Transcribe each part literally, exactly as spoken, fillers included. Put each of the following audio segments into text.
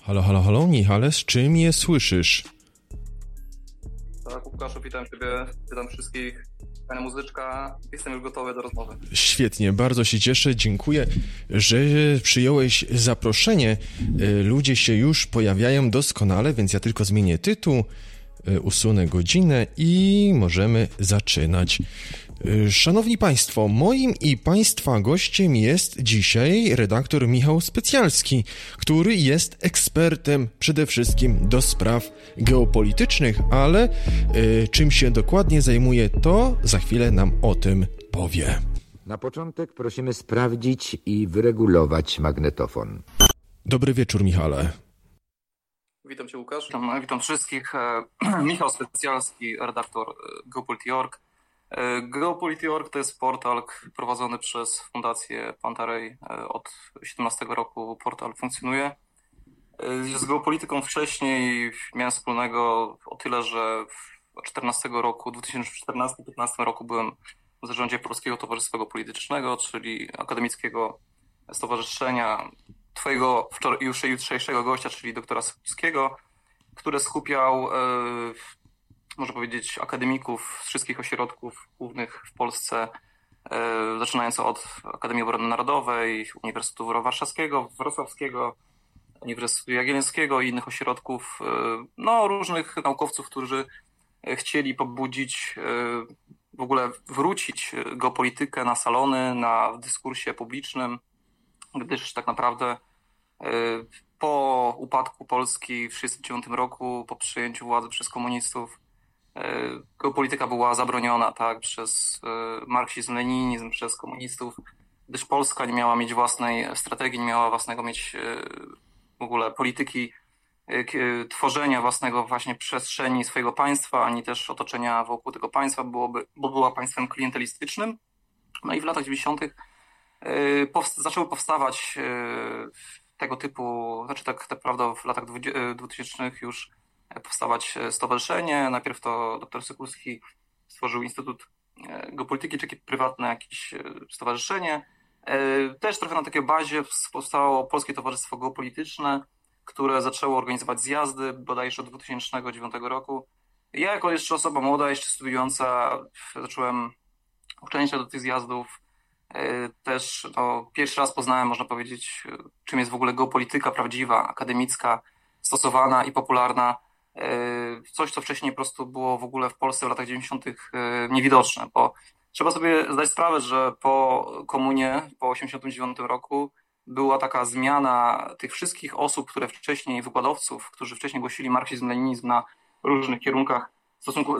Halo, halo, halo, Michale, z czym je słyszysz? Tak, Łukaszu, witam Ciebie, witam wszystkich. Fajna muzyczka, jestem już gotowy do rozmowy. Świetnie, bardzo się cieszę, dziękuję, że przyjąłeś zaproszenie. Ludzie się już pojawiają doskonale, więc ja tylko zmienię tytuł, usunę godzinę i możemy zaczynać. Szanowni Państwo, moim i Państwa gościem jest dzisiaj redaktor Michał Specjalski, który jest ekspertem przede wszystkim do spraw geopolitycznych, ale y, czym się dokładnie zajmuje, to za chwilę nam o tym powie. Na początek prosimy sprawdzić i wyregulować magnetofon. Dobry wieczór, Michale. Witam Cię, Łukasz. Witam, witam wszystkich. Michał Specjalski, redaktor Geopolity kropka org. Geopolity kropka org to jest portal prowadzony przez Fundację Pantarej. Od siedemnastego roku portal funkcjonuje. Z geopolityką wcześniej miałem wspólnego o tyle, że w czternastego roku, dwa tysiące czternastym do dwa tysiące piętnastego roku byłem w zarządzie Polskiego Towarzystwa Politycznego, czyli akademickiego stowarzyszenia Twojego już jutrzejszego gościa, czyli doktora Sekulskiego, które skupiał, można powiedzieć, akademików z wszystkich ośrodków głównych w Polsce, zaczynając od Akademii Obrony Narodowej, Uniwersytetu Warszawskiego, Wrocławskiego, Uniwersytetu Jagiellońskiego i innych ośrodków, no różnych naukowców, którzy chcieli pobudzić, w ogóle wrócić geopolitykę na salony, na w dyskursie publicznym, gdyż tak naprawdę po upadku Polski w tysiąc dziewięćset trzydziestym dziewiątym roku, po przejęciu władzy przez komunistów, geopolityka była zabroniona, tak, przez marksizm, leninizm, przez komunistów, gdyż Polska nie miała mieć własnej strategii, nie miała własnego mieć w ogóle polityki tworzenia własnego właśnie przestrzeni swojego państwa, ani też otoczenia wokół tego państwa, byłoby, bo była państwem klientelistycznym. No i w latach dziewięćdziesiątych powst- zaczęły powstawać tego typu, znaczy tak naprawdę w latach dwutysięcznych już powstawać stowarzyszenie. Najpierw to dr Sekulski stworzył Instytut Geopolityki, czy takie prywatne jakieś stowarzyszenie. Też trochę na takiej bazie powstało Polskie Towarzystwo Geopolityczne, które zaczęło organizować zjazdy bodajże od dwutysięcznego dziewiątego roku. Ja jako jeszcze osoba młoda, jeszcze studiująca, zacząłem uczęszczać do tych zjazdów. Też no, pierwszy raz poznałem, można powiedzieć, czym jest w ogóle geopolityka prawdziwa, akademicka, stosowana i popularna. Coś, co wcześniej po prostu było w ogóle w Polsce w latach dziewięćdziesiątych niewidoczne, bo trzeba sobie zdać sprawę, że po komunie, po osiemdziesiątym dziewiątym roku była taka zmiana tych wszystkich osób, które wcześniej, wykładowców, którzy wcześniej głosili marksizm, leninizm na różnych kierunkach stosunku,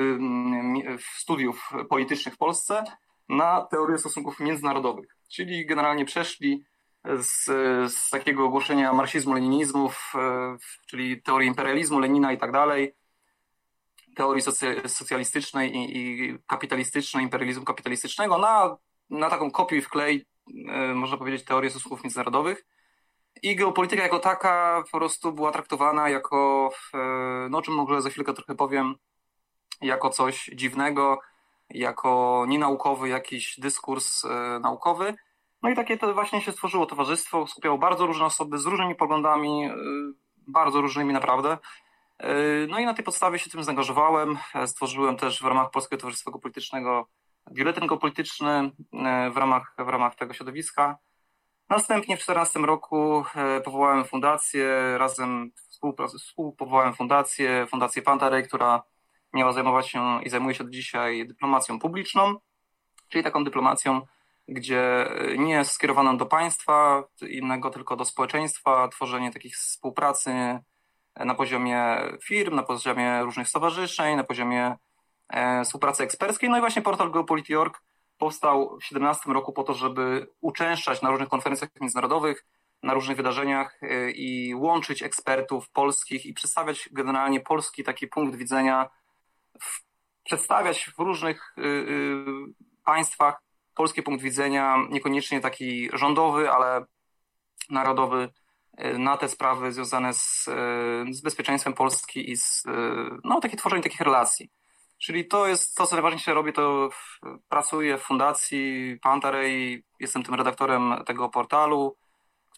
studiów politycznych w Polsce, na teorię stosunków międzynarodowych. Czyli generalnie przeszli z, z takiego ogłoszenia marksizmu-leninizmów, czyli teorii imperializmu, Lenina i tak dalej, teorii socy, socjalistycznej i, i kapitalistycznej, imperializmu kapitalistycznego, na, na taką kopiuj i wklej, można powiedzieć, teorię stosunków międzynarodowych. I geopolityka jako taka po prostu była traktowana jako, no o czym może za chwilkę trochę powiem, jako coś dziwnego, jako nienaukowy jakiś dyskurs naukowy. No i takie to właśnie się stworzyło towarzystwo, skupiało bardzo różne osoby z różnymi poglądami, bardzo różnymi naprawdę. No i na tej podstawie się tym zaangażowałem. Stworzyłem też w ramach Polskiego Towarzystwa Politycznego biuletyn geopolityczny w ramach, w ramach tego środowiska. Następnie w dwa tysiące czternastym roku powołałem fundację, razem współpowołałem fundację, Fundację Pantarej, która miała zajmować się i zajmuje się do dzisiaj dyplomacją publiczną, czyli taką dyplomacją, gdzie nie jest skierowaną do państwa innego, tylko do społeczeństwa, tworzenie takich współpracy na poziomie firm, na poziomie różnych stowarzyszeń, na poziomie e, współpracy eksperckiej. No i właśnie portal Geopolity kropka org powstał w dwa tysiące siedemnastym roku po to, żeby uczęszczać na różnych konferencjach międzynarodowych, na różnych wydarzeniach e, i łączyć ekspertów polskich i przedstawiać generalnie polski taki punkt widzenia, w, przedstawiać w różnych y, y, państwach polski punkt widzenia, niekoniecznie taki rządowy, ale narodowy, na te sprawy związane z, z bezpieczeństwem Polski i z, no, takie tworzenie takich relacji. Czyli to jest to, co najważniejsze robię, to pracuję w Fundacji Pantarej, jestem tym redaktorem tego portalu,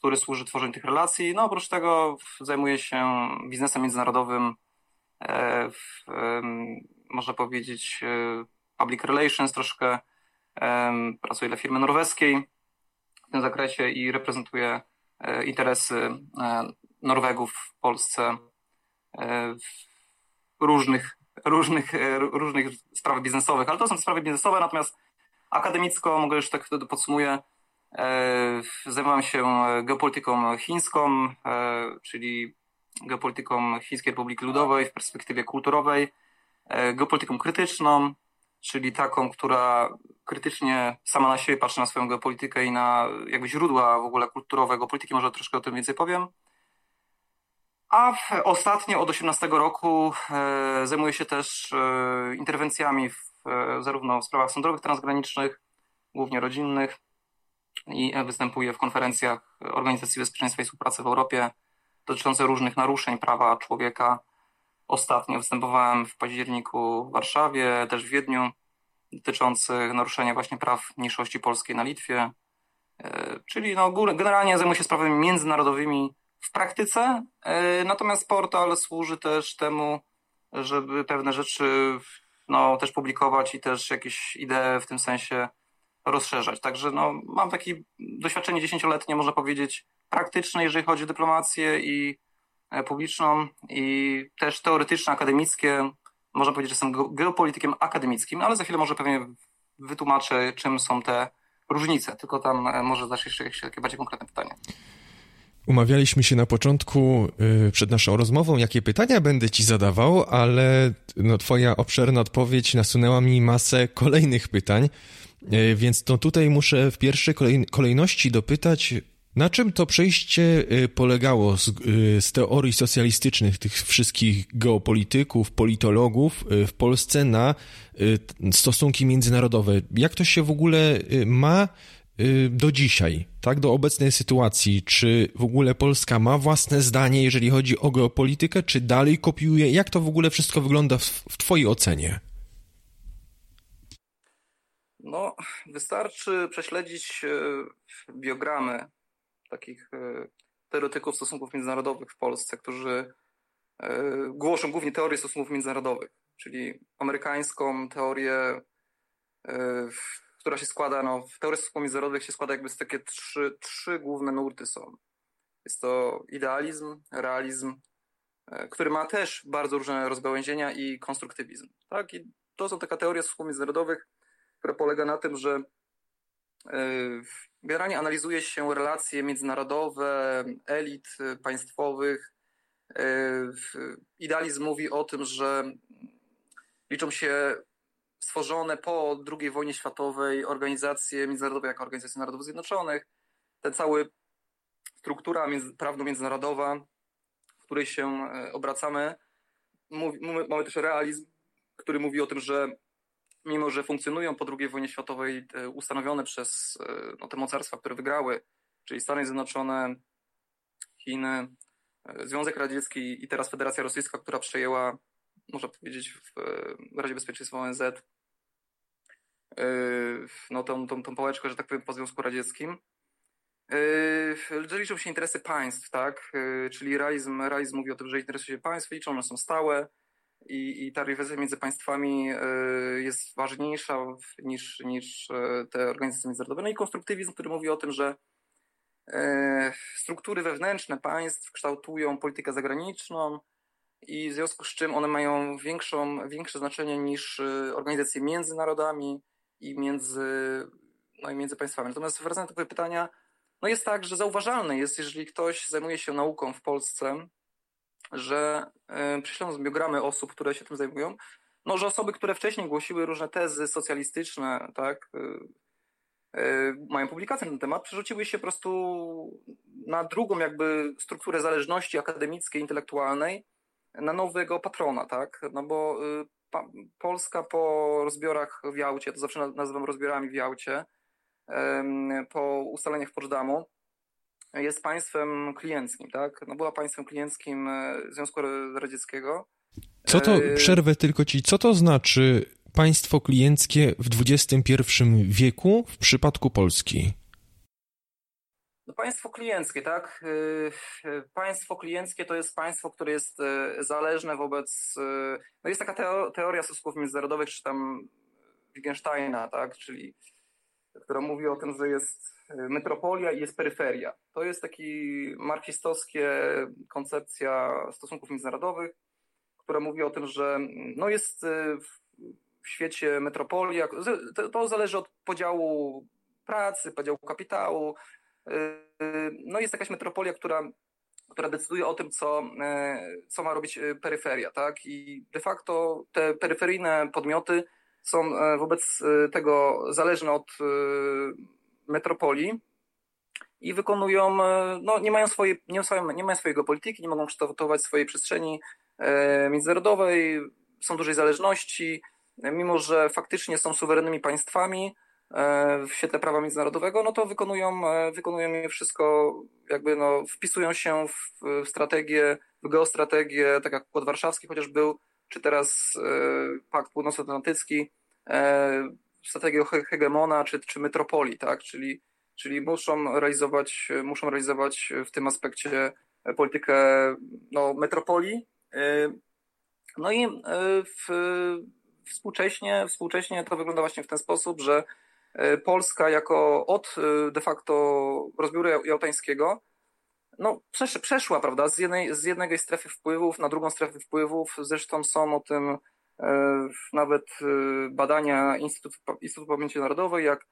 który służy tworzeniu tych relacji. No oprócz tego zajmuję się biznesem międzynarodowym, w, można powiedzieć public relations troszkę. Pracuję dla firmy norweskiej w tym zakresie i reprezentuję interesy Norwegów w Polsce w różnych, różnych, różnych sprawach biznesowych, ale to są sprawy biznesowe, natomiast akademicko, mogę już tak wtedy podsumuję, zajmowałem się geopolityką chińską, czyli geopolityką Chińskiej Republiki Ludowej w perspektywie kulturowej, geopolityką krytyczną, czyli taką, która krytycznie sama na siebie patrzy na swoją geopolitykę i na jakby źródła w ogóle kulturowe geopolityki, może troszkę o tym więcej powiem. A ostatnio od osiemnastego roku e, zajmuję się też e, interwencjami w, e, zarówno w sprawach sądowych transgranicznych, głównie rodzinnych, i występuję w konferencjach Organizacji Bezpieczeństwa i Współpracy w Europie dotyczące różnych naruszeń prawa człowieka. Ostatnio występowałem w październiku w Warszawie, też w Wiedniu, dotyczących naruszenia właśnie praw mniejszości polskiej na Litwie. Czyli no, generalnie zajmuję się sprawami międzynarodowymi w praktyce, natomiast portal służy też temu, żeby pewne rzeczy no, też publikować i też jakieś idee w tym sensie rozszerzać. Także no, mam takie doświadczenie dziesięcioletnie, można powiedzieć, praktyczne, jeżeli chodzi o dyplomację i publiczną, i też teoretyczne, akademickie. Można powiedzieć, że jestem geopolitykiem akademickim, ale za chwilę może pewnie wytłumaczę, czym są te różnice. Tylko tam może zaś jeszcze jakieś takie bardziej konkretne pytania. Umawialiśmy się na początku yy, przed naszą rozmową, jakie pytania będę ci zadawał, ale no, twoja obszerna odpowiedź nasunęła mi masę kolejnych pytań, yy, więc to tutaj muszę w pierwszej kolej- kolejności dopytać, na czym to przejście polegało z, z teorii socjalistycznych tych wszystkich geopolityków, politologów w Polsce na stosunki międzynarodowe? Jak to się w ogóle ma do dzisiaj, tak, do obecnej sytuacji? Czy w ogóle Polska ma własne zdanie, jeżeli chodzi o geopolitykę, czy dalej kopiuje? Jak to w ogóle wszystko wygląda w, w twojej ocenie? No, wystarczy prześledzić biogramy takich teoretyków stosunków międzynarodowych w Polsce, którzy głoszą głównie teorię stosunków międzynarodowych, czyli amerykańską teorię, która się składa, no w teorii stosunków międzynarodowych się składa jakby z takie trzy, trzy główne nurty są. Jest to idealizm, realizm, który ma też bardzo różne rozgałęzienia, i konstruktywizm. Tak? I to są taka teoria stosunków międzynarodowych, która polega na tym, że generalnie analizuje się relacje międzynarodowe, elit państwowych. Idealizm mówi o tym, że liczą się stworzone po drugiej wojnie światowej organizacje międzynarodowe, jako Organizacja Narodów Zjednoczonych. Ta cała struktura prawno-międzynarodowa, w której się obracamy. Mamy też realizm, który mówi o tym, że mimo że funkcjonują po drugiej wojnie światowej ustanowione przez no, te mocarstwa, które wygrały, czyli Stany Zjednoczone, Chiny, Związek Radziecki i teraz Federacja Rosyjska, która przejęła, można powiedzieć, w Radzie Bezpieczeństwa O N Z no, tą, tą, tą pałeczkę, że tak powiem, po Związku Radzieckim, że liczą się interesy państw, tak? Czyli realizm, realizm mówi o tym, że interesy się państw liczą, one są stałe, i, i ta rywalizacja między państwami jest ważniejsza niż, niż te organizacje międzynarodowe. No i konstruktywizm, który mówi o tym, że struktury wewnętrzne państw kształtują politykę zagraniczną i w związku z czym one mają większą, większe znaczenie niż organizacje między narodami i między, no i między państwami. Natomiast wracając do tego pytania, no jest tak, że zauważalne jest, jeżeli ktoś zajmuje się nauką w Polsce, że yy, prześledząc biogramy osób, które się tym zajmują, no, że osoby, które wcześniej głosiły różne tezy socjalistyczne, tak, yy, yy, mają publikacje na ten temat, przerzuciły się po prostu na drugą jakby strukturę zależności akademickiej, intelektualnej, na nowego patrona, tak, no bo yy, pa, Polska po rozbiorach w Jałcie, to zawsze nazywam rozbiorami w Jałcie, yy, po ustaleniach w Poczdamie, jest państwem klienckim, tak? No była państwem klienckim Związku Radzieckiego. Co to, przerwę tylko ci, co to znaczy państwo klienckie w dwudziestym pierwszym wieku w przypadku Polski? Państwo klienckie, tak? Państwo klienckie to jest państwo, które jest zależne wobec... No jest taka teoria stosunków międzynarodowych, czy tam Wittgensteina, tak? Czyli która mówi o tym, że jest metropolia i jest peryferia. To jest taki marksistowskie koncepcja stosunków międzynarodowych, która mówi o tym, że no jest w świecie metropolia, to, to zależy od podziału pracy, podziału kapitału. No jest jakaś metropolia, która, która decyduje o tym, co, co ma robić peryferia, tak? I de facto te peryferyjne podmioty są wobec tego zależne od metropolii i wykonują, no nie mają swojej, nie mają, nie mają swojego polityki, nie mogą kształtować swojej przestrzeni międzynarodowej, są dużej zależności, mimo że faktycznie są suwerennymi państwami w świetle prawa międzynarodowego, no to wykonują, wykonują wszystko, jakby no wpisują się w, w strategię, w geostrategię, tak jak Układ Warszawski chociaż był, czy teraz Pakt Północnoatlantycki, strategię hegemona, czy, czy metropolii, tak, czyli, czyli muszą realizować, muszą realizować w tym aspekcie politykę no, metropolii. No i w, współcześnie, współcześnie to wygląda właśnie w ten sposób, że Polska jako od de facto rozbioru jałtańskiego no, przeszła, prawda, z jednej, z jednej strefy wpływów na drugą strefę wpływów. Zresztą są o tym nawet badania Instytutu, Instytutu Pamięci Narodowej, jak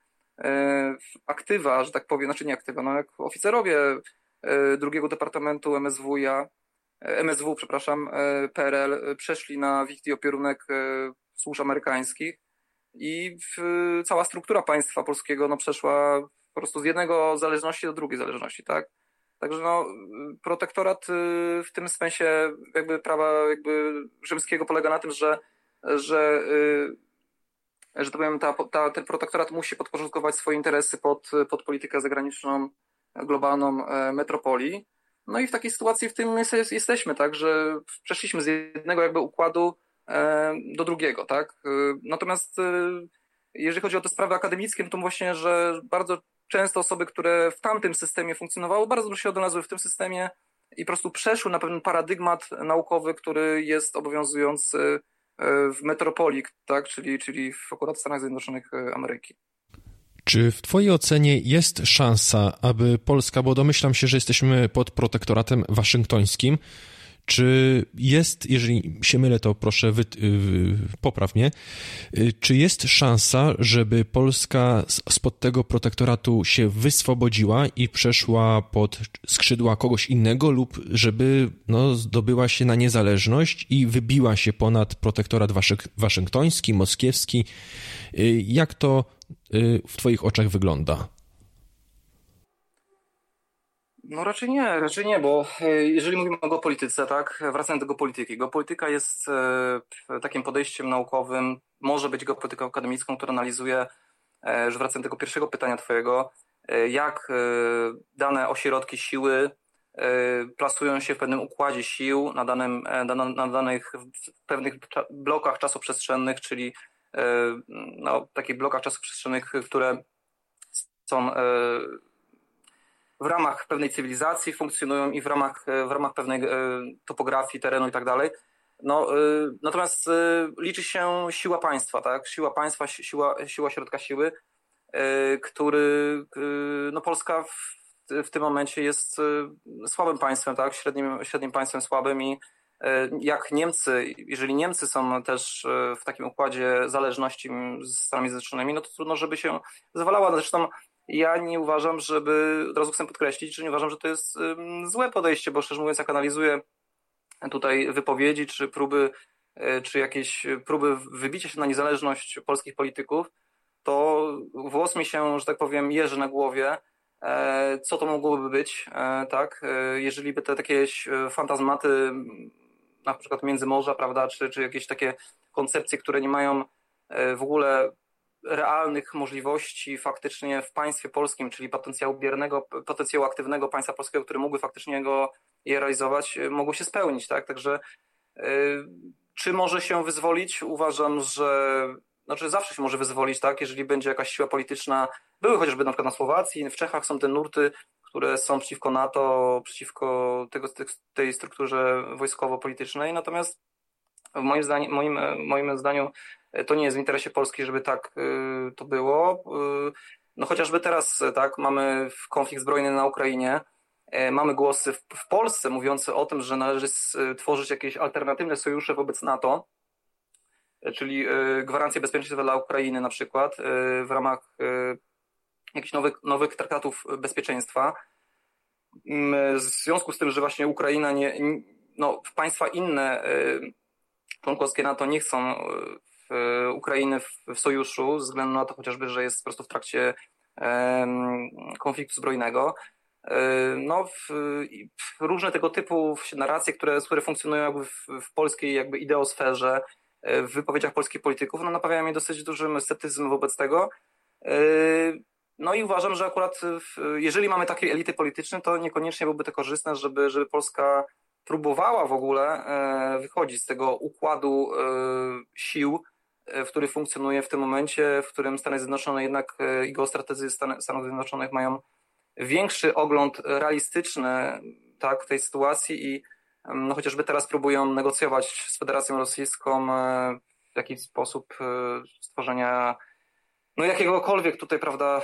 aktywa, że tak powiem, znaczy nie aktywa, no jak oficerowie drugiego Departamentu M S W, M S W, przepraszam, P R L przeszli na wichty opierunek służb amerykańskich i cała struktura państwa polskiego no, przeszła po prostu z jednego zależności do drugiej zależności, tak? Także no, protektorat w tym sensie jakby prawa jakby rzymskiego polega na tym, że, że, że to powiem, ta, ta, ten protektorat musi podporządkować swoje interesy pod, pod politykę zagraniczną, globalną metropolii. No i w takiej sytuacji w tym jest, jesteśmy, tak, że przeszliśmy z jednego jakby układu do drugiego, tak. Natomiast jeżeli chodzi o te sprawy akademickie, to właśnie, że bardzo często osoby, które w tamtym systemie funkcjonowały, bardzo dobrze się odnalazły w tym systemie i po prostu przeszły na pewien paradygmat naukowy, który jest obowiązujący w metropolii, tak, czyli, czyli w akurat Stanach Zjednoczonych Ameryki. Czy w twojej ocenie jest szansa, aby Polska, bo domyślam się, że jesteśmy pod protektoratem waszyngtońskim, czy jest, jeżeli się mylę, to proszę wy, popraw mnie, czy jest szansa, żeby Polska spod tego protektoratu się wyswobodziła i przeszła pod skrzydła kogoś innego lub żeby no, zdobyła się na niezależność i wybiła się ponad protektorat waszyk, waszyngtoński, moskiewski? Jak to w twoich oczach wygląda? No raczej nie, raczej nie, bo jeżeli mówimy o geopolityce, tak, wracając do geopolityki, geopolityka jest takim podejściem naukowym, może być geopolityką akademicką, która analizuje, że wracając do tego pierwszego pytania twojego, jak dane ośrodki siły plasują się w pewnym układzie sił na, danym, na danych w pewnych blokach czasoprzestrzennych, czyli no, takich blokach czasoprzestrzennych, które są w ramach pewnej cywilizacji funkcjonują i w ramach, w ramach pewnej topografii, terenu i tak dalej. No, natomiast liczy się siła państwa, tak? Siła państwa, siła, siła środka siły, który no Polska w, w tym momencie jest słabym państwem, tak? Średnim, średnim państwem słabym i jak Niemcy, jeżeli Niemcy są też w takim układzie zależności z Stanami Zjednoczonymi, no to trudno, żeby się zwalała. Zresztą ja nie uważam, żeby, od razu chcę podkreślić, że nie uważam, że to jest złe podejście, bo szczerze mówiąc, jak analizuję tutaj wypowiedzi, czy próby, czy jakieś próby wybicia się na niezależność polskich polityków, to włos mi się, że tak powiem, jeży na głowie, co to mogłoby być, tak, jeżeli by te takie fantazmaty, na przykład Międzymorza, prawda, czy, czy jakieś takie koncepcje, które nie mają w ogóle realnych możliwości faktycznie w państwie polskim, czyli potencjału biernego, potencjału aktywnego państwa polskiego, który mógłby faktycznie go je realizować, mogło się spełnić, tak? Także yy, czy może się wyzwolić? Uważam, że znaczy zawsze się może wyzwolić, tak? Jeżeli będzie jakaś siła polityczna, były chociażby na przykład na Słowacji, w Czechach są te nurty, które są przeciwko NATO, przeciwko tego, tej strukturze wojskowo-politycznej. Natomiast moim zdaniem, moim, moim zdaniem to nie jest w interesie Polski, żeby tak to było. No chociażby teraz tak mamy konflikt zbrojny na Ukrainie. Mamy głosy w, w Polsce mówiące o tym, że należy tworzyć jakieś alternatywne sojusze wobec NATO, czyli gwarancje bezpieczeństwa dla Ukrainy na przykład w ramach jakichś nowych, nowych traktatów bezpieczeństwa. W związku z tym, że właśnie Ukraina, nie, no, państwa inne członkowskie NATO nie chcą Ukrainy w, w sojuszu, ze względu na to chociażby, że jest po prostu w trakcie konfliktu zbrojnego. No, w, w różne tego typu narracje, które, które funkcjonują jakby w, w polskiej jakby ideosferze, w wypowiedziach polskich polityków, no napawają mnie dosyć dużym sceptycyzm wobec tego. No i uważam, że akurat w, jeżeli mamy takie elity polityczne, to niekoniecznie byłoby to korzystne, żeby, żeby Polska próbowała w ogóle wychodzić z tego układu sił, w który funkcjonuje w tym momencie, w którym Stany Zjednoczone jednak i geostrategzy Stanów Zjednoczonych mają większy ogląd realistyczny, tak, tej sytuacji i no, chociażby teraz próbują negocjować z Federacją Rosyjską w jakiś sposób stworzenia no jakiegokolwiek tutaj, prawda,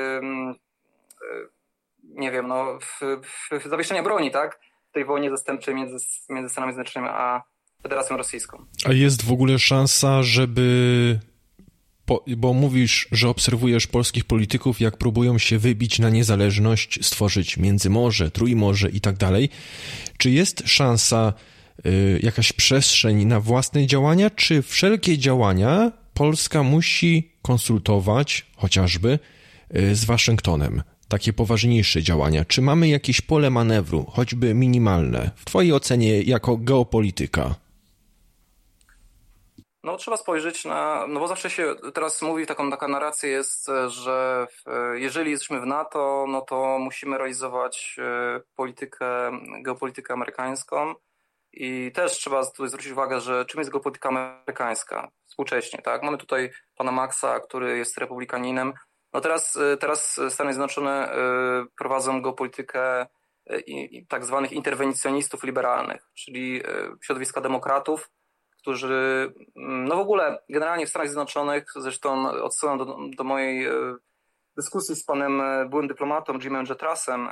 nie wiem, no zawieszenia broni, tak, w tej wojnie zastępczej między, między Stanami Zjednoczonymi a Federacją Rosyjską. A jest w ogóle szansa, żeby... Po, bo mówisz, że obserwujesz polskich polityków, jak próbują się wybić na niezależność, stworzyć Międzymorze, Trójmorze i tak dalej. Czy jest szansa, y, jakaś przestrzeń na własne działania, czy wszelkie działania Polska musi konsultować chociażby y, z Waszyngtonem? Takie poważniejsze działania. Czy mamy jakieś pole manewru, choćby minimalne, w twojej ocenie jako geopolityka? No trzeba spojrzeć na, no bo zawsze się teraz mówi, taką, taka narracja jest, że jeżeli jesteśmy w NATO, no to musimy realizować politykę, geopolitykę amerykańską i też trzeba tutaj zwrócić uwagę, że czym jest geopolityka amerykańska współcześnie, tak? Mamy tutaj pana Maxa, który jest republikaninem. No teraz, teraz Stany Zjednoczone prowadzą geopolitykę i, i tak zwanych interwencjonistów liberalnych, czyli środowiska demokratów, którzy, no w ogóle generalnie w Stanach Zjednoczonych, zresztą odsyłam do, do mojej dyskusji z panem byłym dyplomatą Jimem Jetrasem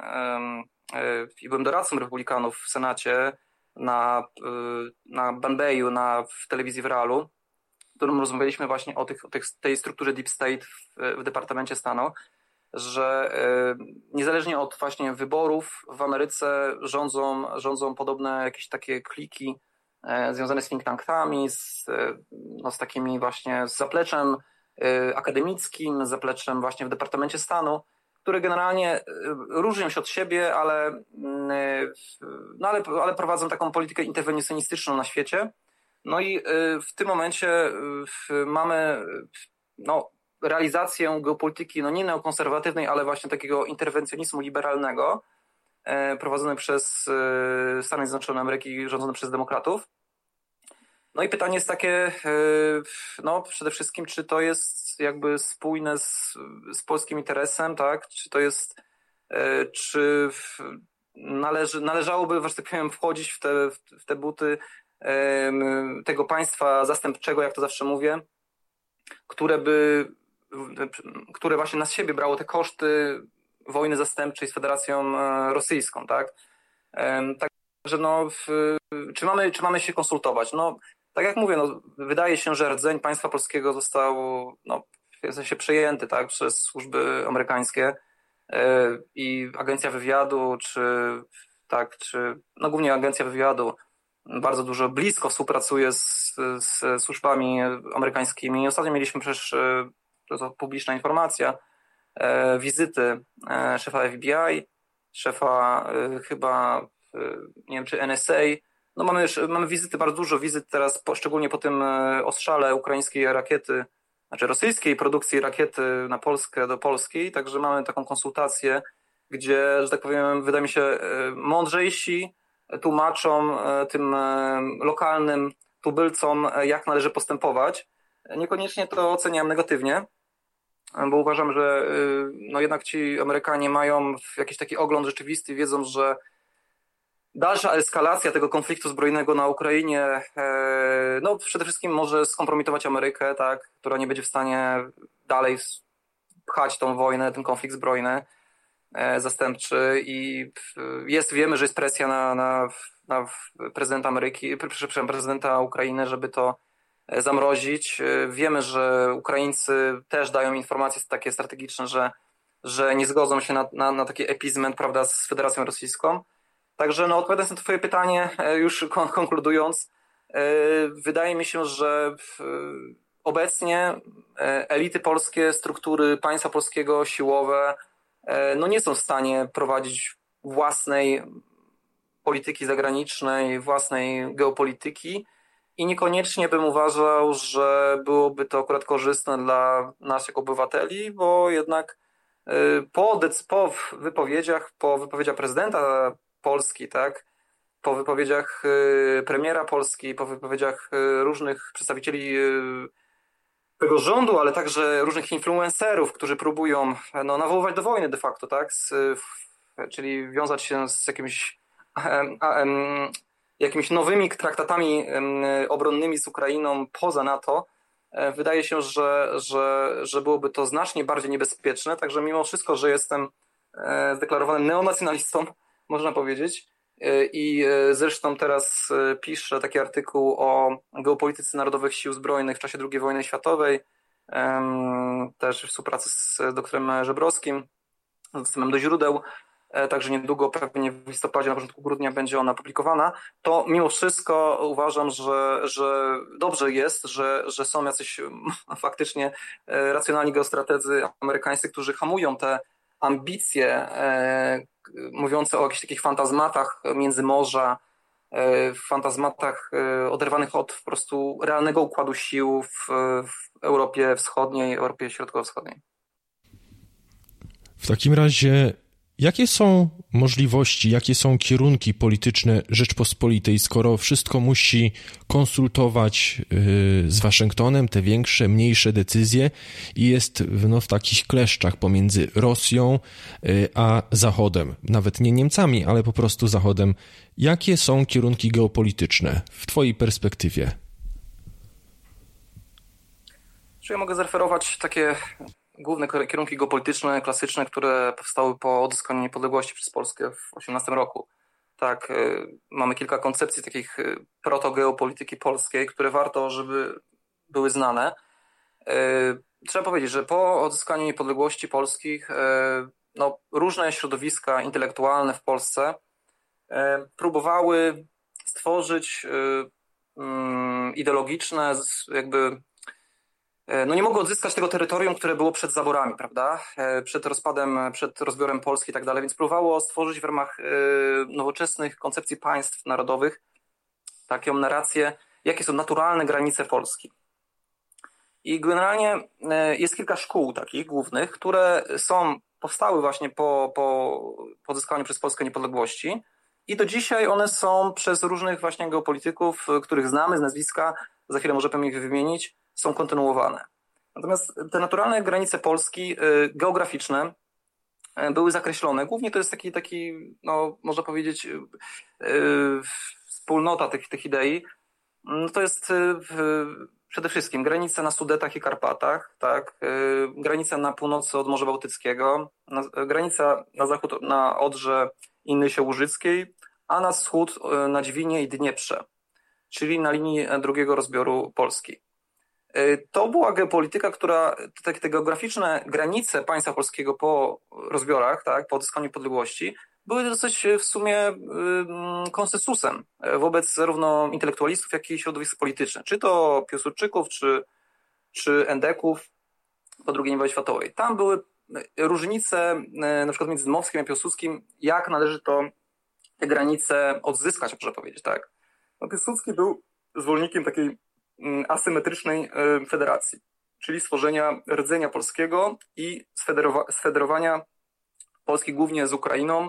i byłym doradcą republikanów w Senacie na, na Banbeju, na, w telewizji w Realu, w którym rozmawialiśmy właśnie o, tych, o tych, tej strukturze Deep State w, w Departamencie Stanu, że niezależnie od właśnie wyborów w Ameryce rządzą, rządzą podobne jakieś takie kliki związane z think tankami, z, no, z takimi właśnie z zapleczem akademickim, z zapleczem właśnie w Departamencie Stanu, które generalnie różnią się od siebie, ale, no, ale, ale prowadzą taką politykę interwencjonistyczną na świecie. No i w tym momencie mamy no, realizację geopolityki no, nie neokonserwatywnej, ale właśnie takiego interwencjonizmu liberalnego, prowadzony przez Stany Zjednoczone Ameryki, rządzony przez demokratów. No i pytanie jest takie, no przede wszystkim, czy to jest jakby spójne z, z polskim interesem, tak? Czy to jest, czy należy, należałoby, że tak powiem, wchodzić w te, w te buty tego państwa zastępczego, jak to zawsze mówię, które by, które właśnie na siebie brało te koszty wojny zastępczej z Federacją Rosyjską, tak? Także no, w, czy mamy, czy mamy się konsultować? No, tak jak mówię, no, wydaje się, że rdzeń państwa polskiego został, no, w sensie przejęty, tak, przez służby amerykańskie i agencja wywiadu, czy tak, czy, no głównie agencja wywiadu bardzo dużo, blisko współpracuje z, z służbami amerykańskimi. Ostatnio mieliśmy przecież, to jest publiczna informacja, wizyty szefa F B I, szefa chyba, nie wiem, czy N S A. No mamy, mamy wizyty, bardzo dużo wizyt teraz, szczególnie po tym ostrzale ukraińskiej rakiety, znaczy rosyjskiej produkcji rakiety na Polskę, do Polski, także mamy taką konsultację, gdzie, że tak powiem, wydaje mi się, mądrzejsi tłumaczą tym lokalnym tubylcom, jak należy postępować. Niekoniecznie to oceniam negatywnie, bo uważam, że no jednak ci Amerykanie mają jakiś taki ogląd rzeczywisty, wiedzą, że dalsza eskalacja tego konfliktu zbrojnego na Ukrainie no przede wszystkim może skompromitować Amerykę, tak, która nie będzie w stanie dalej pchać tą wojnę, ten konflikt zbrojny zastępczy i jest, wiemy, że jest presja na, na, na prezydenta Ameryki, przepraszam, prezydenta Ukrainy, żeby to zamrozić. Wiemy, że Ukraińcy też dają informacje takie strategiczne, że, że nie zgodzą się na, na, na taki epizment, prawda, z Federacją Rosyjską. Także no, odpowiadając na twoje pytanie, już konkludując, wydaje mi się, że obecnie elity polskie, struktury państwa polskiego siłowe no nie są w stanie prowadzić własnej polityki zagranicznej, własnej geopolityki i niekoniecznie bym uważał, że byłoby to akurat korzystne dla naszych obywateli, bo jednak po, po wypowiedziach, po wypowiedziach prezydenta Polski, tak, po wypowiedziach premiera Polski, po wypowiedziach różnych przedstawicieli tego rządu, ale także różnych influencerów, którzy próbują no, nawoływać do wojny de facto, tak, z, czyli wiązać się z jakimiś, a, a, jakimiś nowymi traktatami obronnymi z Ukrainą poza NATO, wydaje się, że, że, że byłoby to znacznie bardziej niebezpieczne, także mimo wszystko, że jestem zdeklarowanym neonacjonalistą, można powiedzieć, i zresztą teraz piszę taki artykuł o geopolityce Narodowych Sił Zbrojnych w czasie drugiej wojny światowej, też w współpracy z doktorem Żebrowskim, z dostępem do źródeł, także niedługo, pewnie w listopadzie, na początku grudnia będzie ona publikowana, to mimo wszystko uważam, że, że dobrze jest, że, że są jacyś faktycznie racjonalni geostrategzy amerykańscy, którzy hamują te ambicje e, mówiące o jakichś takich fantazmatach międzymorza, e, fantazmatach e, oderwanych od po prostu realnego układu sił w, w Europie Wschodniej, Europie Środkowo-Wschodniej. W takim razie, jakie są możliwości, jakie są kierunki polityczne Rzeczpospolitej, skoro wszystko musi konsultować z Waszyngtonem, te większe, mniejsze decyzje i jest no, w takich kleszczach pomiędzy Rosją a Zachodem, nawet nie Niemcami, ale po prostu Zachodem. Jakie są kierunki geopolityczne w Twojej perspektywie? Czy ja mogę zareferować takie główne kierunki geopolityczne, klasyczne, które powstały po odzyskaniu niepodległości przez Polskę w osiemnastym roku. Tak, mamy kilka koncepcji takich protogeopolityki polskiej, które warto, żeby były znane. Trzeba powiedzieć, że po odzyskaniu niepodległości polskich no, różne środowiska intelektualne w Polsce próbowały stworzyć ideologiczne jakby no nie mogły odzyskać tego terytorium, które było przed zaborami, prawda? Przed rozpadem, przed rozbiorem Polski i tak dalej, więc próbowało stworzyć w ramach nowoczesnych koncepcji państw narodowych taką narrację, jakie są naturalne granice Polski. I generalnie jest kilka szkół takich głównych, które są, powstały właśnie po, po, po odzyskaniu przez Polskę niepodległości i do dzisiaj one są przez różnych właśnie geopolityków, których znamy z nazwiska, za chwilę może powiem ich wymienić, są kontynuowane. Natomiast te naturalne granice Polski geograficzne były zakreślone. Głównie to jest taki, taki no, można powiedzieć, wspólnota tych, tych idei. No to jest przede wszystkim granica na Sudetach i Karpatach, tak? Granica na północy od Morza Bałtyckiego, granica na zachód na Odrze Innysie Łużyckiej, a na wschód na Dźwinie i Dnieprze, czyli na linii drugiego rozbioru Polski. To była geopolityka, która, te, te geograficzne granice państwa polskiego po rozbiorach, tak, po odzyskaniu niepodległości, były dosyć w sumie y, konsensusem wobec zarówno intelektualistów, jak i środowisk politycznych, czy to Piłsudczyków, czy, czy endeków po drugiej wojnie światowej. Tam były różnice na przykład między Dmowskim a Piłsudskim, jak należy to te granice odzyskać, można powiedzieć, tak. No, Piłsudski był zwolennikiem takiej asymetrycznej federacji, czyli stworzenia rdzenia polskiego i sfederowa- sfederowania Polski głównie z Ukrainą.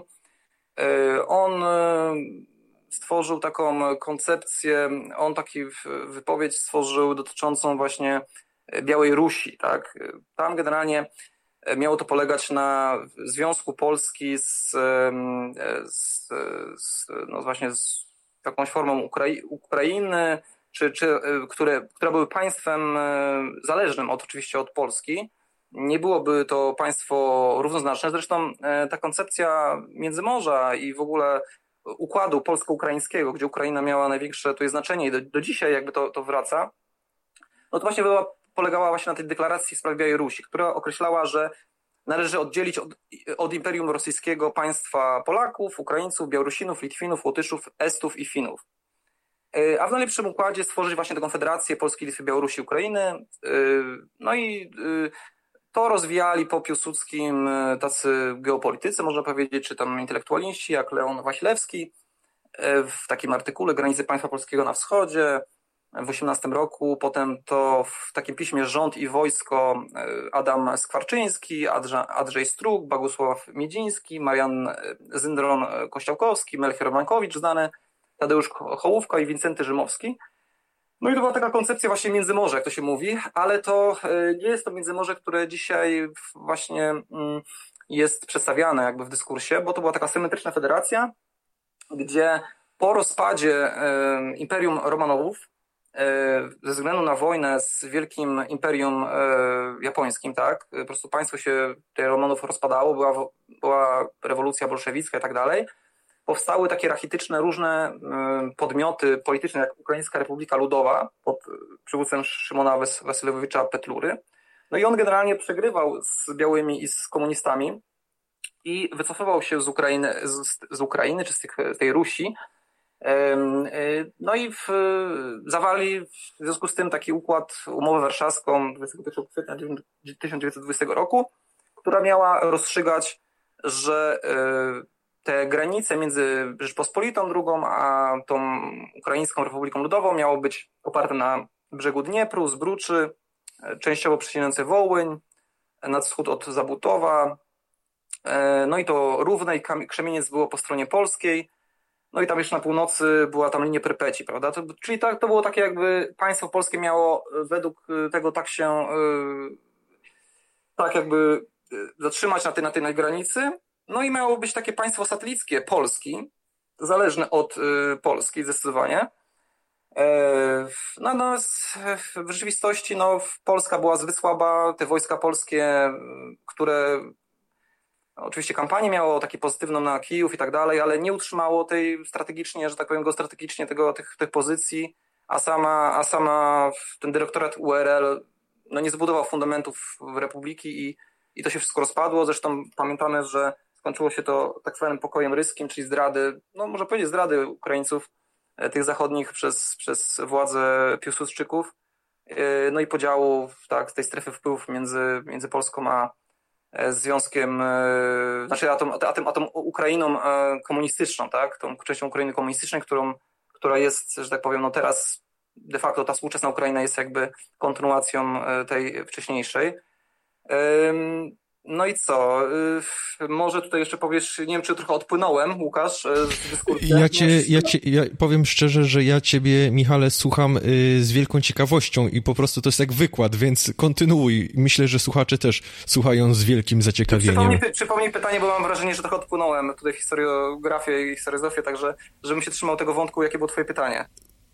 On stworzył taką koncepcję, on taki wypowiedź stworzył dotyczącą właśnie Białej Rusi, tak? Tam generalnie miało to polegać na związku Polski z, z, z no właśnie z jakąś formą Ukrai- Ukrainy, czy, czy, które, które były państwem zależnym od, oczywiście od Polski. Nie byłoby to państwo równoznaczne. Zresztą ta koncepcja Międzymorza i w ogóle układu polsko-ukraińskiego, gdzie Ukraina miała największe tutaj znaczenie i do, do dzisiaj jakby to, to wraca, no to właśnie była, polegała właśnie na tej deklaracji w sprawie Białej Rusi, która określała, że należy oddzielić od, od Imperium Rosyjskiego państwa Polaków, Ukraińców, Białorusinów, Litwinów, Łotyszów, Estów i Finów. A w najlepszym układzie stworzyć właśnie tę konfederację Polski, Litwy, Białorusi, Ukrainy. No i to rozwijali po Piłsudskim tacy geopolitycy, można powiedzieć, czy tam intelektualiści, jak Leon Wasilewski w takim artykule Granice Państwa Polskiego na Wschodzie w osiemnastym roku. Potem to w takim piśmie Rząd i Wojsko Adam Skwarczyński, Andrzej Struk, Bogusław Miedziński, Marian Zyndron-Kościałkowski, Melchior Mankowicz znany, Tadeusz Hołówka i Wincenty Rzymowski. No i to była taka koncepcja właśnie Międzymorza, jak to się mówi, ale to nie jest to Międzymorze, które dzisiaj właśnie jest przedstawiane jakby w dyskursie, bo to była taka symetryczna federacja, gdzie po rozpadzie Imperium Romanowów ze względu na wojnę z wielkim imperium japońskim, tak, po prostu państwo się tych Romanów rozpadało, była, była rewolucja bolszewicka i tak dalej, powstały takie rachityczne różne podmioty polityczne, jak Ukraińska Republika Ludowa pod przywództwem Szymona Wasylewowicza Petlury. No i on generalnie przegrywał z białymi i z komunistami i wycofywał się z Ukrainy, z, z Ukrainy czy z tych, tej Rusi. No i w, zawarli w związku z tym taki układ, umowę warszawską dwudziestego pierwszego kwietnia tysiąc dziewięćset dwudziestego roku, która miała rozstrzygać, że te granice między Rzeczpospolitą drugą a tą Ukraińską Republiką Ludową miało być oparte na brzegu Dniepru, Zbruczy, częściowo przecinające Wołyń, na wschód od Zabutowa, no i to Równe i Krzemieniec było po stronie polskiej, no i tam jeszcze na północy była tam linia Prypeci, prawda? To, czyli tak, to było takie jakby państwo polskie miało według tego tak się, tak jakby zatrzymać na tej, na tej granicy, no i miało być takie państwo satelickie Polski, zależne od Polski zdecydowanie. No, no w rzeczywistości no, Polska była zbyt słaba, te wojska polskie, które oczywiście kampanię miało takie pozytywną na Kijów i tak dalej, ale nie utrzymało tej strategicznie, że tak powiem, geostrategicznie tego, tych, tych pozycji, a sama, a sama ten dyrektorat U R L no, nie zbudował fundamentów Republiki i, i to się wszystko rozpadło. Zresztą pamiętamy, że skończyło się to tak zwanym pokojem ryskim, czyli zdrady, no można powiedzieć zdrady Ukraińców, tych zachodnich przez, przez władze Piłsudczyków, no i podziału tak, tej strefy wpływów między, między Polską a związkiem, znaczy a tą, a tą, a tą Ukrainą komunistyczną, tak, tą częścią Ukrainy komunistycznej, którą, która jest, że tak powiem, no teraz de facto ta współczesna Ukraina jest jakby kontynuacją tej wcześniejszej. No i co? Może tutaj jeszcze powiesz, nie wiem, czy trochę odpłynąłem, Łukasz, z dyskusji. Ja cię, ja cię, ja powiem szczerze, że ja ciebie, Michale, słucham z wielką ciekawością i po prostu to jest jak wykład, więc kontynuuj. Myślę, że słuchacze też słuchają z wielkim zaciekawieniem. Przypomnij, przypomnij pytanie, bo mam wrażenie, że trochę odpłynąłem tutaj w historiografię i historiozofię, także żebym się trzymał tego wątku, jakie było twoje pytanie.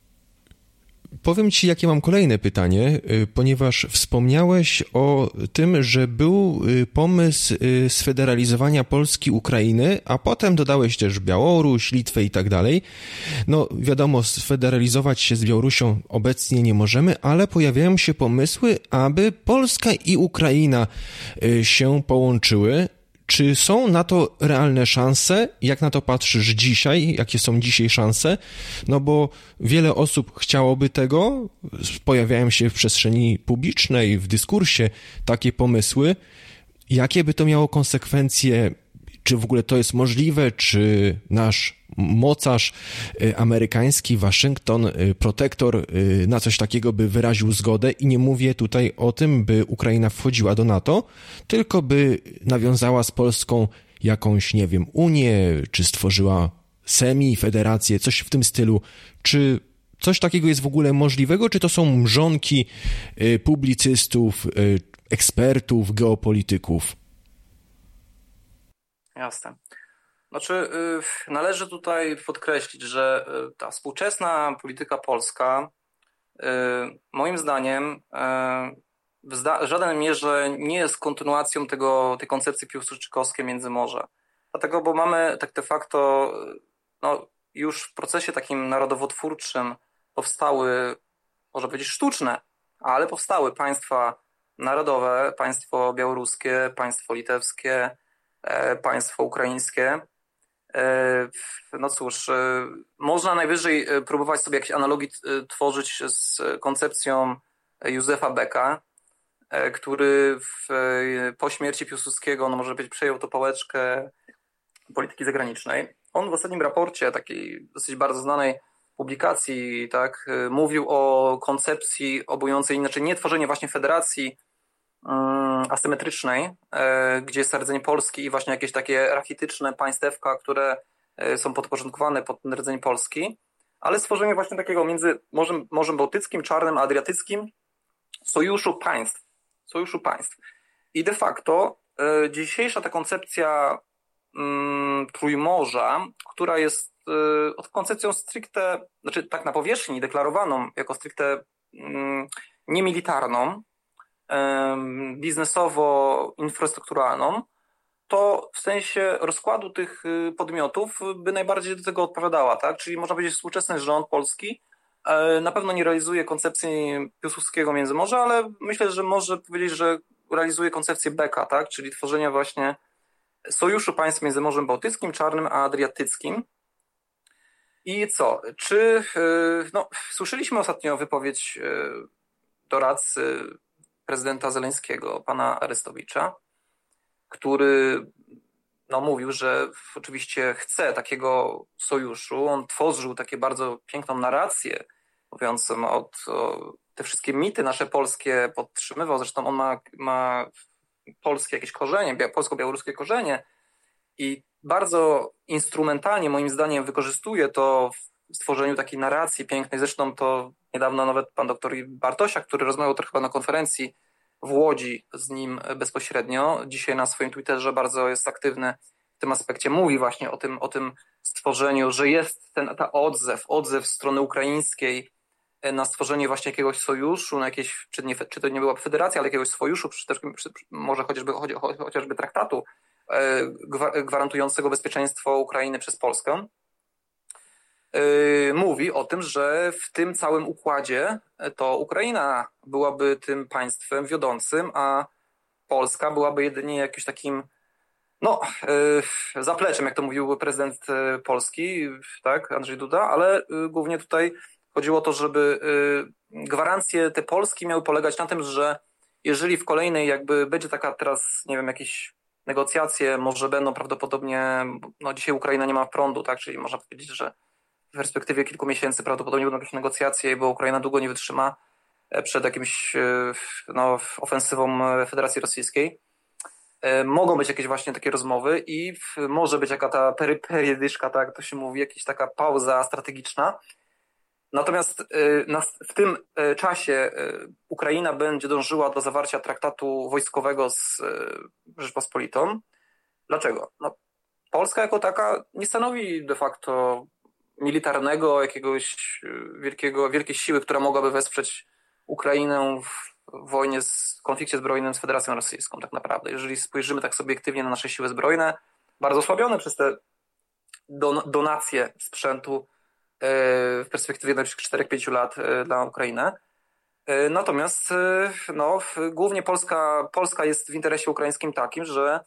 Powiem ci, jakie mam kolejne pytanie, ponieważ wspomniałeś o tym, że był pomysł sfederalizowania Polski, Ukrainy, a potem dodałeś też Białoruś, Litwę i tak dalej. No wiadomo, sfederalizować się z Białorusią obecnie nie możemy, ale pojawiają się pomysły, aby Polska i Ukraina się połączyły. Czy są na to realne szanse? Jak na to patrzysz dzisiaj? Jakie są dzisiaj szanse? No bo wiele osób chciałoby tego, pojawiają się w przestrzeni publicznej, w dyskursie takie pomysły. Jakie by to miało konsekwencje? Czy w ogóle to jest możliwe? Czy nasz mocarz amerykański, Waszyngton, protektor na coś takiego by wyraził zgodę? I nie mówię tutaj o tym, by Ukraina wchodziła do NATO, tylko by nawiązała z Polską jakąś, nie wiem, unię, czy stworzyła semi-federację, coś w tym stylu. Czy coś takiego jest w ogóle możliwego, czy to są mrzonki publicystów, ekspertów, geopolityków? Jasne. Znaczy, należy tutaj podkreślić, że ta współczesna polityka polska moim zdaniem w żadnej mierze nie jest kontynuacją tego, tej koncepcji piłsudczykowskiej Międzymorza. Dlatego, bo mamy tak de facto no, już w procesie takim narodowotwórczym powstały, można powiedzieć sztuczne, ale powstały państwa narodowe, państwo białoruskie, państwo litewskie, państwo ukraińskie. No cóż, można najwyżej próbować sobie jakieś analogii tworzyć z koncepcją Józefa Becka, który w, po śmierci Piłsudskiego, no może być, przejął tą pałeczkę polityki zagranicznej. On w ostatnim raporcie, takiej dosyć bardzo znanej publikacji, tak, mówił o koncepcji obowiązującej, inaczej nie tworzenie właśnie federacji um, asymetrycznej, e, gdzie jest rdzeń polski i właśnie jakieś takie rachityczne państewka, które e, są podporządkowane pod ten rdzeń polski, ale stworzenie właśnie takiego między Morzem, Morzem Bałtyckim, Czarnym a Adriatyckim sojuszu państw. Sojuszu państw. I de facto e, dzisiejsza ta koncepcja mm, Trójmorza, która jest e, koncepcją stricte, znaczy tak na powierzchni deklarowaną jako stricte mm, niemilitarną, e, biznesowo-infrastrukturalną, to w sensie rozkładu tych podmiotów by najbardziej do tego odpowiadała, tak? Czyli można powiedzieć, współczesny rząd polski na pewno nie realizuje koncepcji piłsudskiego Międzymorza, ale myślę, że może powiedzieć, że realizuje koncepcję Becka, tak? Czyli tworzenia właśnie sojuszu państw między Morzem Bałtyckim, Czarnym a Adriatyckim. I co? Czy, no, słyszeliśmy ostatnio wypowiedź doradcy prezydenta Zeleńskiego, pana Arestowicza, który no, mówił, że oczywiście chce takiego sojuszu. On tworzył takie bardzo piękną narrację, mówiącą o, o te wszystkie mity nasze polskie podtrzymywał. Zresztą on ma, ma polskie jakieś korzenie, polsko-białoruskie korzenie i bardzo instrumentalnie moim zdaniem wykorzystuje to w stworzeniu takiej narracji pięknej. Zresztą to niedawno nawet pan doktor Bartosiak, który rozmawiał trochę chyba na konferencji w Łodzi z nim bezpośrednio, dzisiaj na swoim Twitterze bardzo jest aktywny w tym aspekcie, mówi właśnie o tym, o tym stworzeniu, że jest ten ta odzew, odzew strony ukraińskiej na stworzenie właśnie jakiegoś sojuszu, na jakieś, czy, nie, czy to nie była federacja, ale jakiegoś sojuszu, przy, przy, może chociażby, chociażby traktatu gwarantującego bezpieczeństwo Ukrainy przez Polskę. Mówi o tym, że w tym całym układzie to Ukraina byłaby tym państwem wiodącym, a Polska byłaby jedynie jakimś takim no, zapleczem, jak to mówił prezydent Polski, tak, Andrzej Duda, ale głównie tutaj chodziło o to, żeby gwarancje te Polski miały polegać na tym, że jeżeli w kolejnej jakby będzie taka teraz, nie wiem, jakieś negocjacje, może będą prawdopodobnie, no dzisiaj Ukraina nie ma prądu, tak, czyli można powiedzieć, że w perspektywie kilku miesięcy prawdopodobnie będą jakieś negocjacje, bo Ukraina długo nie wytrzyma przed jakimś no, ofensywą Federacji Rosyjskiej. Mogą być jakieś właśnie takie rozmowy i może być jaka ta periodyszka, tak to się mówi, jakaś taka pauza strategiczna. Natomiast w tym czasie Ukraina będzie dążyła do zawarcia traktatu wojskowego z Rzeczpospolitą. Dlaczego? No, Polska jako taka nie stanowi de facto militarnego, jakiegoś wielkiego, wielkiej siły, która mogłaby wesprzeć Ukrainę w wojnie, z konflikcie zbrojnym z Federacją Rosyjską tak naprawdę. Jeżeli spojrzymy tak subiektywnie na nasze siły zbrojne, bardzo osłabione przez te don- donacje sprzętu w perspektywie najbliższych czterech do pięciu lat dla Ukrainy. Natomiast no, głównie Polska, Polska jest w interesie ukraińskim takim, że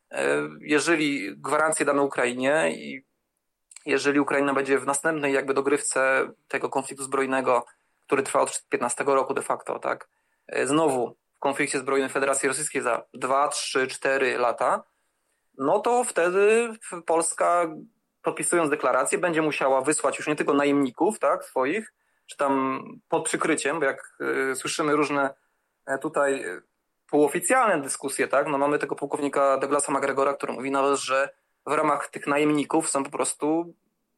jeżeli gwarancje damy Ukrainie i jeżeli Ukraina będzie w następnej jakby dogrywce tego konfliktu zbrojnego, który trwa od piętnastego roku de facto, tak, znowu w konflikcie zbrojnym Federacji Rosyjskiej za dwa, trzy, cztery lata, no to wtedy Polska, podpisując deklarację, będzie musiała wysłać już nie tylko najemników, tak, swoich, czy tam pod przykryciem, bo jak y, słyszymy różne y, tutaj y, półoficjalne dyskusje, tak, no mamy tego pułkownika Douglasa McGregora, który mówi nawet, że w ramach tych najemników są po prostu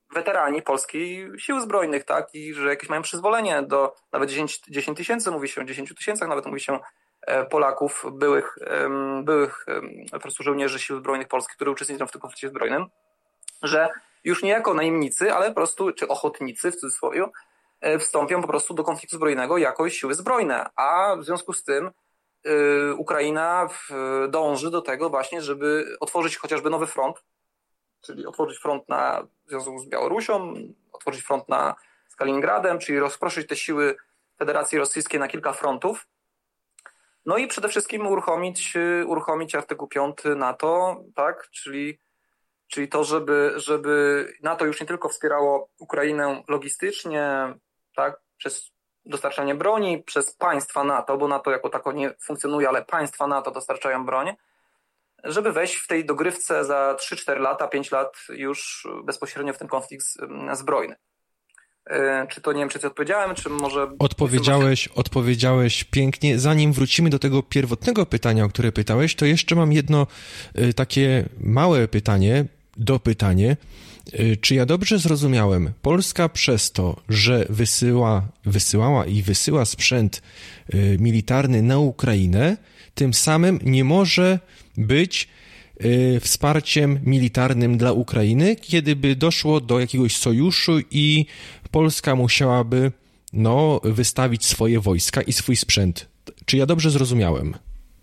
weterani polskiej sił zbrojnych, tak, i że jakieś mają przyzwolenie do nawet dziesięć tysięcy, mówi się o dziesięciu tysiącach, nawet mówi się Polaków, byłych, byłych po prostu żołnierzy sił zbrojnych polskich, którzy uczestniczą w tym konflikcie zbrojnym, że już nie jako najemnicy, ale po prostu, czy ochotnicy w cudzysłowie, wstąpią po prostu do konfliktu zbrojnego jako siły zbrojne, a w związku z tym y, Ukraina w, dąży do tego właśnie, żeby otworzyć chociażby nowy front, czyli otworzyć front na w związku z Białorusią, otworzyć front na, z Kaliningradem, czyli rozproszyć te siły Federacji Rosyjskiej na kilka frontów, no i przede wszystkim uruchomić, uruchomić artykuł piąty NATO, tak, czyli Czyli to, żeby, żeby NATO już nie tylko wspierało Ukrainę logistycznie, tak, przez dostarczanie broni, przez państwa NATO, bo NATO jako tako nie funkcjonuje, ale państwa NATO dostarczają broń, żeby wejść w tej dogrywce za trzy cztery lata, pięć lat już bezpośrednio w ten konflikt zbrojny. Czy to, nie wiem, czy ci odpowiedziałem, czy może... Odpowiedziałeś, odpowiedziałeś pięknie. Zanim wrócimy do tego pierwotnego pytania, o które pytałeś, to jeszcze mam jedno takie małe pytanie, dopytanie. Czy ja dobrze zrozumiałem? Polska przez to, że wysyła, wysyłała i wysyła sprzęt militarny na Ukrainę, tym samym nie może być wsparciem militarnym dla Ukrainy, kiedy by doszło do jakiegoś sojuszu i Polska musiałaby no, wystawić swoje wojska i swój sprzęt. Czy ja dobrze zrozumiałem?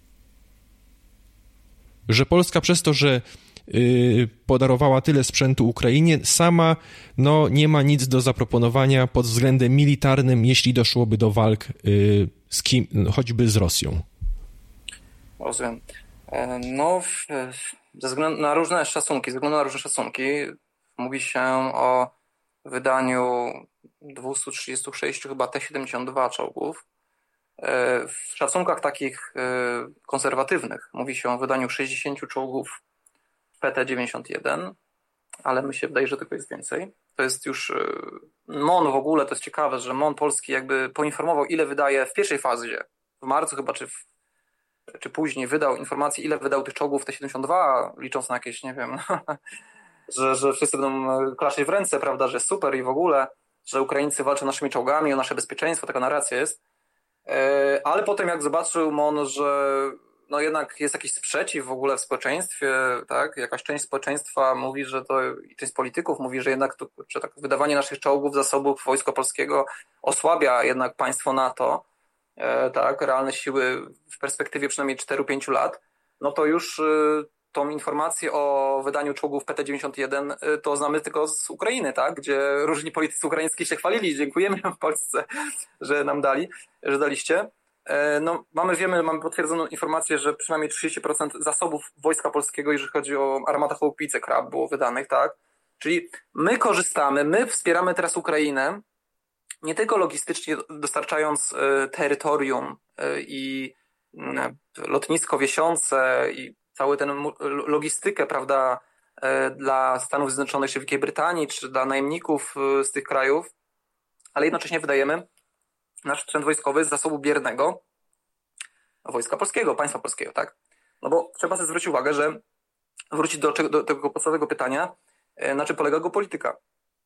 Że Polska przez to, że yy, podarowała tyle sprzętu Ukrainie, sama no, nie ma nic do zaproponowania pod względem militarnym, jeśli doszłoby do walk yy, z kim, choćby z Rosją. Rozumiem. No, ze względu na różne szacunki, ze względu na różne szacunki mówi się o wydaniu dwieście trzydzieści sześć chyba T siedemdziesiąt dwa czołgów. W szacunkach takich konserwatywnych mówi się o wydaniu sześćdziesięciu czołgów P T dziewięćdziesiąt jeden, ale mi się wydaje, że tego jest więcej. To jest już M O N w ogóle, to jest ciekawe, że M O N polski jakby poinformował, ile wydaje w pierwszej fazie, w marcu chyba, czy w czy później wydał informację, ile wydał tych czołgów T siedemdziesiąt dwa, licząc na jakieś, nie wiem, że, że wszyscy będą klaszczeć w ręce, prawda, że super i w ogóle, że Ukraińcy walczą naszymi czołgami, o nasze bezpieczeństwo, taka narracja jest. Ale potem jak zobaczył M O N, że no jednak jest jakiś sprzeciw w ogóle w społeczeństwie, tak, jakaś część społeczeństwa mówi, że to, i część polityków mówi, że jednak to, że tak wydawanie naszych czołgów, zasobów Wojska Polskiego osłabia jednak państwo NATO, tak, realne siły w perspektywie przynajmniej czteru pięciu lat, no to już tą informację o wydaniu czołgów P T dziewięćdziesiąt jeden to znamy tylko z Ukrainy, tak, gdzie różni politycy ukraińscy się chwalili, dziękujemy w Polsce, że nam dali, że daliście. No mamy, wiemy, mamy potwierdzoną informację, że przynajmniej trzydzieści procent zasobów Wojska Polskiego, jeżeli chodzi o armatę Hołownice Krab, było wydanych, tak, czyli my korzystamy, my wspieramy teraz Ukrainę, nie tylko logistycznie dostarczając terytorium i lotnisko Wiesiące i cały ten logistykę, prawda, dla Stanów Zjednoczonych czy Wielkiej Brytanii, czy dla najemników z tych krajów, ale jednocześnie wydajemy nasz sprzęt wojskowy z zasobu biernego Wojska Polskiego, państwa polskiego, tak? No bo trzeba sobie zwrócić uwagę, że wrócić do, do tego podstawowego pytania, na czym polega geopolityka.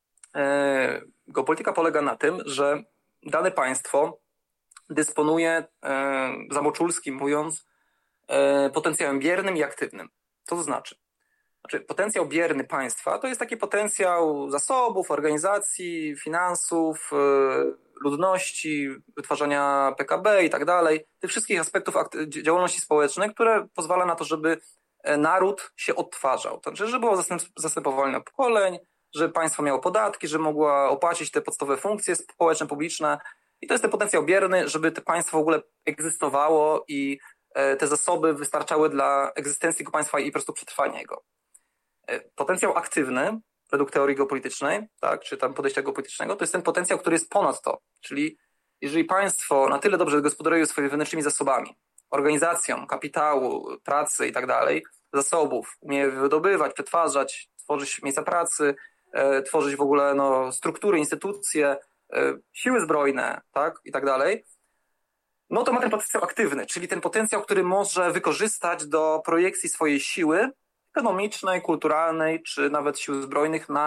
Geopolityka polega na tym, że dane państwo dysponuje, zamoczulskim mówiąc, potencjałem biernym i aktywnym. Co to znaczy? Znaczy potencjał bierny państwa to jest taki potencjał zasobów, organizacji, finansów, ludności, wytwarzania P K B i tak dalej, tych wszystkich aspektów działalności społecznej, które pozwala na to, żeby naród się odtwarzał. To znaczy, żeby było zastępowanie pokoleń, żeby państwo miało podatki, żeby mogło opłacić te podstawowe funkcje społeczne, publiczne. I to jest ten potencjał bierny, żeby to państwo w ogóle egzystowało i te zasoby wystarczały dla egzystencji tego państwa i po prostu przetrwania jego. Potencjał aktywny, według teorii geopolitycznej, tak, czy tam podejścia geopolitycznego, to jest ten potencjał, który jest ponad to. Czyli jeżeli państwo na tyle dobrze gospodaruje swoimi wewnętrznymi zasobami, organizacją, kapitału, pracy i tak dalej, zasobów, umie wydobywać, przetwarzać, tworzyć miejsca pracy, e, tworzyć w ogóle no, struktury, instytucje, e, siły zbrojne, tak, i tak dalej, no to ma ten potencjał aktywny, czyli ten potencjał, który może wykorzystać do projekcji swojej siły ekonomicznej, kulturalnej, czy nawet sił zbrojnych na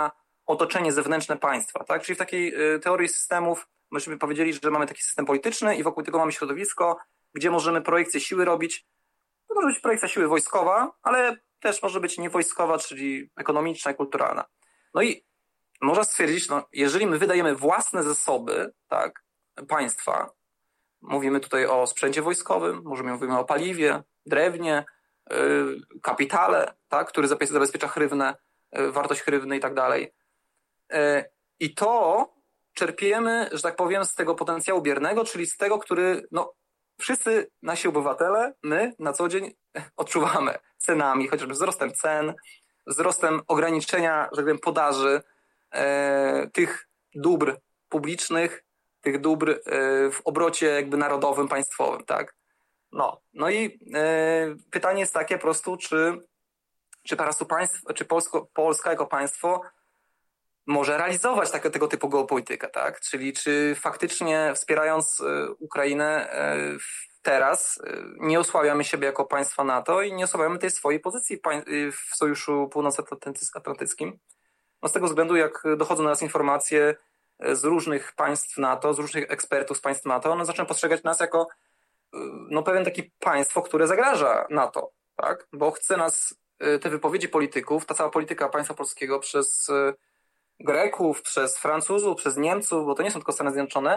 otoczenie zewnętrzne państwa, tak? Czyli w takiej teorii systemów myśmy powiedzieli, że mamy taki system polityczny i wokół tego mamy środowisko, gdzie możemy projekcję siły robić. To może być projekcja siły wojskowa, ale też może być niewojskowa, czyli ekonomiczna i kulturalna. No i można stwierdzić, no, jeżeli my wydajemy własne zasoby, tak, państwa, mówimy tutaj o sprzęcie wojskowym, możemy mówimy o paliwie, drewnie, yy, kapitale, tak, który zabezpiecza hrywnę, yy, wartość hrywny i tak dalej. Yy, I to czerpiemy, że tak powiem, z tego potencjału biernego, czyli z tego, który no, wszyscy nasi obywatele, my na co dzień odczuwamy cenami, chociażby wzrostem cen, wzrostem ograniczenia, że tak powiem, podaży e, tych dóbr publicznych, tych dóbr e, w obrocie jakby narodowym, państwowym, tak? No, no i e, pytanie jest takie po prostu, czy, czy po prostu państwo, czy Polsko, Polska jako państwo może realizować tak, tego typu geopolitykę, tak? Czyli czy faktycznie wspierając Ukrainę teraz nie osłabiamy siebie jako państwa NATO i nie osłabiamy tej swojej pozycji w Sojuszu Północnoatlantyckim. No z tego względu, jak dochodzą do nas informacje z różnych państw NATO, z różnych ekspertów z państw NATO, one zaczynają postrzegać nas jako no, pewien taki państwo, które zagraża NATO, tak? Bo chce nas, te wypowiedzi polityków, ta cała polityka państwa polskiego przez Greków, przez Francuzów, przez Niemców, bo to nie są tylko Stany Zjednoczone,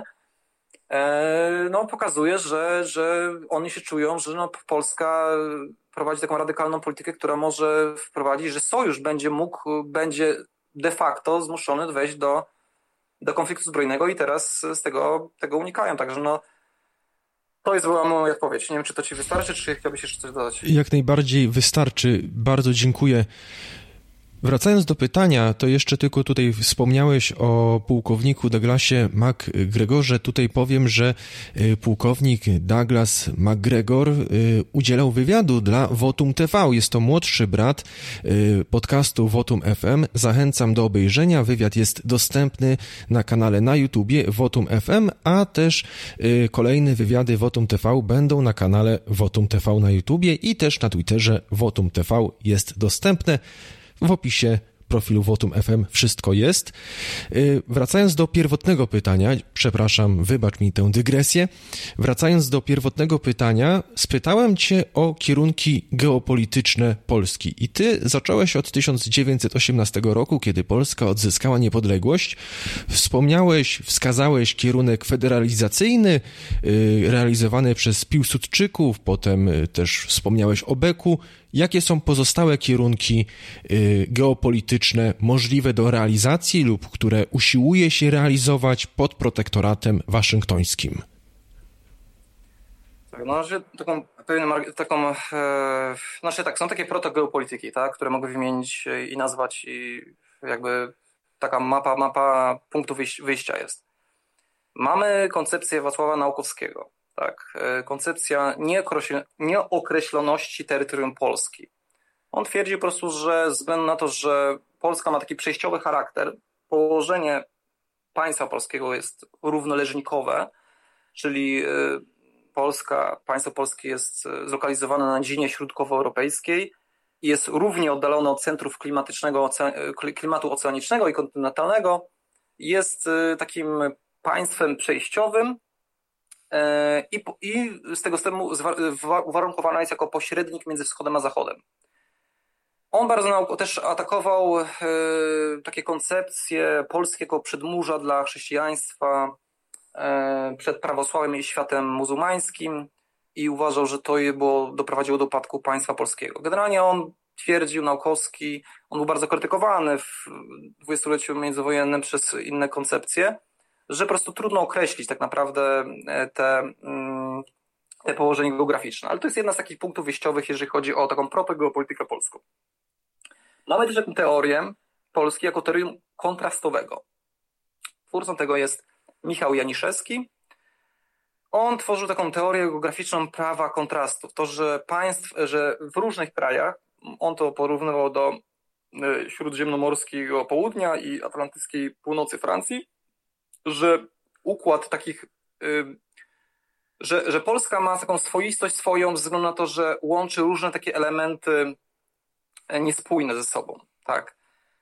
no pokazuje, że, że oni się czują, że no Polska prowadzi taką radykalną politykę, która może wprowadzić, że sojusz będzie mógł, będzie de facto zmuszony wejść do, do konfliktu zbrojnego i teraz z tego, tego unikają. Także no to jest była moja odpowiedź. Nie wiem, czy to ci wystarczy, czy chciałbyś jeszcze coś dodać? Jak najbardziej wystarczy. Bardzo dziękuję. Wracając do pytania, to jeszcze tylko tutaj wspomniałeś o pułkowniku Douglasie MacGregorze. Tutaj powiem, że pułkownik Douglas MacGregor udzielał wywiadu dla Votum T V. Jest to młodszy brat podcastu Votum F M. Zachęcam do obejrzenia. Wywiad jest dostępny na kanale na YouTubie Votum F M, a też kolejne wywiady Votum T V będą na kanale Votum T V na YouTubie i też na Twitterze Votum T V jest dostępne. W opisie profilu Votum F M wszystko jest. Wracając do pierwotnego pytania, przepraszam, wybacz mi tę dygresję. Wracając do pierwotnego pytania, spytałem cię o kierunki geopolityczne Polski i ty zacząłeś od tysiąc dziewięćset osiemnastego roku, kiedy Polska odzyskała niepodległość. Wspomniałeś, wskazałeś kierunek federalizacyjny realizowany przez Piłsudczyków, potem też wspomniałeś o Beku. Jakie są pozostałe kierunki geopolityczne możliwe do realizacji lub które usiłuje się realizować pod protektoratem waszyngtońskim? Tak, no, że taką, taką, e, znaczy tak, są takie protogeopolityki, tak, które mogę wymienić i nazwać i jakby taka mapa, mapa punktów wyjścia jest. Mamy koncepcję Wacława Naukowskiego. Tak, koncepcja nieokreśloności terytorium Polski. On twierdzi po prostu, że ze względu na to, że Polska ma taki przejściowy charakter, położenie państwa polskiego jest równoleżnikowe, czyli Polska, państwo polskie jest zlokalizowane na dziedzinie środkowoeuropejskiej i jest równie oddalone od centrów klimatycznego, klimatu oceanicznego i kontynentalnego. Jest takim państwem przejściowym, I, i z tego względu uwarunkowana jest jako pośrednik między wschodem a zachodem. On bardzo też atakował e, takie koncepcje polskiego przedmurza dla chrześcijaństwa e, przed prawosławiem i światem muzułmańskim i uważał, że to je było, doprowadziło do upadku państwa polskiego. Generalnie on twierdził, Naukowski, on był bardzo krytykowany w dwudziestoleciu międzywojennym przez inne koncepcje, że po prostu trudno określić tak naprawdę te, te położenie geograficzne. Ale to jest jedna z takich punktów wyjściowych, jeżeli chodzi o taką protogeopolitykę polską. Mamy też taką teorię Polski jako teorium kontrastowego. Twórcą tego jest Michał Janiszewski. On tworzył taką teorię geograficzną prawa kontrastów. To, że państw, że w różnych krajach, on to porównywał do śródziemnomorskiego południa i atlantyckiej północy Francji, że układ takich, że, że Polska ma taką swoistość swoją ze względu na to, że łączy różne takie elementy niespójne ze sobą, tak.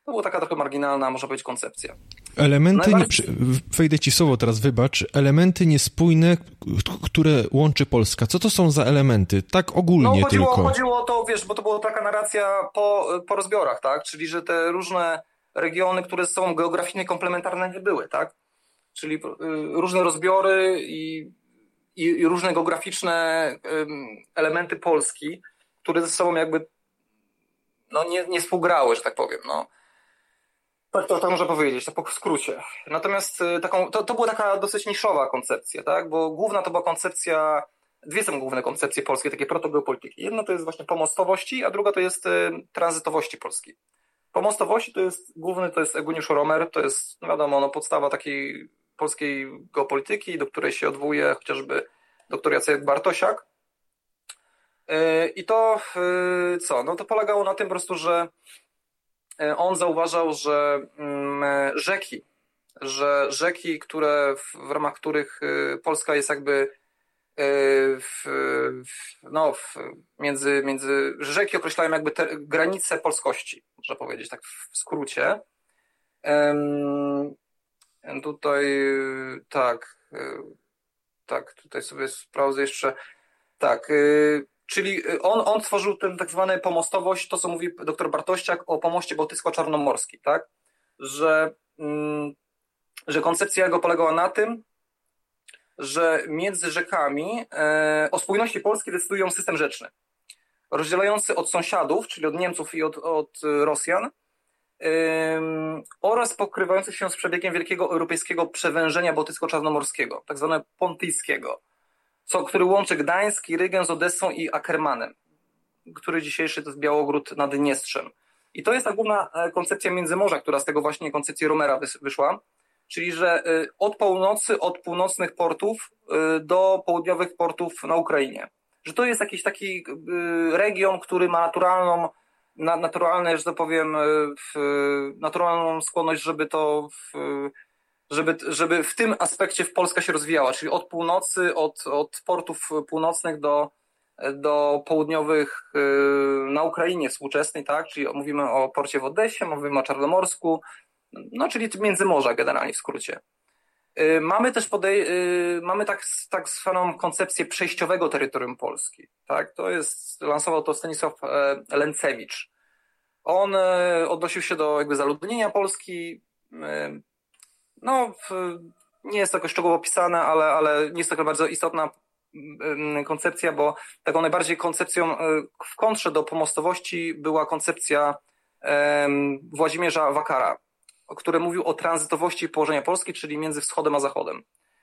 To była taka trochę marginalna, można powiedzieć, koncepcja. Elementy, Najbardziej... nie, wejdę ci słowo teraz, wybacz, elementy niespójne, które łączy Polska. Co to są za elementy? Tak ogólnie no, chodziło, tylko. chodziło o to, wiesz, bo to była taka narracja po, po rozbiorach, tak? Czyli, że te różne regiony, które są geograficznie komplementarne, nie były, tak? Czyli y, różne rozbiory i, i, i różne geograficzne y, elementy Polski, które ze sobą jakby no, nie, nie współgrały, że tak powiem, no. Tak to, to można powiedzieć, tak w skrócie. Natomiast taką, to, to była taka dosyć niszowa koncepcja, tak? Bo główna to była koncepcja, dwie są główne koncepcje polskie, takie protogeopolityki. Jedna to jest właśnie pomostowości, a druga to jest y, tranzytowości polskiej. Pomostowości to jest, główny to jest Eugeniusz Romer, to jest, no wiadomo, no, podstawa takiej polskiej geopolityki, do której się odwołuje chociażby doktor Jacek Bartosiak. Yy, I to yy, co? No to polegało na tym po prostu, że on zauważał, że rzeki, że rzeki, które w, w ramach których Polska jest jakby w, w, no, w, między, między, że rzeki określają jakby te granice polskości, można powiedzieć tak w skrócie. Tutaj tak, tak, tutaj sobie sprawdzę jeszcze, tak, czyli on, on tworzył ten tak zwany pomostowość, to co mówi dr Bartościak o pomoście bałtycko-czarnomorskim, tak? Że, mm, że koncepcja jego polegała na tym, że między rzekami e, o spójności Polski decydują system rzeczny, rozdzielający od sąsiadów, czyli od Niemców i od, od Rosjan, e, oraz pokrywający się z przebiegiem wielkiego europejskiego przewężenia bałtycko-czarnomorskiego, tak zwanego pontyjskiego, co, który łączy Gdańsk, Rygę z Odessą i Ackermanem, który dzisiejszy to jest Białogród nad Dniestrzem. I to jest ta główna koncepcja Międzymorza, która z tego właśnie koncepcji Romera wyszła, czyli że od północy, od północnych portów do południowych portów na Ukrainie. Że to jest jakiś taki region, który ma naturalną, naturalne, że to powiem, naturalną skłonność, żeby to Żeby, żeby w tym aspekcie w Polska się rozwijała, czyli od północy, od, od portów północnych do, do południowych yy, na Ukrainie współczesnej, tak? Czyli mówimy o porcie w Odessie, mówimy o Czarnomorsku, no czyli Międzymorza generalnie w skrócie. Yy, mamy też podej- yy, mamy tak, tak zwaną koncepcję przejściowego terytorium Polski, tak? To jest, lansował to Stanisław e, Lęcewicz. On e, odnosił się do jakby zaludnienia Polski. e, No, nie jest to jakoś szczegółowo opisane, ale, ale nie jest to bardzo istotna koncepcja, bo taką najbardziej koncepcją w kontrze do pomostowości była koncepcja Włodzimierza Wakara, który mówił o tranzytowości położenia Polski, czyli między wschodem a zachodem.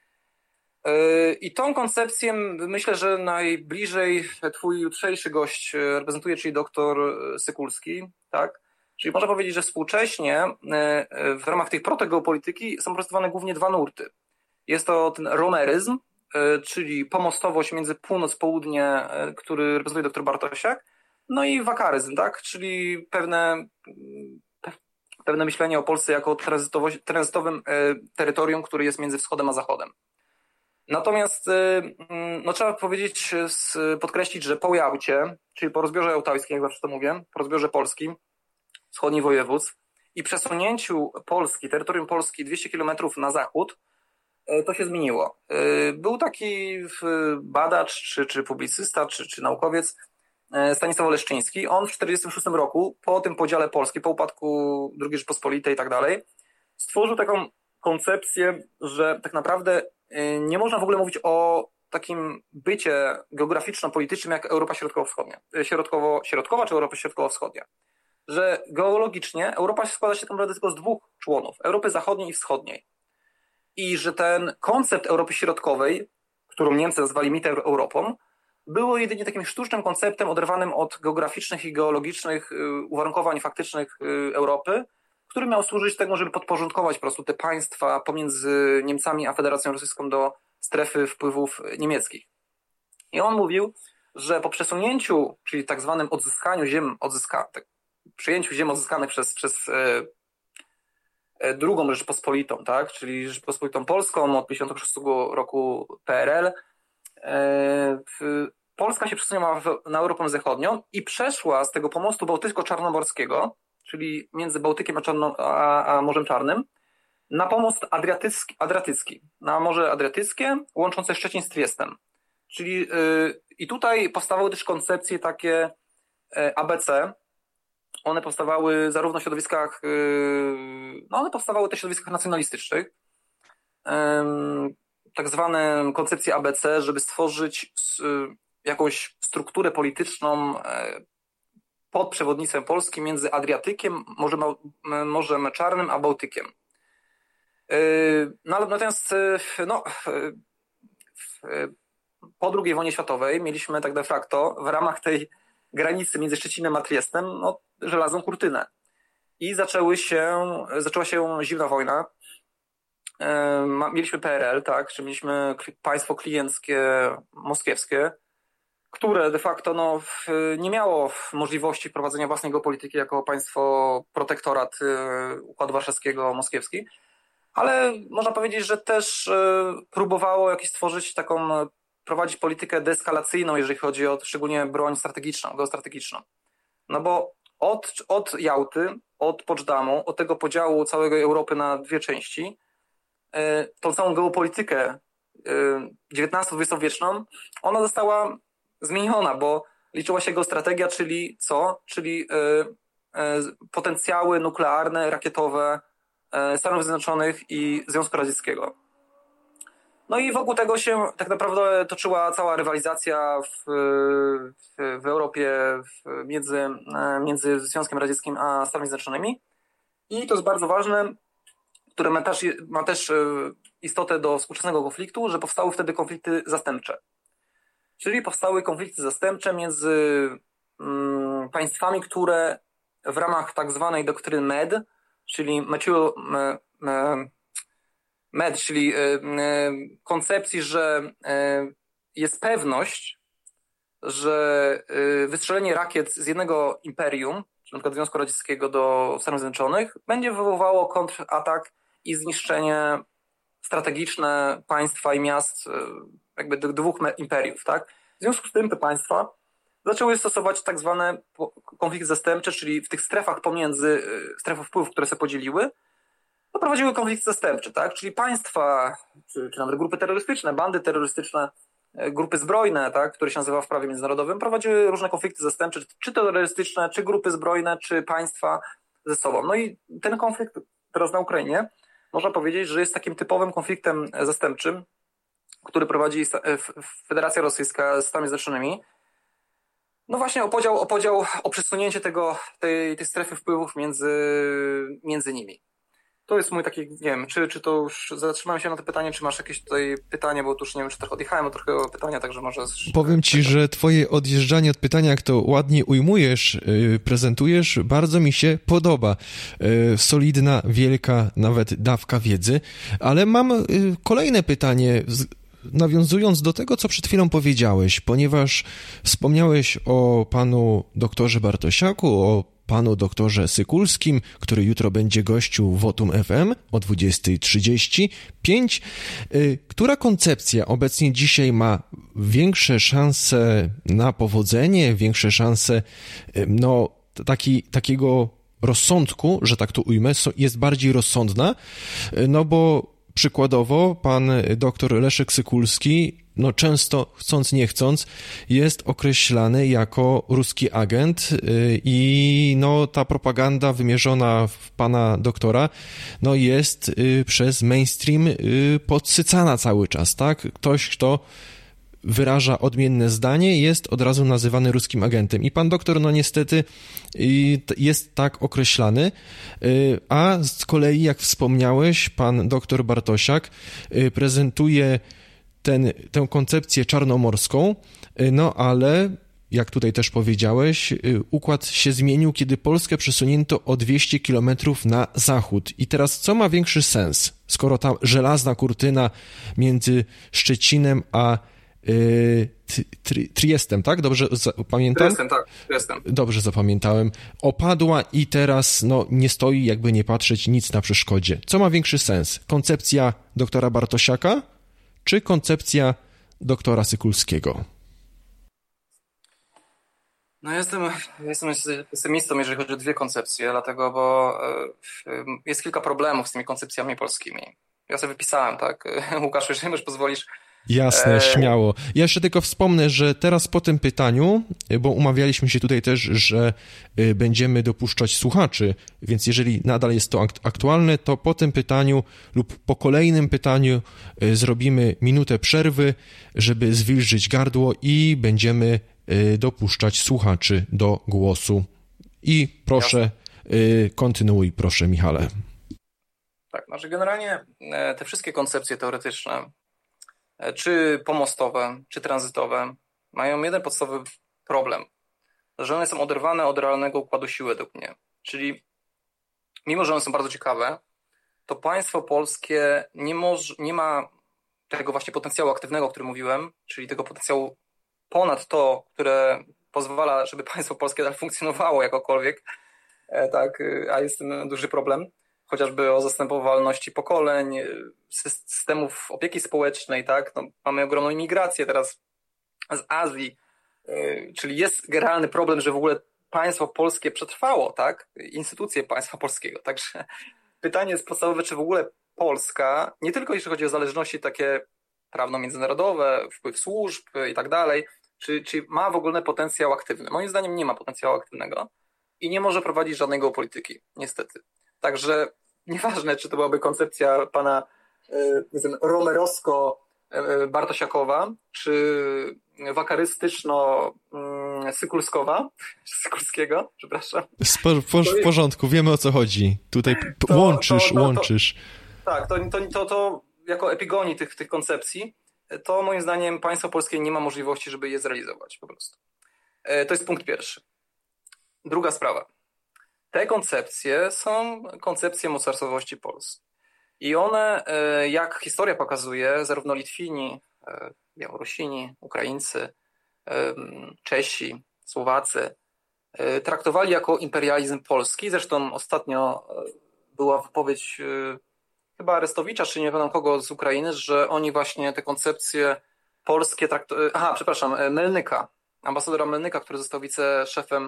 I tą koncepcję myślę, że najbliżej twój jutrzejszy gość reprezentuje, czyli doktor Sykulski, tak? Czyli można powiedzieć, że współcześnie w ramach tej protogeopolityki są prostowane głównie dwa nurty. Jest to ten romeryzm, czyli pomostowość między północ-południe, który reprezentuje dr Bartosiak, no i wakaryzm, tak? Czyli pewne, pewne myślenie o Polsce jako tranzytowym terytorium, który jest między wschodem a zachodem. Natomiast no, trzeba powiedzieć, podkreślić, że po Jałcie, czyli po rozbiorze jałtowskim, jak zawsze to mówię, po rozbiorze polskim, wschodnich województw i przesunięciu Polski, terytorium Polski dwieście kilometrów na zachód, to się zmieniło. Był taki badacz, czy, czy publicysta, czy, czy naukowiec Stanisław Leszczyński. On w tysiąc dziewięćset czterdziestym szóstym roku, po tym podziale Polski, po upadku drugiej Rzeczypospolitej i tak dalej, stworzył taką koncepcję, że tak naprawdę nie można w ogóle mówić o takim bycie geograficzno-politycznym jak Europa Środkowo-Wschodnia, środkowo, środkowa czy Europa Środkowo-Wschodnia. Że geologicznie Europa składa się tak naprawdę tylko z dwóch członów, Europy Zachodniej i Wschodniej. I że ten koncept Europy Środkowej, którą Niemcy nazwali mitem Europą, było jedynie takim sztucznym konceptem oderwanym od geograficznych i geologicznych uwarunkowań faktycznych Europy, który miał służyć temu, żeby podporządkować po prostu te państwa pomiędzy Niemcami a Federacją Rosyjską do strefy wpływów niemieckich. I on mówił, że po przesunięciu, czyli tak zwanym odzyskaniu ziem, odzyska, tak, przyjęciu ziem odzyskanych przez, przez e, e, drugą Rzeczpospolitą, tak, czyli Rzeczpospolitą Polską od tysiąc dziewięćset pięćdziesiątego szóstego roku P R L, e, w, Polska się przesunęła w, na Europę Zachodnią i przeszła z tego pomostu bałtycko-czarnomorskiego czyli między Bałtykiem a, Czarno, a, a Morzem Czarnym, na pomost adriatycki, adriatycki, na Morze Adriatyckie, łączące Szczecin z Triestem. Czyli yy, i tutaj powstawały też koncepcje takie yy, A B C. One powstawały zarówno w środowiskach, yy, no one powstawały też w środowiskach nacjonalistycznych. Yy, tak zwane koncepcje A B C, żeby stworzyć yy, jakąś strukturę polityczną yy, pod przewodnictwem Polski między Adriatykiem, Morzem, Morzem Czarnym a Bałtykiem. No, natomiast no, po drugiej wojnie światowej mieliśmy tak de facto w ramach tej granicy między Szczecinem a Triestem no, żelazną kurtynę. I zaczęły się, zaczęła się zimna wojna. Mieliśmy P R L, tak, czyli mieliśmy państwo klienckie moskiewskie, które de facto no, nie miało możliwości prowadzenia własnej geopolityki jako państwo protektorat Układu Warszawskiego moskiewski, ale można powiedzieć, że też próbowało jakieś stworzyć taką, prowadzić politykę deeskalacyjną, jeżeli chodzi o szczególnie broń strategiczną, geostrategiczną. No bo od, od Jałty, od Poczdamу, od tego podziału całej Europy na dwie części, tą całą geopolitykę dziewiętnasto-dwudziestowieczną, ona została zmieniona, bo liczyła się geostrategia, czyli co? Czyli potencjały nuklearne, rakietowe Stanów Zjednoczonych i Związku Radzieckiego. No i wokół tego się tak naprawdę toczyła cała rywalizacja w, w, w Europie w, między, między Związkiem Radzieckim a Stanami Zjednoczonymi. I to jest bardzo ważne, które ma też, ma też istotę do współczesnego konfliktu, że powstały wtedy konflikty zastępcze. Czyli powstały konflikty zastępcze między mm, państwami, które w ramach tak zwanej doktryny M E D, czyli Mutual M E D, czyli koncepcji, że jest pewność, że wystrzelenie rakiet z jednego imperium, czyli na przykład Związku Radzieckiego do Stanów Zjednoczonych, będzie wywoływało kontratak i zniszczenie strategiczne państwa i miast, jakby dwóch imperiów, tak? W związku z tym te państwa zaczęły stosować tak zwane konflikty zastępcze, czyli w tych strefach pomiędzy, strefach wpływów, które się podzieliły, no prowadziły konflikty zastępcze, tak? Czyli państwa, czy, czy nawet grupy terrorystyczne, bandy terrorystyczne, grupy zbrojne, tak? Które się nazywa w prawie międzynarodowym, prowadziły różne konflikty zastępcze, czy terrorystyczne, czy grupy zbrojne, czy państwa ze sobą. No i ten konflikt teraz na Ukrainie, można powiedzieć, że jest takim typowym konfliktem zastępczym, który prowadzi Federacja Rosyjska z Stanami Zjednoczonymi. No właśnie o podział, o podział, o przesunięcie tego, tej, tej strefy wpływów między, między nimi. To jest mój taki, nie wiem, czy, czy to już zatrzymałem się na to pytanie, czy masz jakieś tutaj pytanie, bo tu już nie wiem, czy trochę odjechałem od trochę pytania, także może... Powiem ci, że twoje odjeżdżanie od pytania, jak to ładnie ujmujesz, yy, prezentujesz, bardzo mi się podoba. Yy, solidna, wielka, nawet dawka wiedzy, ale mam yy, kolejne pytanie, nawiązując do tego, co przed chwilą powiedziałeś, ponieważ wspomniałeś o panu doktorze Bartosiaku, o panu doktorze Sykulskim, który jutro będzie gościł Wotum F M o dwudziesta trzydzieści pięć. Która koncepcja obecnie dzisiaj ma większe szanse na powodzenie, większe szanse no, taki, takiego rozsądku, że tak to ujmę, jest bardziej rozsądna? No bo przykładowo pan doktor Leszek Sykulski, no często, chcąc nie chcąc, jest określany jako ruski agent i no ta propaganda wymierzona w pana doktora, no jest przez mainstream podsycana cały czas, tak? Ktoś, kto wyraża odmienne zdanie, jest od razu nazywany ruskim agentem. I pan doktor, no niestety, jest tak określany, a z kolei, jak wspomniałeś, pan doktor Bartosiak prezentuje ten, tę koncepcję czarnomorską, no ale, jak tutaj też powiedziałeś, układ się zmienił, kiedy Polskę przesunięto o dwieście kilometrów na zachód. I teraz co ma większy sens, skoro ta żelazna kurtyna między Szczecinem a Triestem, tak? Dobrze pamiętam? Triestem, tak. Triestem. Dobrze zapamiętałem. Opadła i teraz no, nie stoi, jakby nie patrzeć, nic na przeszkodzie. Co ma większy sens? Koncepcja doktora Bartosiaka czy koncepcja doktora Sykulskiego? No jestem, jestem pesymistą, jeżeli chodzi o dwie koncepcje, dlatego, bo jest kilka problemów z tymi koncepcjami polskimi. Ja sobie wypisałem, tak? Łukasz, jeżeli możesz pozwolisz. Jasne, e... śmiało. Ja jeszcze tylko wspomnę, że teraz po tym pytaniu, bo umawialiśmy się tutaj też, że będziemy dopuszczać słuchaczy, więc jeżeli nadal jest to aktualne, to po tym pytaniu lub po kolejnym pytaniu zrobimy minutę przerwy, żeby zwilżyć gardło i będziemy dopuszczać słuchaczy do głosu. I proszę, Jasne. kontynuuj, proszę, Michale. Tak, znaczy generalnie te wszystkie koncepcje teoretyczne, czy pomostowe, czy tranzytowe, mają jeden podstawowy problem, że one są oderwane od realnego układu sił według mnie. Czyli mimo, że one są bardzo ciekawe, to państwo polskie nie, może, nie ma tego właśnie potencjału aktywnego, o którym mówiłem, czyli tego potencjału ponad to, które pozwala, żeby państwo polskie dalej funkcjonowało jakokolwiek, tak, a jest tym duży problem, chociażby o zastępowalności pokoleń, systemów opieki społecznej, tak, no, mamy ogromną imigrację teraz z Azji, czyli jest realny problem, że w ogóle państwo polskie przetrwało, tak, instytucje państwa polskiego, także pytanie jest podstawowe, czy w ogóle Polska, nie tylko jeśli chodzi o zależności takie prawno-międzynarodowe, wpływ służb i tak dalej, czy, czy ma w ogóle potencjał aktywny? Moim zdaniem nie ma potencjału aktywnego i nie może prowadzić żadnej geopolityki, niestety. Także nieważne, czy to byłaby koncepcja pana y, romerowsko-bartosiakowa, czy wakarystyczno-sykulskowa, sykulskiego, przepraszam. W, w porządku, wiemy o co chodzi. Tutaj to, łączysz, to, to, to, łączysz. Tak, to, to, to, to jako epigonii tych, tych koncepcji, to moim zdaniem państwo polskie nie ma możliwości, żeby je zrealizować po prostu. To jest punkt pierwszy. Druga sprawa. Te koncepcje są koncepcje mocarstwowości Polski. I one, jak historia pokazuje, zarówno Litwini, Białorusini, Ukraińcy, Czesi, Słowacy, traktowali jako imperializm polski. Zresztą ostatnio była wypowiedź chyba Arestowicza, czy nie pamiętam kogo z Ukrainy, że oni właśnie te koncepcje polskie traktują... Aha, przepraszam, Melnyka, ambasadora Melnyka, który został wiceszefem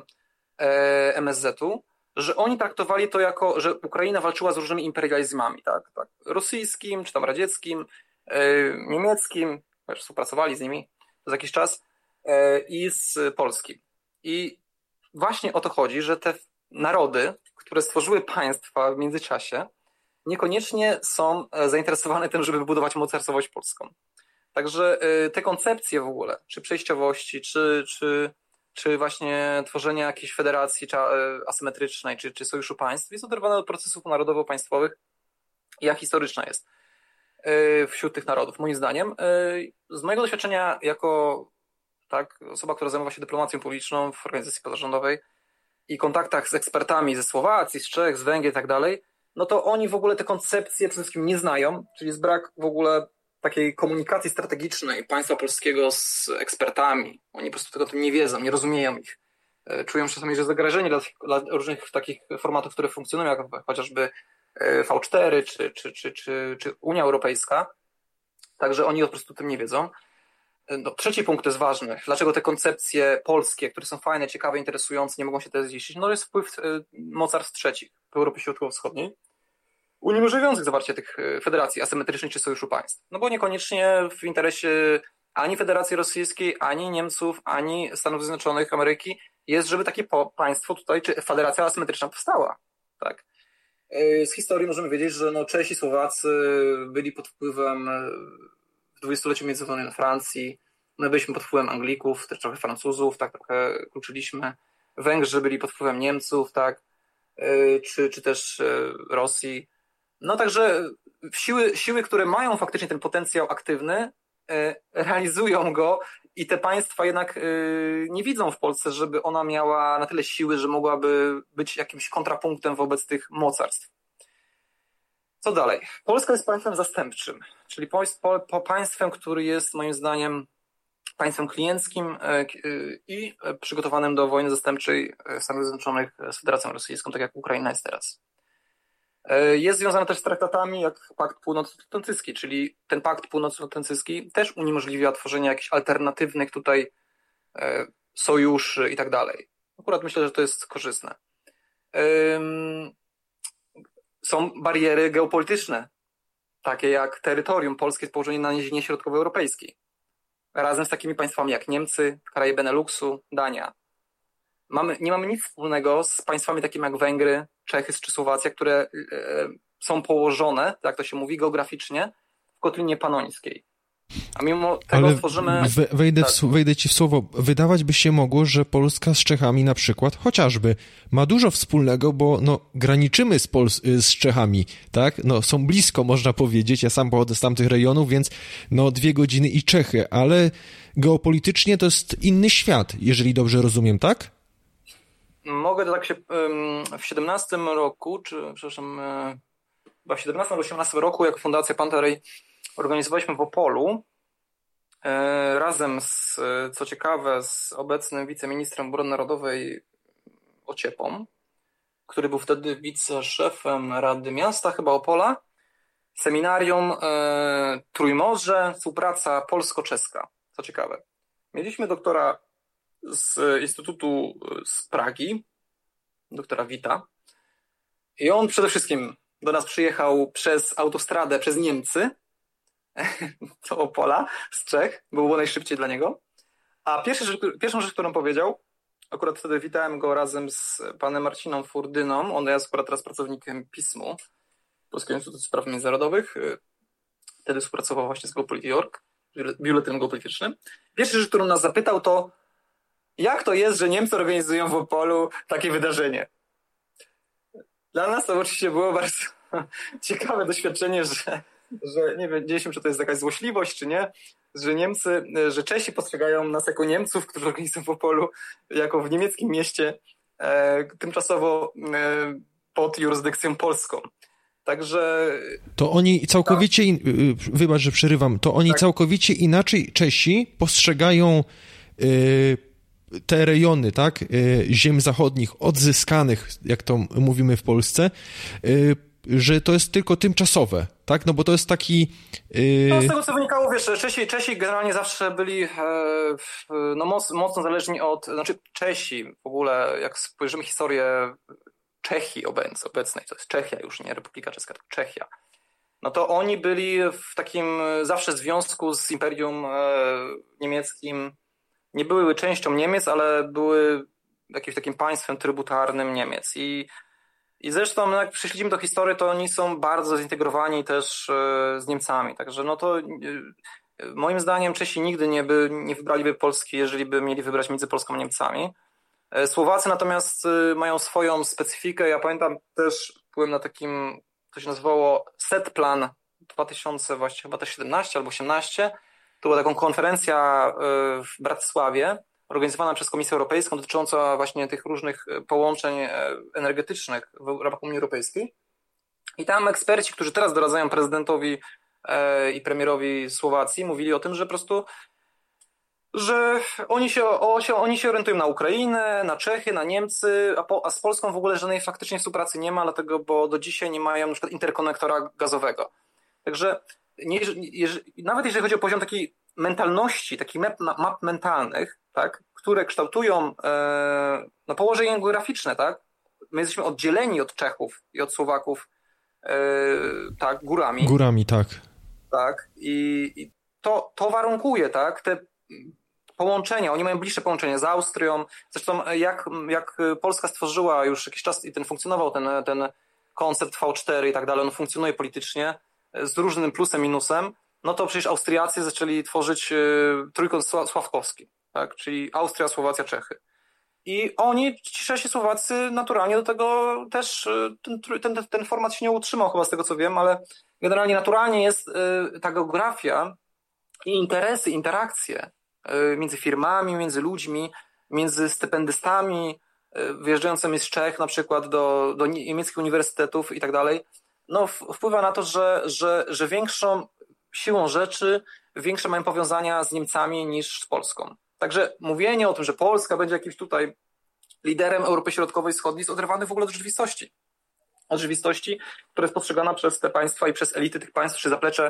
M S Z-u, że oni traktowali to jako, że Ukraina walczyła z różnymi imperializmami, tak, tak, rosyjskim, czy tam radzieckim, niemieckim, też współpracowali z nimi przez jakiś czas, i z polskim. I właśnie o to chodzi, że te narody, które stworzyły państwa w międzyczasie, niekoniecznie są zainteresowane tym, żeby budować mocarstwowość polską. Także te koncepcje w ogóle, czy przejściowości, czy, czy, czy właśnie tworzenia jakiejś federacji czy asymetrycznej, czy, czy sojuszu państw, jest oderwane od procesów narodowo-państwowych, jak historyczna jest wśród tych narodów, moim zdaniem. Z mojego doświadczenia jako tak, osoba, która zajmowała się dyplomacją publiczną w organizacji pozarządowej i kontaktach z ekspertami ze Słowacji, z Czech, z Węgier i tak dalej, no to oni w ogóle te koncepcje przede wszystkim nie znają, czyli jest brak w ogóle takiej komunikacji strategicznej państwa polskiego z ekspertami. Oni po prostu tego o tym nie wiedzą, nie rozumieją ich. Czują czasami, że zagrożeni dla, dla różnych takich formatów, które funkcjonują, jak chociażby V cztery czy, czy, czy, czy, czy Unia Europejska. Także oni po prostu o tym nie wiedzą. No, trzeci punkt jest ważny. Dlaczego te koncepcje polskie, które są fajne, ciekawe, interesujące, nie mogą się teraz ziścić? No jest wpływ mocarstw trzecich w Europie Środkowo-Wschodniej, uniemożliwiających zawarcie tych federacji asymetrycznych czy sojuszu państw. No bo niekoniecznie w interesie ani Federacji Rosyjskiej, ani Niemców, ani Stanów Zjednoczonych Ameryki jest, żeby takie państwo tutaj, czy federacja asymetryczna powstała. Tak? Z historii możemy wiedzieć, że no Czesi, Słowacy byli pod wpływem w dwudziestoleciu międzywojennym Francji, my byliśmy pod wpływem Anglików, też trochę Francuzów, tak trochę kluczyliśmy. Węgrzy byli pod wpływem Niemców, tak, czy, czy też Rosji. No także siły, siły, które mają faktycznie ten potencjał aktywny, realizują go i te państwa jednak nie widzą w Polsce, żeby ona miała na tyle siły, że mogłaby być jakimś kontrapunktem wobec tych mocarstw. Co dalej? Polska jest państwem zastępczym, czyli państwem, który jest moim zdaniem państwem klienckim i przygotowanym do wojny zastępczej Stanów Zjednoczonych z Federacją Rosyjską, tak jak Ukraina jest teraz. Jest związane też z traktatami jak Pakt Północnoatlantycki, czyli ten Pakt Północnoatlantycki też uniemożliwia tworzenie jakichś alternatywnych tutaj sojuszy i tak dalej. Akurat myślę, że to jest korzystne. Są bariery geopolityczne, takie jak terytorium polskie z położeniem na nizinie środkowoeuropejskiej. Razem z takimi państwami jak Niemcy, kraje Beneluxu, Dania. Mamy, nie mamy nic wspólnego z państwami takimi jak Węgry, Czechy czy Słowacja, które e, są położone, tak to się mówi, geograficznie w kotlinie panońskiej. A mimo tego Ale tworzymy... Wejdę, tak. w, wejdę ci w słowo. Wydawać by się mogło, że Polska z Czechami na przykład, chociażby, ma dużo wspólnego, bo no, graniczymy z, Pol- z Czechami, tak? No, są blisko, można powiedzieć. Ja sam pochodzę z tamtych rejonów, więc no, dwie godziny i Czechy, ale geopolitycznie to jest inny świat, jeżeli dobrze rozumiem, tak? Mogę to tak się w siedemnastym roku, czy przepraszam, chyba w siedemnastym albo osiemnastym roku jako Fundacja Pantarej organizowaliśmy w Opolu razem z, co ciekawe, z obecnym wiceministrem obrony narodowej Ociepą, który był wtedy wiceszefem Rady Miasta, chyba Opola, seminarium e, Trójmorze, współpraca polsko-czeska. Co ciekawe. Mieliśmy doktora z Instytutu z Pragi, doktora Wita, i on przede wszystkim do nas przyjechał przez autostradę, przez Niemcy, do Opola z Czech, bo było najszybciej dla niego. A pierwszy rzecz, pierwszą rzecz, którą powiedział, akurat wtedy witałem go razem z panem Marcinem Furdyną, on jest akurat teraz pracownikiem pismu, Polskiego Instytutu Spraw Międzynarodowych, wtedy współpracował właśnie z GoPolitiOrg, biuletynem geopolitycznym. Pierwsza rzecz, którą nas zapytał, to jak to jest, że Niemcy organizują w Opolu takie wydarzenie? Dla nas to oczywiście było bardzo ciekawe doświadczenie, że że nie wiedzieliśmy, czy to jest jakaś złośliwość, czy nie, że Niemcy, że Czesi postrzegają nas jako Niemców, którzy organizują w Opolu, jako w niemieckim mieście, e, tymczasowo e, pod jurysdykcją polską. Także... To oni całkowicie, in... wybacz, że przerywam, to oni tak. całkowicie inaczej Czesi postrzegają y, te rejony, tak, y, ziem zachodnich odzyskanych, jak to mówimy w Polsce, y, że to jest tylko tymczasowe, tak? No bo to jest taki... Yy... No z tego, co wynikało, wiesz, Czesi, Czesi generalnie zawsze byli e, no, moc, mocno zależni od... Znaczy Czesi w ogóle, jak spojrzymy historię Czechii obec, obecnej, to jest Czechia już, nie Republika Czeska, tylko Czechia, no to oni byli w takim zawsze związku z Imperium e, Niemieckim. Nie były częścią Niemiec, ale były jakimś takim państwem trybutarnym Niemiec. I I zresztą, jak przyśledzimy do historii, to oni są bardzo zintegrowani też z Niemcami. Także no to moim zdaniem Czesi nigdy nie, by, nie wybraliby Polski, jeżeli by mieli wybrać między Polską a Niemcami. Słowacy natomiast mają swoją specyfikę. Ja pamiętam też, byłem na takim, to się nazywało Set Plan dwa tysiące, właśnie chyba też siedemnaście albo osiemnaście. To była taką konferencja w Bratysławie, organizowana przez Komisję Europejską, dotycząca właśnie tych różnych połączeń energetycznych w ramach Unii Europejskiej. I tam eksperci, którzy teraz doradzają prezydentowi i premierowi Słowacji, mówili o tym, że po prostu, że oni się, o, się, oni się orientują na Ukrainę, na Czechy, na Niemcy, a, po, a z Polską w ogóle żadnej faktycznie współpracy nie ma, dlatego, bo do dzisiaj nie mają na przykład interkonektora gazowego. Także nie, jeżeli, nawet jeżeli chodzi o poziom takiej mentalności, takich map, map mentalnych, tak, które kształtują e, no, położenie geograficzne, tak? My jesteśmy oddzieleni od Czechów i od Słowaków e, tak, górami. Górami, tak. Tak. I, i to, to warunkuje, tak, te połączenia, oni mają bliższe połączenie z Austrią. Zresztą jak, jak Polska stworzyła już jakiś czas i ten funkcjonował ten, ten koncept V cztery i tak dalej, on funkcjonuje politycznie z różnym plusem, minusem, no to przecież Austriacy zaczęli tworzyć y, trójkąt sławkowski, tak? Czyli Austria, Słowacja, Czechy. I oni, ci Czesi, Słowacy, naturalnie do tego też y, ten, ten, ten format się nie utrzymał chyba z tego co wiem, ale generalnie naturalnie jest y, ta geografia i interesy, interakcje y, między firmami, między ludźmi, między stypendystami y, wyjeżdżającymi z Czech na przykład do, do niemieckich uniwersytetów i tak dalej, no wpływa na to, że, że, że większą siłą rzeczy większe mają powiązania z Niemcami niż z Polską. Także mówienie o tym, że Polska będzie jakimś tutaj liderem Europy Środkowej i Wschodniej jest oderwane w ogóle od rzeczywistości. Od rzeczywistości, która jest postrzegana przez te państwa i przez elity tych państw, czy zaplecze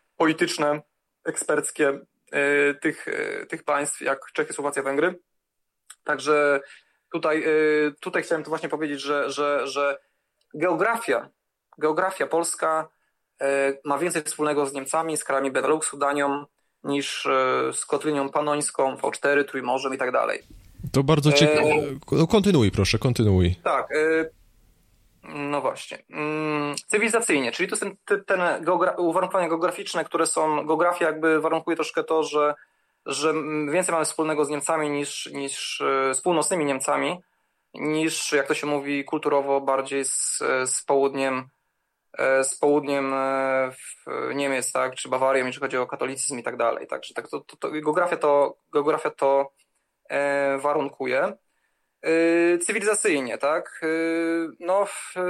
polityczne, eksperckie yy, tych, yy, tych państw, jak Czechy, Słowacja, Węgry, Także tutaj, tutaj chciałem to właśnie powiedzieć, że, że, że geografia, geografia polska ma więcej wspólnego z Niemcami, z krajami Beneluxu, Danią, niż z kotliną panońską, V cztery, Trójmorzem i tak dalej. To bardzo ciekawe. E... Kontynuuj, proszę, kontynuuj. Tak. No właśnie. Cywilizacyjnie, czyli to są ten, ten geogra- uwarunkowania geograficzne, które są, geografia jakby warunkuje troszkę to, że, że więcej mamy wspólnego z Niemcami niż, niż z północnymi Niemcami, niż, jak to się mówi, kulturowo bardziej z, z południem z południem Niemiec, tak, czy Bawarią, jeżeli chodzi o katolicyzm i tak dalej. Także tak, to, to, to, geografia to, geografia to e, warunkuje. E, cywilizacyjnie, tak, e, no e,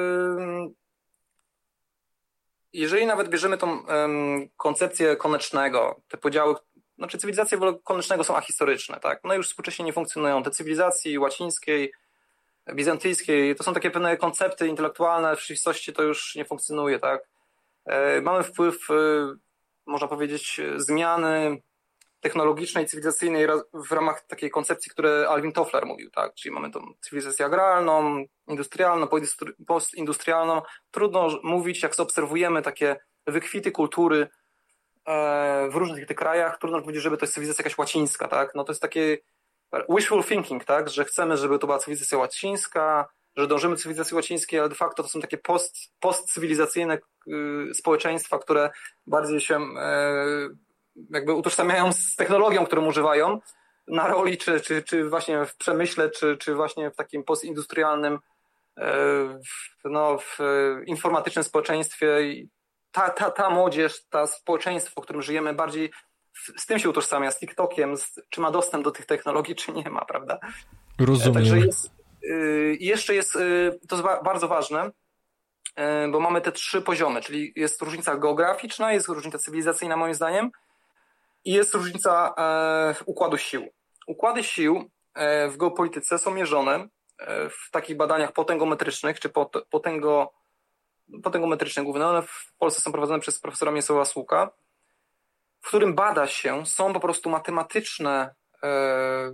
jeżeli nawet bierzemy tą e, koncepcję Konecznego, te podziały, znaczy cywilizacje Konecznego są ahistoryczne, tak, no już współcześnie nie funkcjonują. Te cywilizacji łacińskiej, bizantyjskiej, to są takie pewne koncepty intelektualne, w rzeczywistości to już nie funkcjonuje, tak. Mamy wpływ, można powiedzieć, zmiany technologicznej, cywilizacyjnej w ramach takiej koncepcji, które Alvin Toffler mówił, tak, czyli mamy tą cywilizację agrarną, industrialną, postindustrialną. Trudno mówić, jak zaobserwujemy takie wykwity kultury w różnych tych krajach, trudno powiedzieć, żeby to jest cywilizacja jakaś łacińska, tak, no to jest takie wishful thinking, tak, że chcemy, żeby to była cywilizacja łacińska, że dążymy do cywilizacji łacińskiej, ale de facto to są takie post, postcywilizacyjne y, społeczeństwa, które bardziej się y, jakby utożsamiają z technologią, którą używają na roli, czy, czy, czy właśnie w przemyśle, czy, czy właśnie w takim postindustrialnym, y, no, w informatycznym społeczeństwie. I ta, ta, ta młodzież, ta społeczeństwo, w którym żyjemy, bardziej z tym się utożsamia, z TikTokiem, z, czy ma dostęp do tych technologii, czy nie ma, prawda? Rozumiem. Także jest, y, jeszcze jest, y, to jest ba- bardzo ważne, y, bo mamy te trzy poziomy, czyli jest różnica geograficzna, jest różnica cywilizacyjna moim zdaniem i jest różnica y, układu sił. Układy sił y, w geopolityce są mierzone y, w takich badaniach potęgometrycznych, czy pot, potęgo, potęgometrycznych głównie, one w Polsce są prowadzone przez profesora Mieczysława Słuka, w którym bada się, są po prostu matematyczne e,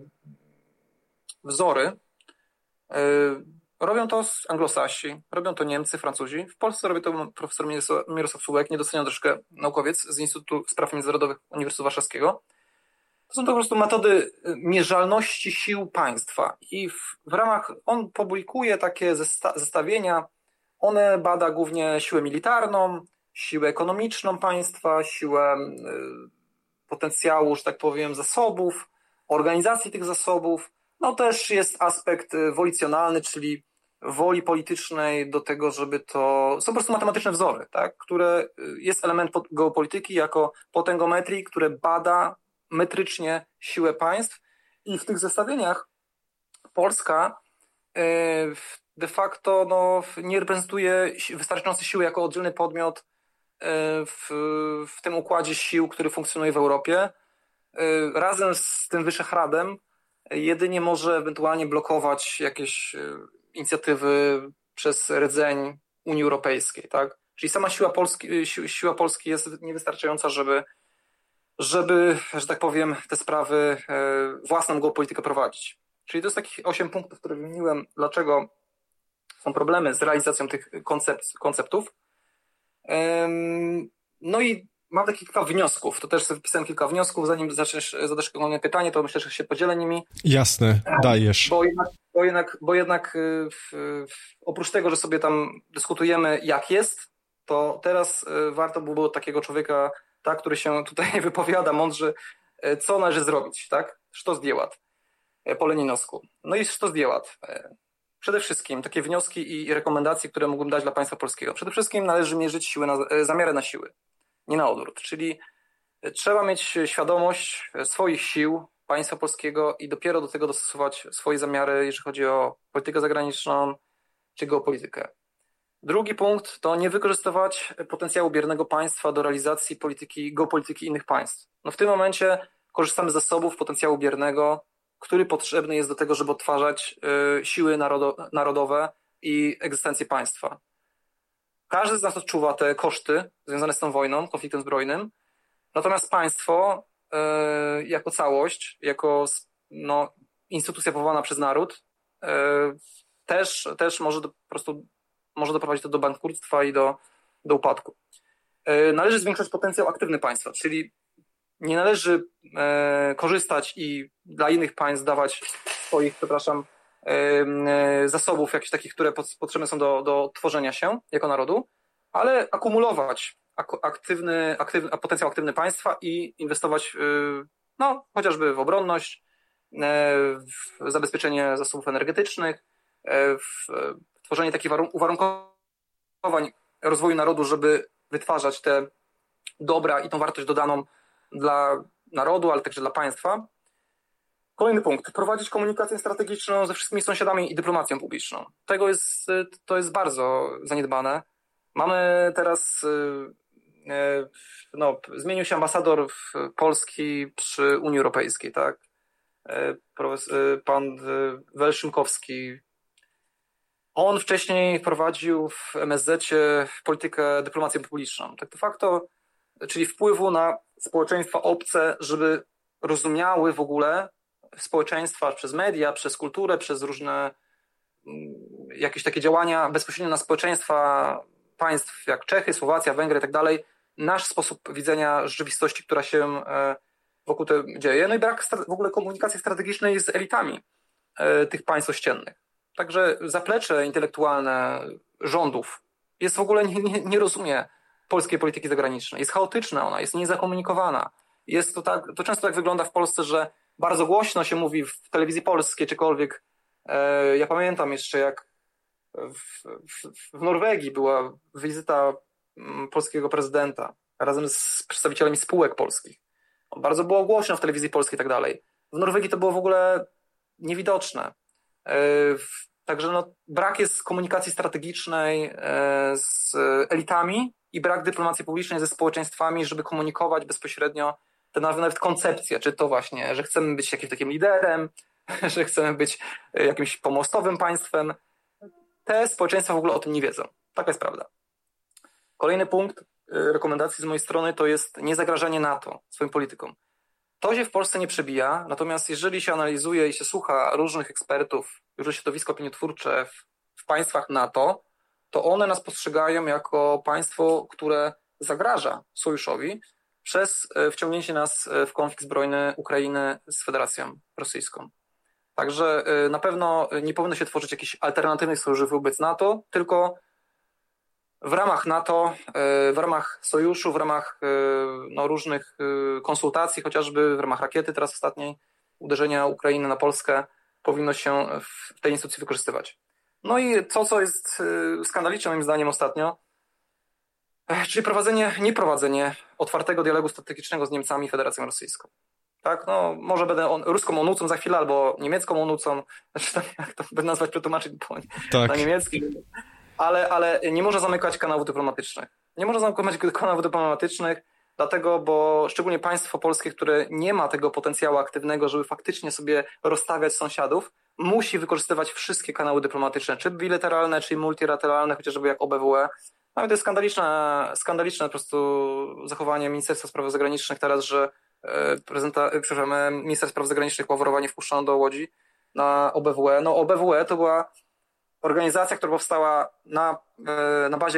wzory. E, robią to anglosasi, robią to Niemcy, Francuzi. W Polsce robi to profesor Mirosław Sułek, niedoceniony troszkę naukowiec z Instytutu Spraw Międzynarodowych Uniwersytetu Warszawskiego. To są to po prostu metody mierzalności sił państwa i w, w ramach, on publikuje takie zesta- zestawienia, one bada głównie siłę militarną, siłę ekonomiczną państwa, siłę y, potencjału, że tak powiem, zasobów, organizacji tych zasobów. No też jest aspekt wolicjonalny, czyli woli politycznej do tego, żeby to... Są po prostu matematyczne wzory, tak? Które jest element geopolityki jako potęgometrii, które bada metrycznie siłę państw i w tych zestawieniach Polska y, de facto no, nie reprezentuje wystarczającej siły jako oddzielny podmiot W, w tym układzie sił, który funkcjonuje w Europie. Razem z tym Wyszehradem jedynie może ewentualnie blokować jakieś inicjatywy przez rdzeń Unii Europejskiej, tak? Czyli sama siła Polski, si, siła Polski jest niewystarczająca, żeby, żeby, że tak powiem, te sprawy własną geopolitykę prowadzić. Czyli to jest takich osiem punktów, które wymieniłem, dlaczego są problemy z realizacją tych koncept, konceptów. No i mam takie kilka wniosków, to też sobie wpisałem kilka wniosków, zanim zaczniesz, zadasz kolejne pytanie, to myślę, że się podzielę nimi. Jasne, dajesz. Bo jednak, bo jednak, bo jednak w, w, oprócz tego, że sobie tam dyskutujemy jak jest, to teraz warto by było takiego człowieka, tak, który się tutaj wypowiada mądrze, co należy zrobić, tak? Sztos dziełat po leninowsku. No i sztos dziełat. Przede wszystkim takie wnioski i rekomendacje, które mógłbym dać dla państwa polskiego. Przede wszystkim należy mierzyć siły na, zamiary na siły, nie na odwrót. Czyli trzeba mieć świadomość swoich sił państwa polskiego i dopiero do tego dostosować swoje zamiary, jeżeli chodzi o politykę zagraniczną czy geopolitykę. Drugi punkt to nie wykorzystywać potencjału biernego państwa do realizacji polityki, geopolityki innych państw. No w tym momencie korzystamy z zasobów potencjału biernego, który potrzebny jest do tego, żeby odtwarzać y, siły narodo- narodowe i egzystencję państwa. Każdy z nas odczuwa te koszty związane z tą wojną, konfliktem zbrojnym, natomiast państwo y, jako całość, jako no, instytucja powołana przez naród też, też może do, po prostu może doprowadzić to do bankructwa i do, do upadku. Należy zwiększać potencjał aktywny państwa, czyli nie należy korzystać i dla innych państw dawać swoich, przepraszam, zasobów jakichś takich, które potrzebne są do, do tworzenia się jako narodu, ale akumulować aktywny, aktywny, potencjał aktywny państwa i inwestować no, chociażby w obronność, w zabezpieczenie zasobów energetycznych, w tworzenie takich uwarunkowań rozwoju narodu, żeby wytwarzać te dobra i tą wartość dodaną dla narodu, ale także dla państwa. Kolejny punkt. Prowadzić komunikację strategiczną ze wszystkimi sąsiadami i dyplomacją publiczną. Tego jest, to jest bardzo zaniedbane. Mamy teraz, no, zmienił się ambasador Polski przy Unii Europejskiej, tak? Pan Welszymkowski. On wcześniej prowadził w M S Z-cie politykę dyplomację publiczną. Tak de facto, czyli wpływu na społeczeństwa obce, żeby rozumiały w ogóle społeczeństwa przez media, przez kulturę, przez różne jakieś takie działania bezpośrednio na społeczeństwa państw jak Czechy, Słowacja, Węgry i tak dalej, nasz sposób widzenia rzeczywistości, która się wokół tego dzieje. No i brak w ogóle komunikacji strategicznej z elitami tych państw ościennych. Także zaplecze intelektualne rządów jest w ogóle nie, nie, nie rozumie polskiej polityki zagranicznej. Jest chaotyczna ona, jest niezakomunikowana. Jest to tak, to często tak wygląda w Polsce, że bardzo głośno się mówi w telewizji polskiej czykolwiek. E, ja pamiętam jeszcze, jak w, w, w Norwegii była wizyta polskiego prezydenta razem z przedstawicielami spółek polskich. Bardzo było głośno w telewizji polskiej i tak dalej. W Norwegii to było w ogóle niewidoczne. E, w, także no, brak jest komunikacji strategicznej e, z elitami i brak dyplomacji publicznej ze społeczeństwami, żeby komunikować bezpośrednio te nawet koncepcje, czy to właśnie, że chcemy być jakimś takim liderem, że chcemy być jakimś pomostowym państwem. Te społeczeństwa w ogóle o tym nie wiedzą. Taka jest prawda. Kolejny punkt rekomendacji z mojej strony to jest niezagrażanie NATO swoim politykom. To się w Polsce nie przebija, natomiast jeżeli się analizuje i się słucha różnych ekspertów, różne środowiska opiniotwórcze w, w państwach NATO, to one nas postrzegają jako państwo, które zagraża sojuszowi przez wciągnięcie nas w konflikt zbrojny Ukrainy z Federacją Rosyjską. Także na pewno nie powinno się tworzyć jakichś alternatywnych sojuszy wobec NATO, tylko w ramach NATO, w ramach sojuszu, w ramach no, różnych konsultacji, chociażby w ramach rakiety teraz ostatniej, uderzenia Ukrainy na Polskę, powinno się w tej instytucji wykorzystywać. No i to, co jest skandaliczne moim zdaniem ostatnio, czyli prowadzenie, nieprowadzenie otwartego dialogu strategicznego z Niemcami i Federacją Rosyjską. Tak, no może będę on, ruską onucą za chwilę, albo niemiecką onucą, znaczy tam, jak to będę nazwać, przetłumaczyć po, tak. na niemiecki, ale, ale nie można zamykać kanałów dyplomatycznych. Nie można zamykać kanałów dyplomatycznych, dlatego, bo szczególnie państwo polskie, które nie ma tego potencjału aktywnego, żeby faktycznie sobie rozstawiać sąsiadów, musi wykorzystywać wszystkie kanały dyplomatyczne, czy bilateralne, czy multilateralne, chociażby jak O B W E. No i to jest skandaliczne, skandaliczne po prostu zachowanie Ministerstwa Spraw Zagranicznych teraz, że prezenta, przepraszam, minister spraw zagranicznych Ławrowa nie wpuszczono do Łodzi na O B W E. No O B W E to była organizacja, która powstała na, na bazie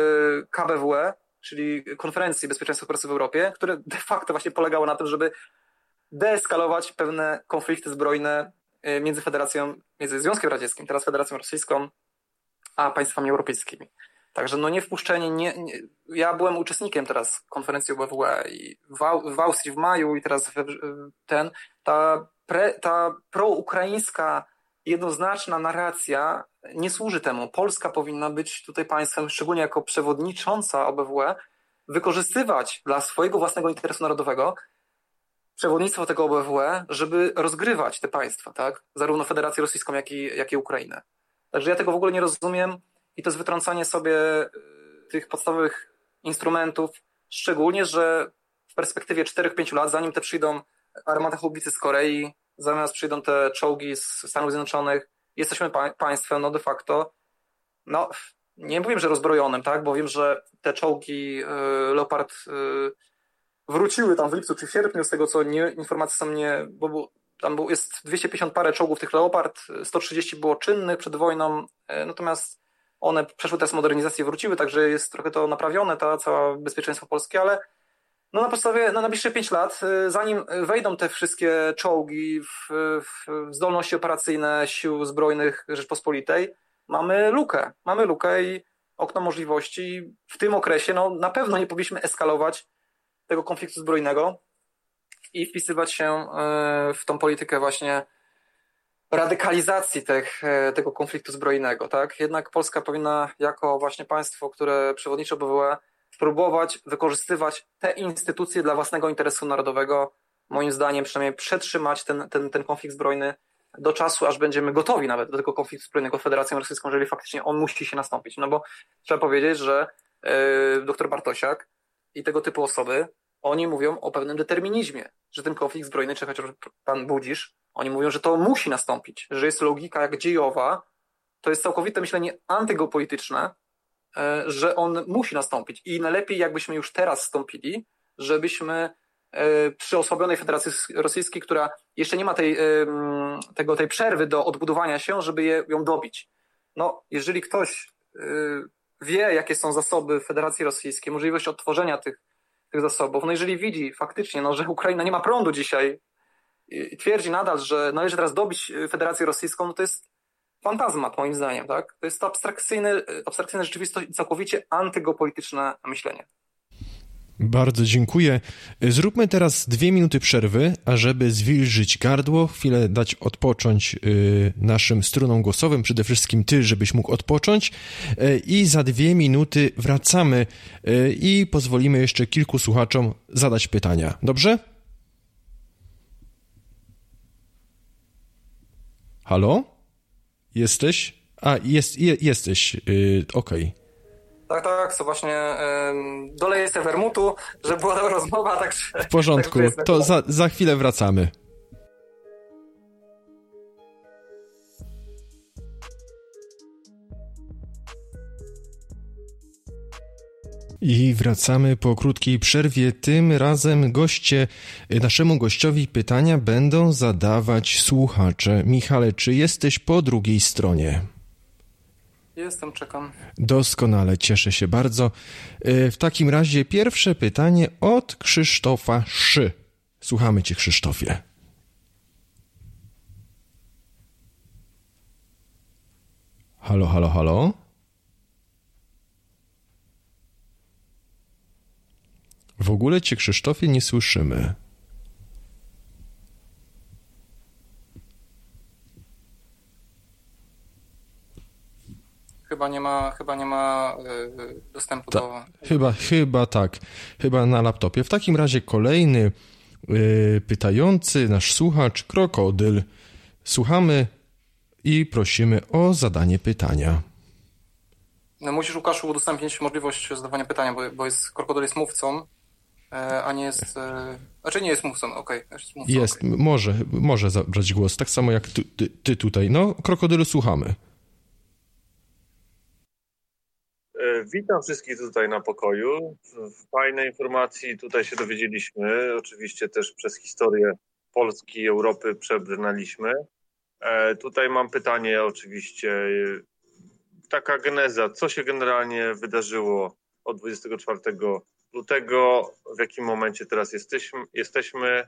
K B W E, czyli Konferencji Bezpieczeństwa Pracy w Europie, które de facto właśnie polegało na tym, żeby deeskalować pewne konflikty zbrojne między Federacją, między Związkiem Radzieckim, teraz Federacją Rosyjską, a państwami europejskimi. Także no nie wpuszczenie, nie, nie, ja byłem uczestnikiem teraz konferencji O B W E i w, w Austrii w maju i teraz w, ten, ta, pre, ta proukraińska jednoznaczna narracja nie służy temu. Polska powinna być tutaj państwem, szczególnie jako przewodnicząca O B W E, wykorzystywać dla swojego własnego interesu narodowego przewodnictwo tego O B W E, żeby rozgrywać te państwa, tak? Zarówno Federację Rosyjską, jak i, jak i Ukrainę. Także ja tego w ogóle nie rozumiem. I to jest wytrącanie sobie tych podstawowych instrumentów, szczególnie, że w perspektywie czterech pięciu lat, zanim te przyjdą armaty haubicy z Korei, zamiast przyjdą te czołgi z Stanów Zjednoczonych, jesteśmy pa- państwem no de facto, no nie powiem, że rozbrojonym, tak, bo wiem, że te czołgi y, Leopard y, wróciły tam w lipcu czy w sierpniu, z tego co nie, informacje są nie, bo, bo tam był, jest dwieście pięćdziesiąt parę czołgów tych Leopard, sto trzydzieści było czynnych przed wojną, natomiast one przeszły teraz modernizację i wróciły, także jest trochę to naprawione, ta cała bezpieczeństwo polskie, ale no na podstawie, na najbliższe pięć lat, zanim wejdą te wszystkie czołgi w, w zdolności operacyjne Sił Zbrojnych Rzeczpospolitej, mamy lukę. Mamy lukę i okno możliwości. W tym okresie no, na pewno nie powinniśmy eskalować tego konfliktu zbrojnego i wpisywać się w tą politykę właśnie radykalizacji tych, tego konfliktu zbrojnego. Tak? Jednak Polska powinna jako właśnie państwo, które przewodniczy O B W E, spróbować wykorzystywać te instytucje dla własnego interesu narodowego, moim zdaniem przynajmniej przetrzymać ten, ten, ten konflikt zbrojny do czasu, aż będziemy gotowi nawet do tego konfliktu zbrojnego z Federacją Rosyjską, jeżeli faktycznie on musi się nastąpić. No bo trzeba powiedzieć, że yy, doktor Bartosiak i tego typu osoby, oni mówią o pewnym determinizmie, że ten konflikt zbrojny, czy chociaż pan Budzisz, oni mówią, że to musi nastąpić, że jest logika jak dziejowa, to jest całkowite myślenie antygeopolityczne, że on musi nastąpić i najlepiej jakbyśmy już teraz wstąpili, żebyśmy przy osłabionej Federacji Rosyjskiej, która jeszcze nie ma tej, tego, tej przerwy do odbudowania się, żeby je, ją dobić. No, jeżeli ktoś wie, jakie są zasoby Federacji Rosyjskiej, możliwość odtworzenia tych, tych zasobów, no jeżeli widzi faktycznie, no, że Ukraina nie ma prądu dzisiaj i twierdzi nadal, że należy teraz dobić Federację Rosyjską, no to jest fantazmat moim zdaniem, tak? To jest abstrakcyjne, abstrakcyjna rzeczywistość i całkowicie antygeopolityczne myślenie. Bardzo dziękuję. Zróbmy teraz dwie minuty przerwy, ażeby zwilżyć gardło, chwilę dać odpocząć naszym strunom głosowym, przede wszystkim ty, żebyś mógł odpocząć i za dwie minuty wracamy i pozwolimy jeszcze kilku słuchaczom zadać pytania. Dobrze? Halo? Jesteś? A, jest, je, jesteś. Yy, Okej. Okay. Tak, tak, to właśnie yy, doleję sobie wermutu, żeby była ta rozmowa, także... W porządku, tak, to za, za chwilę wracamy. I wracamy po krótkiej przerwie. Tym razem goście, naszemu gościowi pytania będą zadawać słuchacze. Michale, czy jesteś po drugiej stronie? Jestem, czekam. Doskonale, cieszę się bardzo. W takim razie pierwsze pytanie od Krzysztofa Szy. Słuchamy cię, Krzysztofie. Halo, halo, halo? W ogóle cię, Krzysztofie, nie słyszymy. Chyba nie ma, chyba nie ma yy, dostępu Ta, do... Chyba, chyba tak. Chyba na laptopie. W takim razie kolejny yy, pytający, nasz słuchacz, Krokodyl. Słuchamy i prosimy o zadanie pytania. No musisz, Łukaszu, udostępnić możliwość zadawania pytania, bo, bo jest, Krokodyl jest mówcą, a nie jest... Znaczy nie jest mówcą, okej. Okay. Jest, mówcą, jest okay. może, może zabrać głos, tak samo jak ty, ty, ty tutaj. No, Krokodylu, słuchamy. Witam wszystkich tutaj na pokoju. Fajne informacji tutaj się dowiedzieliśmy. Oczywiście też przez historię Polski i Europy przebrnęliśmy. Tutaj mam pytanie oczywiście. Taka geneza, co się generalnie wydarzyło od dwudziestego czwartego lutego, w jakim momencie teraz jesteśmy, jesteśmy,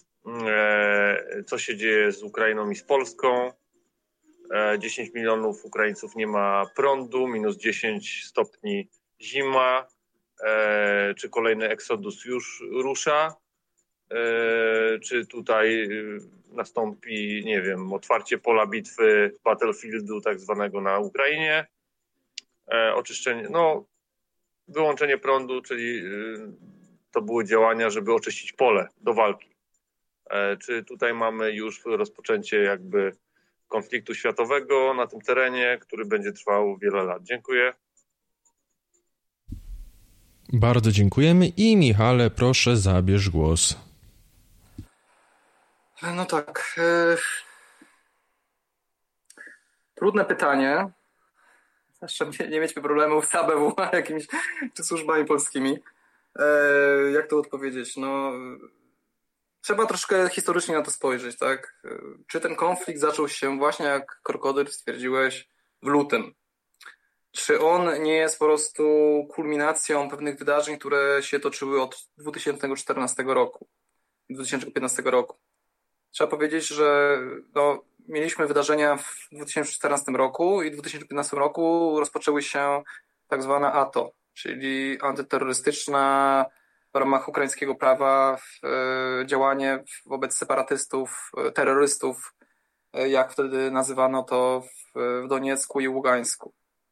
co się dzieje z Ukrainą i z Polską. dziesięć milionów Ukraińców nie ma prądu, minus dziesięć stopni zima, czy kolejny eksodus już rusza, czy tutaj nastąpi, nie wiem, otwarcie pola bitwy battlefieldu tak zwanego na Ukrainie, oczyszczenie, no wyłączenie prądu, czyli to były działania, żeby oczyścić pole do walki. Czy tutaj mamy już rozpoczęcie jakby konfliktu światowego na tym terenie, który będzie trwał wiele lat. Dziękuję. Bardzo dziękujemy i Michale, proszę, zabierz głos. No tak. E... Trudne pytanie. Zresztą nie, nie mieliśmy problemów z A B W jakimiś, czy służbami polskimi. E... Jak to odpowiedzieć? No... trzeba troszkę historycznie na to spojrzeć, tak? Czy ten konflikt zaczął się właśnie, jak Krokodyl stwierdziłeś, w lutym? Czy on nie jest po prostu kulminacją pewnych wydarzeń, które się toczyły od dwa tysiące czternastego roku, dwa tysiące piętnastego roku? Trzeba powiedzieć, że no, mieliśmy wydarzenia w dwa tysiące czternastym roku i w dwa tysiące piętnastym roku rozpoczęły się tak zwane A T O, czyli antyterrorystyczna w ramach ukraińskiego prawa działanie wobec separatystów, terrorystów, jak wtedy nazywano to w Doniecku i Ługańsku.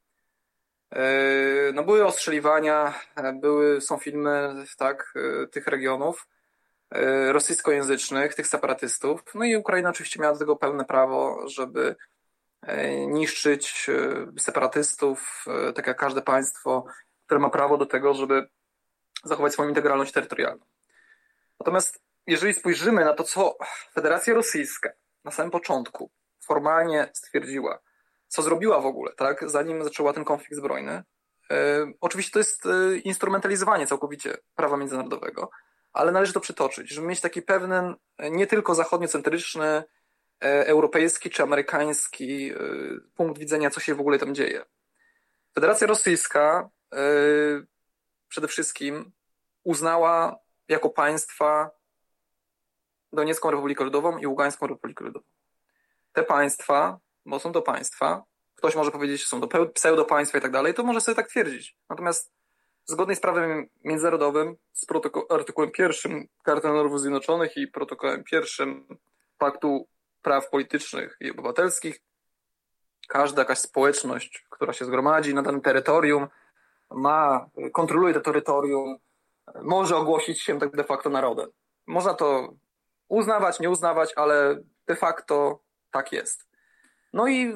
No, były ostrzeliwania, były, są filmy, tak, tych regionów rosyjskojęzycznych, tych separatystów. No i Ukraina oczywiście miała do tego pełne prawo, żeby niszczyć separatystów, tak jak każde państwo, które ma prawo do tego, żeby zachować swoją integralność terytorialną. Natomiast jeżeli spojrzymy na to, co Federacja Rosyjska na samym początku formalnie stwierdziła, co zrobiła w ogóle, tak, zanim zaczęła ten konflikt zbrojny, yy, oczywiście to jest yy, instrumentalizowanie całkowicie prawa międzynarodowego, ale należy to przytoczyć, żeby mieć taki pewien, nie tylko zachodniocentryczny, yy, europejski czy amerykański yy, punkt widzenia, co się w ogóle tam dzieje. Federacja Rosyjska yy, przede wszystkim uznała jako państwa Doniecką Republikę Ludową i Ługańską Republikę Ludową. Te państwa, bo są to państwa, ktoś może powiedzieć, że są to pseudopaństwa i tak dalej, to może sobie tak twierdzić. Natomiast zgodnie z prawem międzynarodowym, z protoko- artykułem pierwszym Karty Narodów Zjednoczonych i protokołem pierwszym Paktu Praw Politycznych i Obywatelskich, każda jakaś społeczność, która się zgromadzi na danym terytorium, ma, kontroluje to terytorium, może ogłosić się tak de facto narodem. Można to uznawać, nie uznawać, ale de facto tak jest. No i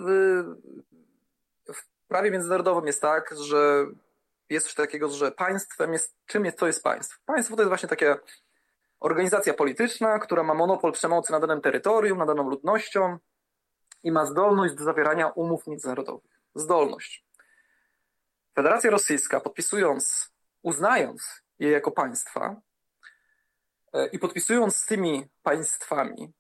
w prawie międzynarodowym jest tak, że jest coś takiego, że państwem jest, czym jest, co jest państwo? Państwo to jest właśnie taka organizacja polityczna, która ma monopol przemocy na danym terytorium, na daną ludnością i ma zdolność do zawierania umów międzynarodowych. Zdolność. Federacja Rosyjska, podpisując, uznając je jako państwa i podpisując z tymi państwami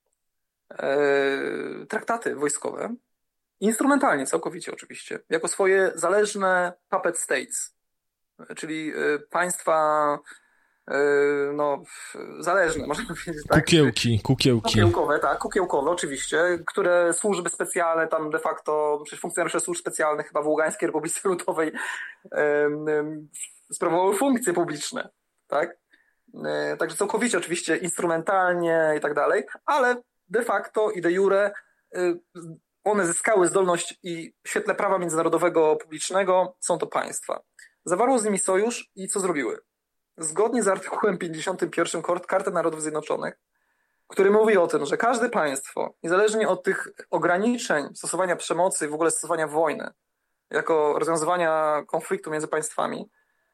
traktaty wojskowe, instrumentalnie, całkowicie oczywiście, jako swoje zależne puppet states, czyli państwa no, zależne, można powiedzieć tak. Kukiełki, kukiełki. Kukiełkowe, tak, kukiełkowe oczywiście, które służby specjalne tam de facto, przecież funkcjonariusze służb specjalnych chyba w Ługańskiej Republice Ludowej um, um, sprawowały funkcje publiczne, tak. E, także całkowicie oczywiście instrumentalnie i tak dalej, ale de facto i de jure y, one zyskały zdolność i w świetle prawa międzynarodowego publicznego są to państwa. Zawarło z nimi sojusz i co zrobiły? Zgodnie z artykułem pięćdziesiątym pierwszym Karty Narodów Zjednoczonych, który mówi o tym, że każde państwo, niezależnie od tych ograniczeń stosowania przemocy i w ogóle stosowania wojny, jako rozwiązywania konfliktu między państwami,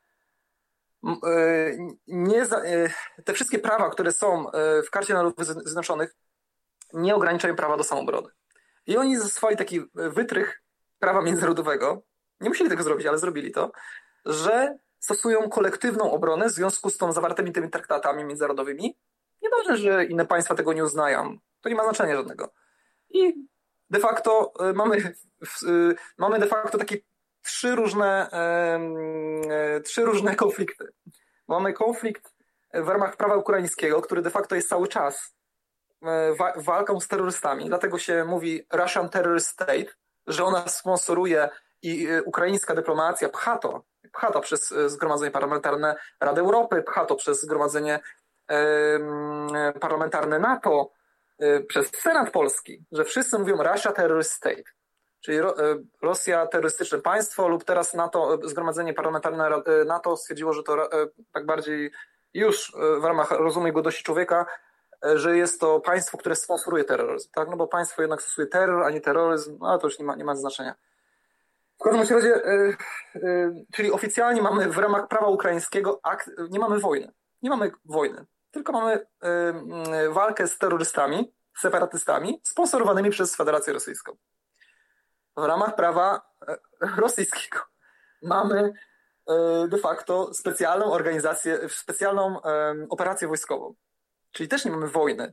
nie za, te wszystkie prawa, które są w Karcie Narodów Zjednoczonych, nie ograniczają prawa do samoobrony. I oni zastosowali taki wytrych prawa międzynarodowego, nie musieli tego zrobić, ale zrobili to, że stosują kolektywną obronę w związku z tą zawartymi tymi traktatami międzynarodowymi. Nieważne, że inne państwa tego nie uznają. To nie ma znaczenia żadnego. I de facto mamy, mamy de facto takie trzy różne, e, trzy różne konflikty. Mamy konflikt w ramach prawa ukraińskiego, który de facto jest cały czas wa- walką z terrorystami. Dlatego się mówi Russian Terrorist State, że ona sponsoruje i ukraińska dyplomacja pcha to, pcha to przez Zgromadzenie Parlamentarne Rady Europy, pcha to przez Zgromadzenie e, Parlamentarne NATO, e, przez Senat Polski, że wszyscy mówią Russia Terrorist State, czyli Ro, e, Rosja terrorystyczne państwo, lub teraz NATO, Zgromadzenie Parlamentarne NATO stwierdziło, że to e, tak bardziej już w ramach rozumu i godności człowieka, e, że jest to państwo, które sponsoruje terroryzm, tak? No bo państwo jednak stosuje terror, a nie terroryzm, no ale to już nie ma, nie ma znaczenia. W każdym razie, yy, yy, czyli oficjalnie mamy w ramach prawa ukraińskiego akt, nie mamy wojny. Nie mamy wojny, tylko mamy yy, yy, walkę z terrorystami, separatystami, sponsorowanymi przez Federację Rosyjską. W ramach prawa yy, rosyjskiego mamy yy, de facto specjalną organizację, specjalną yy, operację wojskową. czyli też nie mamy wojny.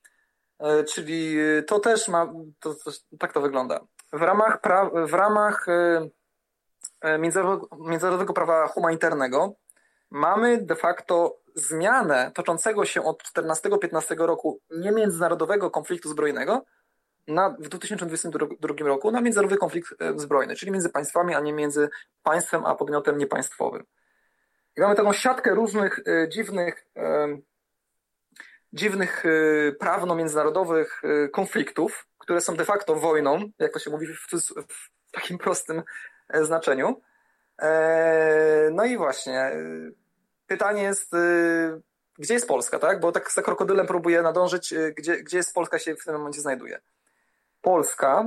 Czyli to też ma, to, to, tak to wygląda. W ramach, pra, w ramach międzynarodowego, międzynarodowego prawa humanitarnego mamy de facto zmianę toczącego się od czternastego piętnastego roku niemiędzynarodowego konfliktu zbrojnego na, w dwa tysiące dwudziestym drugim roku na międzynarodowy konflikt zbrojny, czyli między państwami, a nie między państwem a podmiotem niepaństwowym. I mamy taką siatkę różnych e, dziwnych e, dziwnych e, prawno-międzynarodowych e, konfliktów, które są de facto wojną, jak to się mówi w, w takim prostym e, znaczeniu. E, no i właśnie e, pytanie jest, e, gdzie jest Polska, tak? Bo tak za krokodylem próbuję nadążyć, e, gdzie, gdzie jest Polska się w tym momencie znajduje. Polska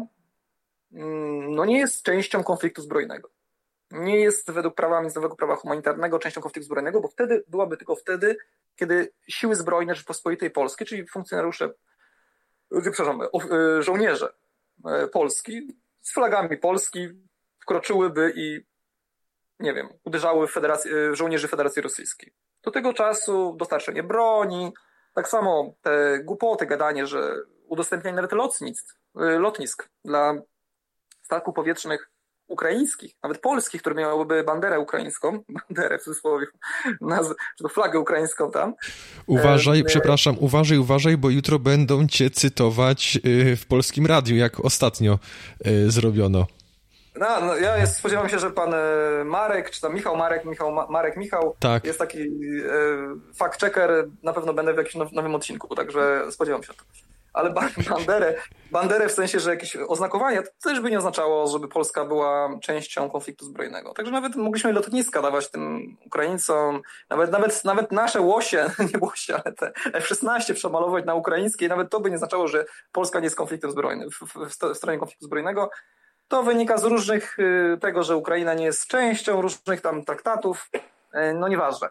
mm, no nie jest częścią konfliktu zbrojnego. Nie jest według prawa międzynarodowego prawa humanitarnego częścią konfliktu zbrojnego, bo wtedy byłaby tylko wtedy, kiedy siły zbrojne Rzeczypospolitej Polskiej, czyli funkcjonariusze, przepraszam, żołnierze Polski z flagami Polski wkroczyłyby i, nie wiem, uderzały w federacji, żołnierzy Federacji Rosyjskiej. Do tego czasu dostarczenie broni, tak samo te głupoty, gadanie, że udostępnianie nawet lotnisk, lotnisk dla statków powietrznych ukraińskich, nawet polskich, które miałyby banderę ukraińską, banderę w cudzysłowie, nazwę, czy to flagę ukraińską tam. Uważaj, e, przepraszam, uważaj, uważaj, bo jutro będą cię cytować w Polskim Radiu, jak ostatnio zrobiono. No, no ja jest, spodziewam się, że pan Marek, czy tam Michał Marek, Michał Ma- Marek Michał, tak. Jest taki e, fact-checker, na pewno będę w jakimś now, nowym odcinku, także spodziewam się to. Ale banderę, banderę w sensie, że jakieś oznakowanie, to też by nie oznaczało, żeby Polska była częścią konfliktu zbrojnego. Także nawet mogliśmy lotniska dawać tym Ukraińcom, nawet, nawet, nawet nasze łosie, nie łosie, ale te F szesnaście przemalować na ukraińskie, nawet to by nie oznaczało, że Polska nie jest konfliktem zbrojnym, w, w, w stronie konfliktu zbrojnego. To wynika z różnych, tego, że Ukraina nie jest częścią różnych tam traktatów, no nieważne.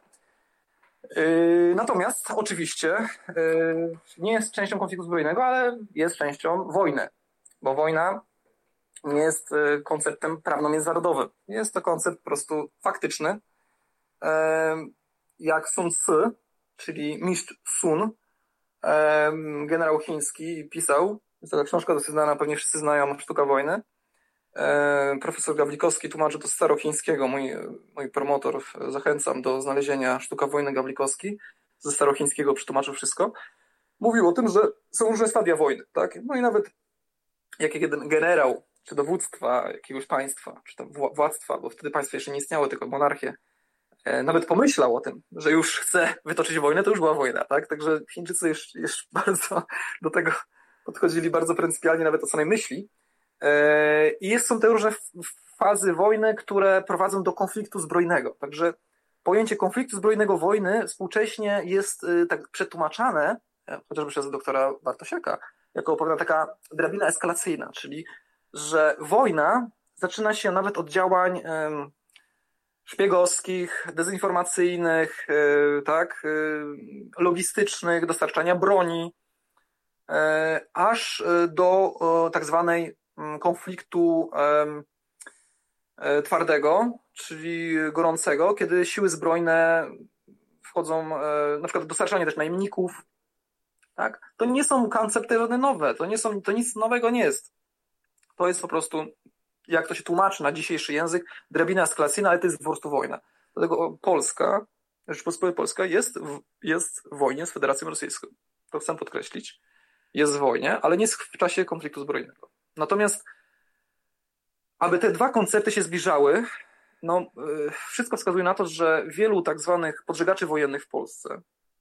Natomiast oczywiście nie jest częścią konfliktu zbrojnego, ale jest częścią wojny, bo wojna nie jest konceptem prawno-międzynarodowym. Jest to koncept po prostu faktyczny. Jak Sun Tzu, czyli mistrz Sun, generał chiński, pisał, jest to książka dosyć znana, pewnie wszyscy znają, Sztuka wojny. Profesor Gawlikowski tłumaczy to z starochińskiego, mój, mój promotor, zachęcam do znalezienia Sztuka wojny Gawlikowski, ze starochińskiego przetłumaczył wszystko. Mówił o tym, że są różne stadia wojny, tak? No i nawet jak jeden generał, czy dowództwa jakiegoś państwa, czy tam władztwa, bo wtedy państwo jeszcze nie istniało, tylko monarchie, nawet pomyślał o tym, że już chce wytoczyć wojnę, to już była wojna, tak? Także Chińczycy już, już bardzo do tego podchodzili bardzo pryncypialnie, nawet o samej myśli. I są te różne fazy wojny, które prowadzą do konfliktu zbrojnego. Także pojęcie konfliktu zbrojnego, wojny współcześnie jest tak przetłumaczane, chociażby przez doktora Bartosiaka, jako pewna taka drabina eskalacyjna, czyli że wojna zaczyna się nawet od działań szpiegowskich, dezinformacyjnych, tak, logistycznych, dostarczania broni, aż do tak zwanej konfliktu twardego, czyli gorącego, kiedy siły zbrojne wchodzą, na przykład dostarczanie też najemników, tak? To nie są koncepty żadne nowe, to nie są, to nic nowego nie jest. To jest po prostu, jak to się tłumaczy na dzisiejszy język, drabina eskalacyjna, ale to jest po prostu wojna. Dlatego Polska, Rzeczpospolita Polska jest w, jest w wojnie z Federacją Rosyjską. To chcę podkreślić. Jest w wojnie, ale nie jest w czasie konfliktu zbrojnego. Natomiast, aby te dwa koncepty się zbliżały, no, wszystko wskazuje na to, że wielu tak zwanych podżegaczy wojennych w Polsce,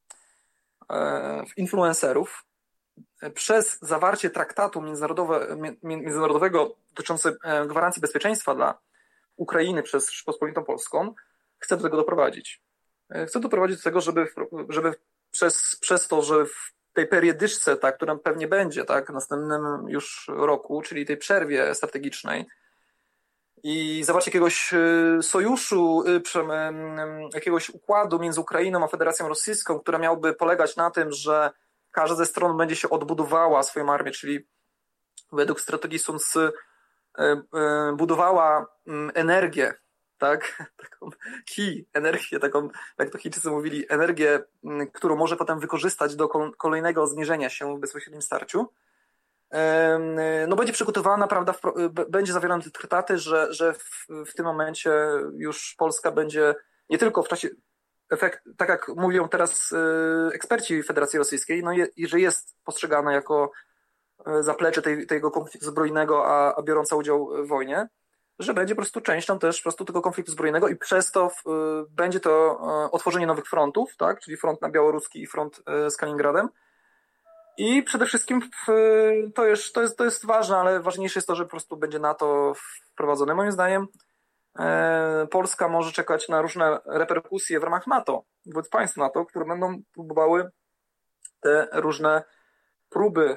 influencerów, przez zawarcie traktatu międzynarodowe, międzynarodowego dotyczącego gwarancji bezpieczeństwa dla Ukrainy przez Rzeczpospolitą Polską, chce do tego doprowadzić. Chce doprowadzić do tego, żeby, żeby przez, przez to, że w tej periodyczce, ta, która pewnie będzie, tak, w następnym już roku, czyli tej przerwie strategicznej i zawarcie jakiegoś sojuszu, jakiegoś układu między Ukrainą a Federacją Rosyjską, która miałby polegać na tym, że każda ze stron będzie się odbudowała swoją armię, czyli według strategii Sun Tzu budowała energię tak, taką ki, energię, taką, jak to Chińczycy mówili, energię, którą może potem wykorzystać do kolejnego zmierzenia się w bezpośrednim starciu, no będzie przygotowana, prawda, będzie zawierane te traktaty, że, że w, w tym momencie już Polska będzie nie tylko w czasie, efekt, tak jak mówią teraz eksperci Federacji Rosyjskiej, no je, że jest postrzegana jako zaplecze tej, tego konfliktu zbrojnego, a, a biorąca udział w wojnie, że będzie po prostu częścią też po prostu tego konfliktu zbrojnego i przez to w, będzie to otworzenie nowych frontów, tak, czyli front na białoruski i front z Kaliningradem. I przede wszystkim to jest, to, jest, to jest ważne, ale ważniejsze jest to, że po prostu będzie NATO wprowadzone. Moim zdaniem Polska może czekać na różne reperkusje w ramach NATO, wobec państw NATO, które będą próbowały te różne próby,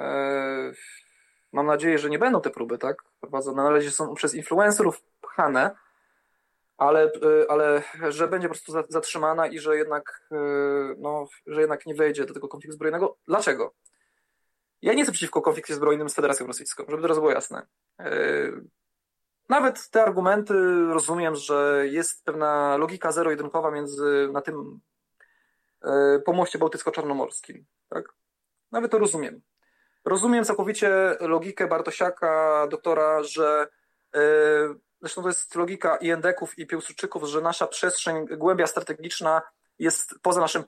mam nadzieję, że nie będą te próby, tak, prowadzone, na razie są przez influencerów pchane, ale, ale że będzie po prostu zatrzymana i że jednak, no, że jednak nie wejdzie do tego konfliktu zbrojnego. Dlaczego? Ja nie jestem przeciwko konflikcie zbrojnym z Federacją Rosyjską, żeby teraz było jasne. Nawet te argumenty rozumiem, że jest pewna logika zero-jedynkowa między na tym pomoście bałtycko-czarnomorskim. Tak? Nawet to rozumiem. Rozumiem całkowicie logikę Bartosiaka, doktora, że zresztą to jest logika i Endeków, i Piłsudczyków, że nasza przestrzeń, głębia strategiczna jest poza naszym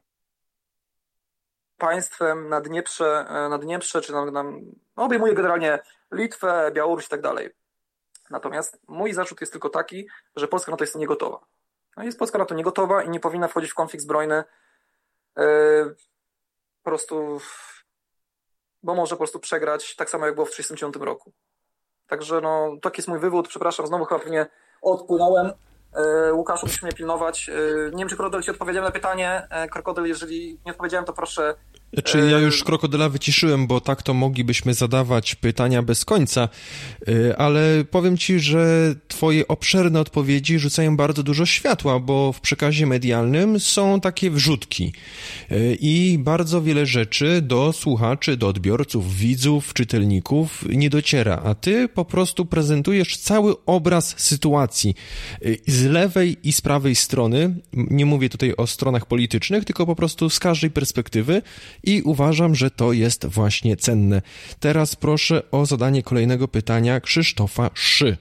państwem na Dnieprze, na Dnieprze czy na, na, no obejmuje generalnie Litwę, Białoruś i tak dalej. Natomiast mój zarzut jest tylko taki, że Polska na to jest niegotowa. No jest Polska na to niegotowa i nie powinna wchodzić w konflikt zbrojny yy, po prostu, bo może po prostu przegrać tak samo jak było w tysiąc dziewięćset trzydziestym dziewiątym roku. Także no, taki jest mój wywód. Przepraszam, znowu chyba pewnie odpłynąłem. Yy, Łukaszu, musisz mnie pilnować. Yy, nie wiem, czy Krokodyl ci odpowiedziałem na pytanie. Yy, Krokodyl, jeżeli nie odpowiedziałem, to proszę... Czy ja już Krokodyla wyciszyłem, bo tak to moglibyśmy zadawać pytania bez końca, ale powiem ci, że twoje obszerne odpowiedzi rzucają bardzo dużo światła, bo w przekazie medialnym są takie wrzutki i bardzo wiele rzeczy do słuchaczy, do odbiorców, widzów, czytelników nie dociera, a ty po prostu prezentujesz cały obraz sytuacji z lewej i z prawej strony, nie mówię tutaj o stronach politycznych, tylko po prostu z każdej perspektywy. I uważam, że to jest właśnie cenne. Teraz proszę o zadanie kolejnego pytania Krzysztofa Szy.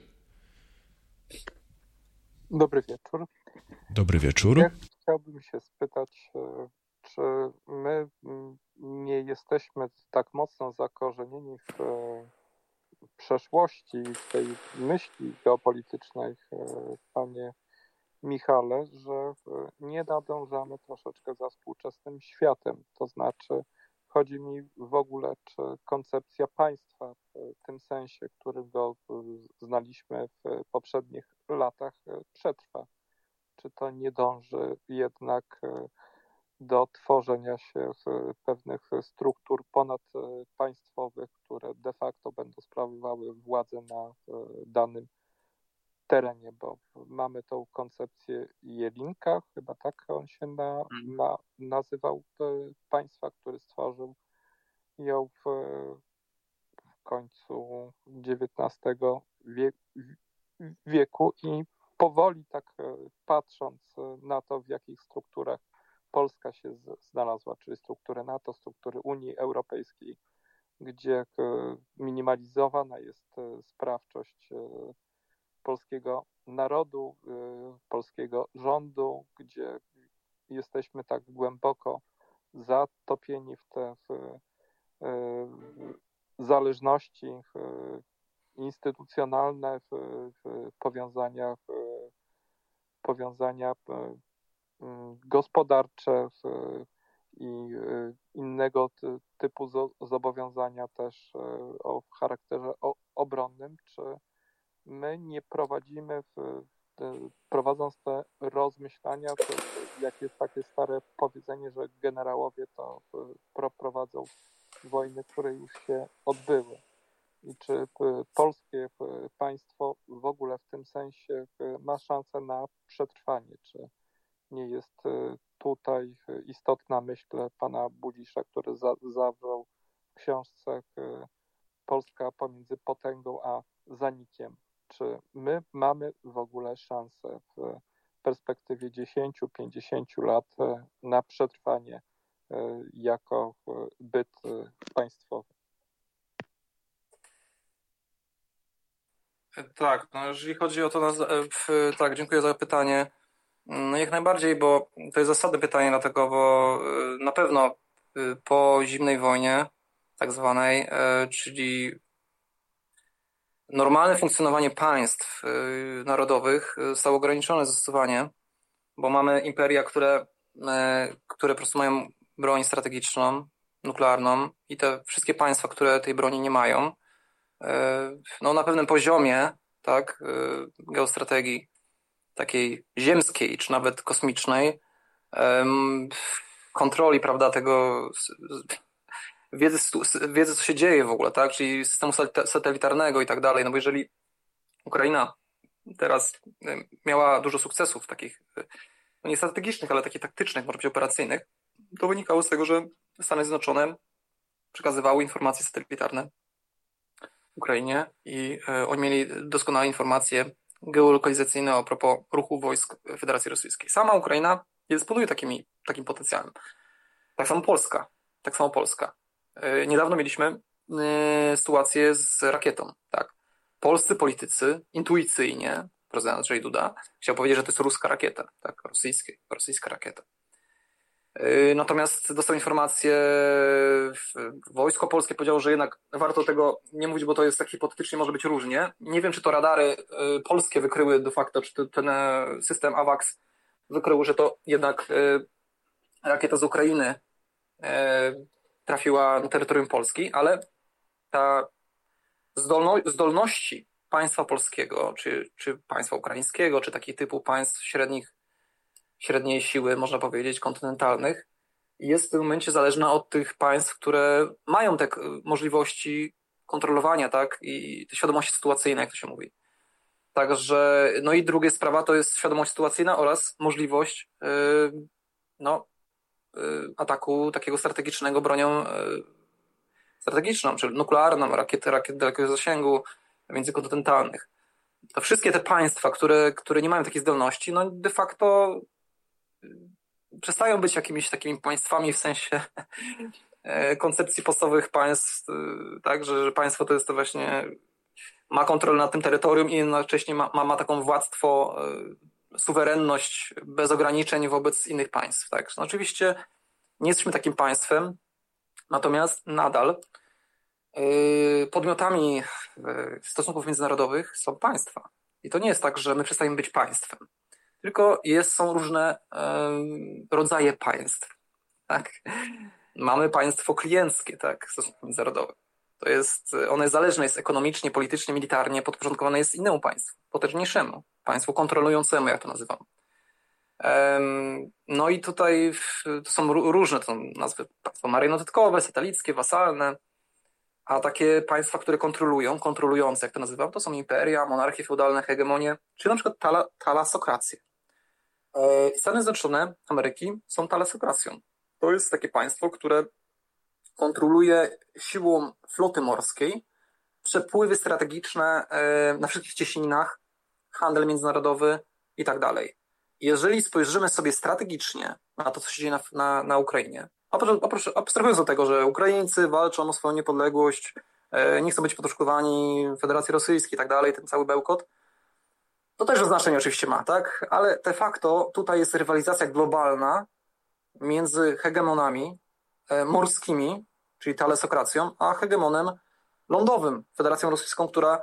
Dobry wieczór. Dobry wieczór. Ja chciałbym się spytać, czy my nie jesteśmy tak mocno zakorzenieni w przeszłości, w tej myśli geopolitycznej, panie Michale, że nie nadążamy troszeczkę za współczesnym światem. To znaczy, chodzi mi w ogóle, czy koncepcja państwa w tym sensie, który go znaliśmy w poprzednich latach, przetrwa. Czy to nie dąży jednak do tworzenia się pewnych struktur ponadpaństwowych, które de facto będą sprawowały władzę na danym terenie, bo mamy tą koncepcję Jelinka, chyba tak on się na, na, nazywał, państwa, który stworzył ją w, w końcu dziewiętnastego wieku i powoli tak patrząc na to, w jakich strukturach Polska się znalazła, czyli struktury NATO, struktury Unii Europejskiej, gdzie minimalizowana jest sprawczość polskiego narodu, polskiego rządu, gdzie jesteśmy tak głęboko zatopieni w te w, w zależności w, instytucjonalne, w, w powiązania, w, powiązania w, gospodarcze w, i innego ty, typu zobowiązania też o charakterze obronnym, czy my nie prowadzimy, w, prowadząc te rozmyślania, to jak jest takie stare powiedzenie, że generałowie to prowadzą wojny, które już się odbyły. I czy polskie państwo w ogóle w tym sensie ma szansę na przetrwanie? Czy nie jest tutaj istotna myśl pana Budzisza, który za, zawrzał w książce Polska pomiędzy potęgą a zanikiem, czy my mamy w ogóle szansę w perspektywie dziesięć do pięćdziesięciu lat na przetrwanie jako byt państwowy? Tak, no jeżeli chodzi o to, tak, dziękuję za pytanie. No jak najbardziej, bo to jest zasadne pytanie, dlatego, bo na pewno po zimnej wojnie, tak zwanej, czyli normalne funkcjonowanie państw narodowych zostało ograniczone zdecydowanie, bo mamy imperia, które, które po prostu mają broń strategiczną, nuklearną i te wszystkie państwa, które tej broni nie mają, no na pewnym poziomie, tak, geostrategii takiej ziemskiej, czy nawet kosmicznej, kontroli, prawda, tego wiedzy, wiedzy, co się dzieje w ogóle, tak, czyli systemu satelitarnego i tak dalej, no bo jeżeli Ukraina teraz miała dużo sukcesów takich, no nie strategicznych, ale takich taktycznych, może być operacyjnych, to wynikało z tego, że Stany Zjednoczone przekazywały informacje satelitarne Ukrainie i oni mieli doskonałe informacje geolokalizacyjne a propos ruchu wojsk Federacji Rosyjskiej. Sama Ukraina nie dysponuje takimi, takim potencjałem. Tak samo Polska. Tak samo Polska. Niedawno mieliśmy sytuację z rakietą. Tak. Polscy politycy intuicyjnie, prezydent Andrzej Duda, chciał powiedzieć, że to jest ruska rakieta, tak, rosyjskie, rosyjska rakieta. Natomiast dostał informację, wojsko polskie powiedziało, że jednak warto tego nie mówić, bo to jest tak hipotetycznie, może być różnie. Nie wiem, czy to radary polskie wykryły de facto, czy ten system AWACS wykrył, że to jednak rakieta z Ukrainy trafiła na terytorium Polski, ale ta zdolno, zdolności państwa polskiego, czy, czy państwa ukraińskiego, czy takich typu państw średnich, średniej siły, można powiedzieć, kontynentalnych, jest w tym momencie zależna od tych państw, które mają te możliwości kontrolowania, tak, i te świadomości sytuacyjne, jak to się mówi. Także, no i druga sprawa to jest świadomość sytuacyjna oraz możliwość yy, no, yy, ataku takiego strategicznego bronią yy, strategiczną, czyli nuklearną, rakiety, rakiet dalekiego zasięgu międzykontynentalnych. To wszystkie te państwa, które, które nie mają takiej zdolności, no de facto przestają być jakimiś takimi państwami w sensie koncepcji podstawowych państw, tak, że, że państwo to jest to właśnie, ma kontrolę nad tym terytorium i jednocześnie ma, ma, ma taką władztwo, suwerenność bez ograniczeń wobec innych państw. Tak. No oczywiście nie jesteśmy takim państwem, natomiast nadal podmiotami stosunków międzynarodowych są państwa. I to nie jest tak, że my przestajemy być państwem, tylko jest, są różne um, rodzaje państw. Tak? Mamy państwo klienckie, tak, stosunków międzynarodowych. To jest, ono jest zależne, jest ekonomicznie, politycznie, militarnie podporządkowane jest innemu państwu, potężniejszemu, państwu kontrolującemu, jak to nazywam. Um, no i tutaj to są różne, to są nazwy państwa marionetkowe, satelickie, wasalne, a takie państwa, które kontrolują, kontrolujące, jak to nazywam, to są imperia, monarchie feudalne, hegemonie, czy na przykład tala, talasokracje. Stany Zjednoczone Ameryki są talasokracją. To jest takie państwo, które kontroluje siłą floty morskiej przepływy strategiczne na wszystkich cieśninach, handel międzynarodowy i tak dalej. Jeżeli spojrzymy sobie strategicznie na to, co się dzieje na, na, na Ukrainie, oprócz, abstrahując od tego, że Ukraińcy walczą o swoją niepodległość, nie chcą być podporządkowani Federacji Rosyjskiej i tak dalej, ten cały bełkot, to też znaczenie oczywiście ma, tak? Ale de facto tutaj jest rywalizacja globalna między hegemonami morskimi, czyli talesokracją, a hegemonem lądowym, Federacją Rosyjską, która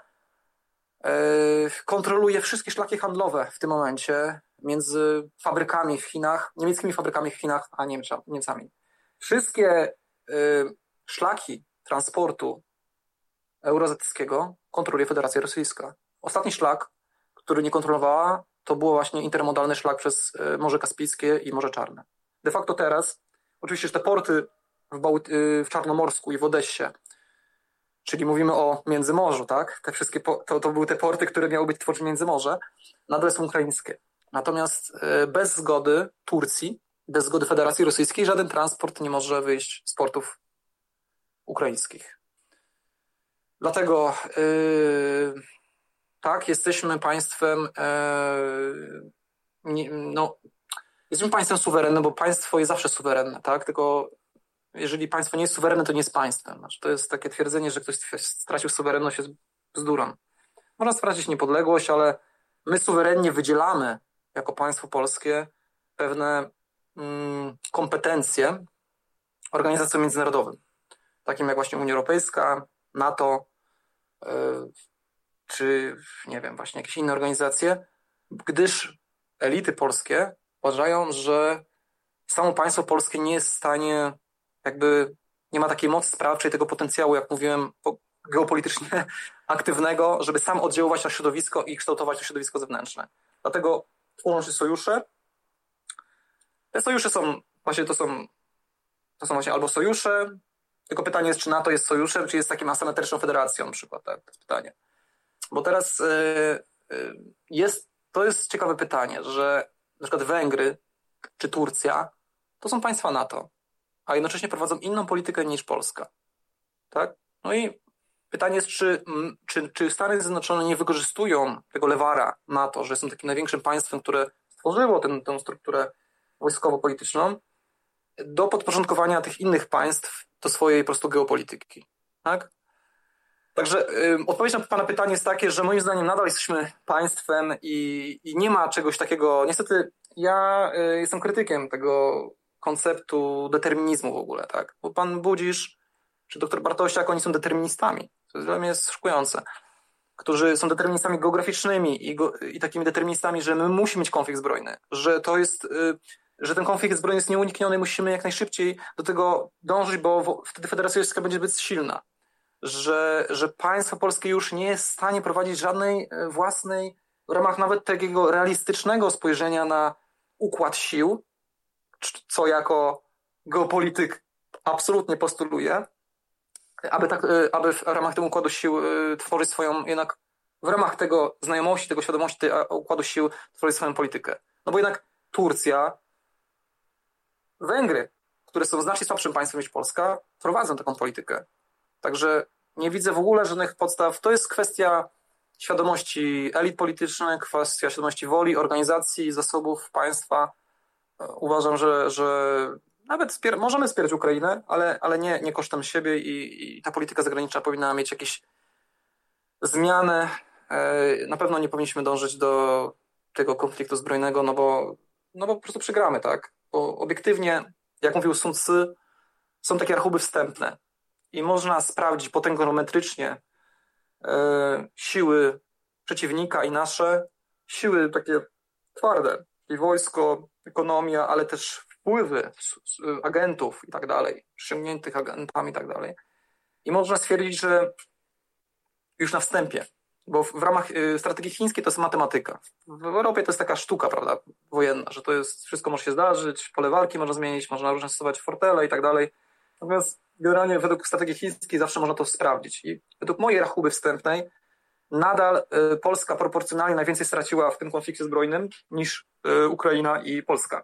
kontroluje wszystkie szlaki handlowe w tym momencie między fabrykami w Chinach, niemieckimi fabrykami w Chinach, a Niemca, Niemcami. Wszystkie szlaki transportu euroazjatyckiego kontroluje Federacja Rosyjska. Ostatni szlak, który nie kontrolowała, to było właśnie intermodalny szlak przez Morze Kaspijskie i Morze Czarne. De facto teraz, oczywiście, że te porty w, Bałty- w Czarnomorsku i w Odessie, czyli mówimy o Międzymorzu, tak? Te wszystkie po- to, to były te porty, które miały być tworzyć Międzymorze, nadal są ukraińskie. Natomiast bez zgody Turcji, bez zgody Federacji Rosyjskiej żaden transport nie może wyjść z portów ukraińskich. Dlatego yy, tak, jesteśmy państwem, e, nie, no, jesteśmy państwem suwerennym, bo państwo jest zawsze suwerenne, tak? Tylko jeżeli państwo nie jest suwerenne, to nie jest państwem. Znaczy, to jest takie twierdzenie, że ktoś stracił suwerenność, jest bzdurą. Można stracić niepodległość, ale my suwerennie wydzielamy jako państwo polskie pewne mm, kompetencje organizacjom międzynarodowym, takim jak właśnie Unia Europejska, NATO, yy, czy nie wiem, właśnie jakieś inne organizacje, gdyż elity polskie uważają, że samo państwo polskie nie jest w stanie, jakby nie ma takiej mocy sprawczej, tego potencjału, jak mówiłem, geopolitycznie aktywnego, żeby sam oddziaływać na środowisko i kształtować to środowisko zewnętrzne. Dlatego tworzą się sojusze. Te sojusze są, właśnie to są, to są właśnie albo sojusze, tylko pytanie jest, czy NATO jest sojuszem, czy jest takim asymetryczną federacją na przykład, tak, to jest pytanie. Bo teraz yy, yy, jest, to jest ciekawe pytanie, że na przykład Węgry czy Turcja to są państwa NATO, a jednocześnie prowadzą inną politykę niż Polska. Tak? No i pytanie jest, czy, czy, czy Stany Zjednoczone nie wykorzystują tego lewara NATO, że są takim największym państwem, które stworzyło ten, tę strukturę wojskowo-polityczną, do podporządkowania tych innych państw do swojej po prostu geopolityki. Tak? Także y, odpowiedź na pana pytanie jest takie, że moim zdaniem nadal jesteśmy państwem i, i nie ma czegoś takiego. Niestety ja y, jestem krytykiem tego konceptu determinizmu w ogóle, tak? Bo pan Budzisz czy doktor Bartosiak, oni są deterministami. To dla mnie jest szokujące. Którzy są deterministami geograficznymi i, go, i takimi deterministami, że my musimy mieć konflikt zbrojny, że to jest, y, że ten konflikt zbrojny jest nieunikniony i musimy jak najszybciej do tego dążyć, bo w, wtedy Federacja Rosyjska będzie zbyt silna. Że, że państwo polskie już nie jest w stanie prowadzić żadnej własnej, w ramach nawet takiego realistycznego spojrzenia na układ sił, co jako geopolityk absolutnie postuluję, aby, tak, aby w ramach tego układu sił tworzyć swoją, jednak w ramach tego znajomości, tego świadomości tego układu sił tworzyć swoją politykę. No bo jednak Turcja, Węgry, które są znacznie słabszym państwem niż Polska, prowadzą taką politykę. Także nie widzę w ogóle żadnych podstaw. To jest kwestia świadomości elit politycznych, kwestia świadomości woli, organizacji, zasobów państwa. Uważam, że, że nawet wspier- możemy wspierać Ukrainę, ale, ale nie, nie kosztem siebie i, i ta polityka zagraniczna powinna mieć jakieś zmiany. Na pewno nie powinniśmy dążyć do tego konfliktu zbrojnego, no bo, no bo po prostu przegramy, tak? Bo obiektywnie, jak mówił Sun Tzu, są takie rachuby wstępne i można sprawdzić potęgometrycznie e, siły przeciwnika i nasze siły takie twarde, czyli wojsko, ekonomia, ale też wpływy agentów i tak dalej, ściągniętych agentami i tak dalej. I można stwierdzić, że już na wstępie, bo w, w ramach y, strategii chińskiej to jest matematyka. W Europie to jest taka sztuka, prawda, wojenna, że to jest, wszystko może się zdarzyć, pole walki można zmienić, można różne stosować fortele i tak dalej. Natomiast generalnie według strategii chińskiej zawsze można to sprawdzić. I według mojej rachuby wstępnej nadal y, Polska proporcjonalnie najwięcej straciła w tym konflikcie zbrojnym niż y, Ukraina i Polska.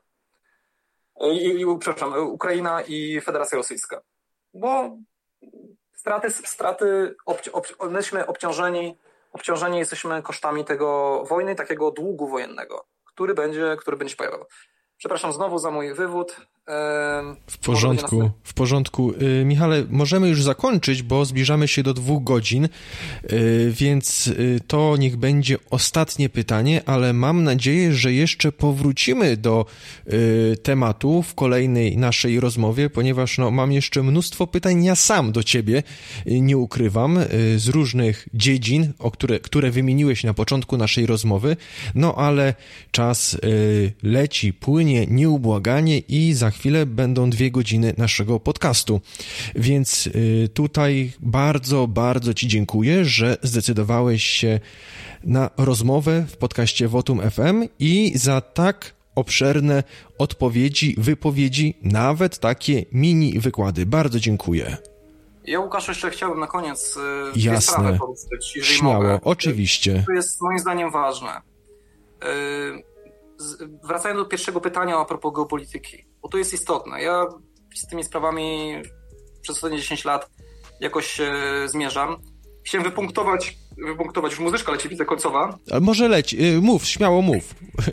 I, i, przepraszam, Ukraina i Federacja Rosyjska. Bo straty, straty obci- ob- myśmy obciążeni, obciążeni jesteśmy kosztami tego wojny, takiego długu wojennego, który będzie, który będzie się pojawiał. Przepraszam znowu za mój wywód. W porządku, w porządku. Michale, możemy już zakończyć, bo zbliżamy się do dwóch godzin, więc to niech będzie ostatnie pytanie, ale mam nadzieję, że jeszcze powrócimy do tematu w kolejnej naszej rozmowie, ponieważ no, mam jeszcze mnóstwo pytań ja sam do ciebie, nie ukrywam, z różnych dziedzin, o które, które wymieniłeś na początku naszej rozmowy, no ale czas leci, płynie nieubłaganie i za chwilę będą dwie godziny naszego podcastu. Więc tutaj bardzo, bardzo ci dziękuję, że zdecydowałeś się na rozmowę w podcaście Votum F M i za tak obszerne odpowiedzi, wypowiedzi, nawet takie mini wykłady. Bardzo dziękuję. Ja, Łukasz, jeszcze chciałbym na koniec Jasne. dwie sprawy poruszyć, jeżeli Śmiało, mogę. oczywiście. To jest moim zdaniem ważne. Wracając do pierwszego pytania a propos geopolityki, bo to jest istotne. Ja z tymi sprawami przez ostatnie dziesięć lat jakoś się zmierzam. Chciałem wypunktować wypunktować, już muzyczka leci, widzę końcowa. Ale może leć, mów, śmiało mów.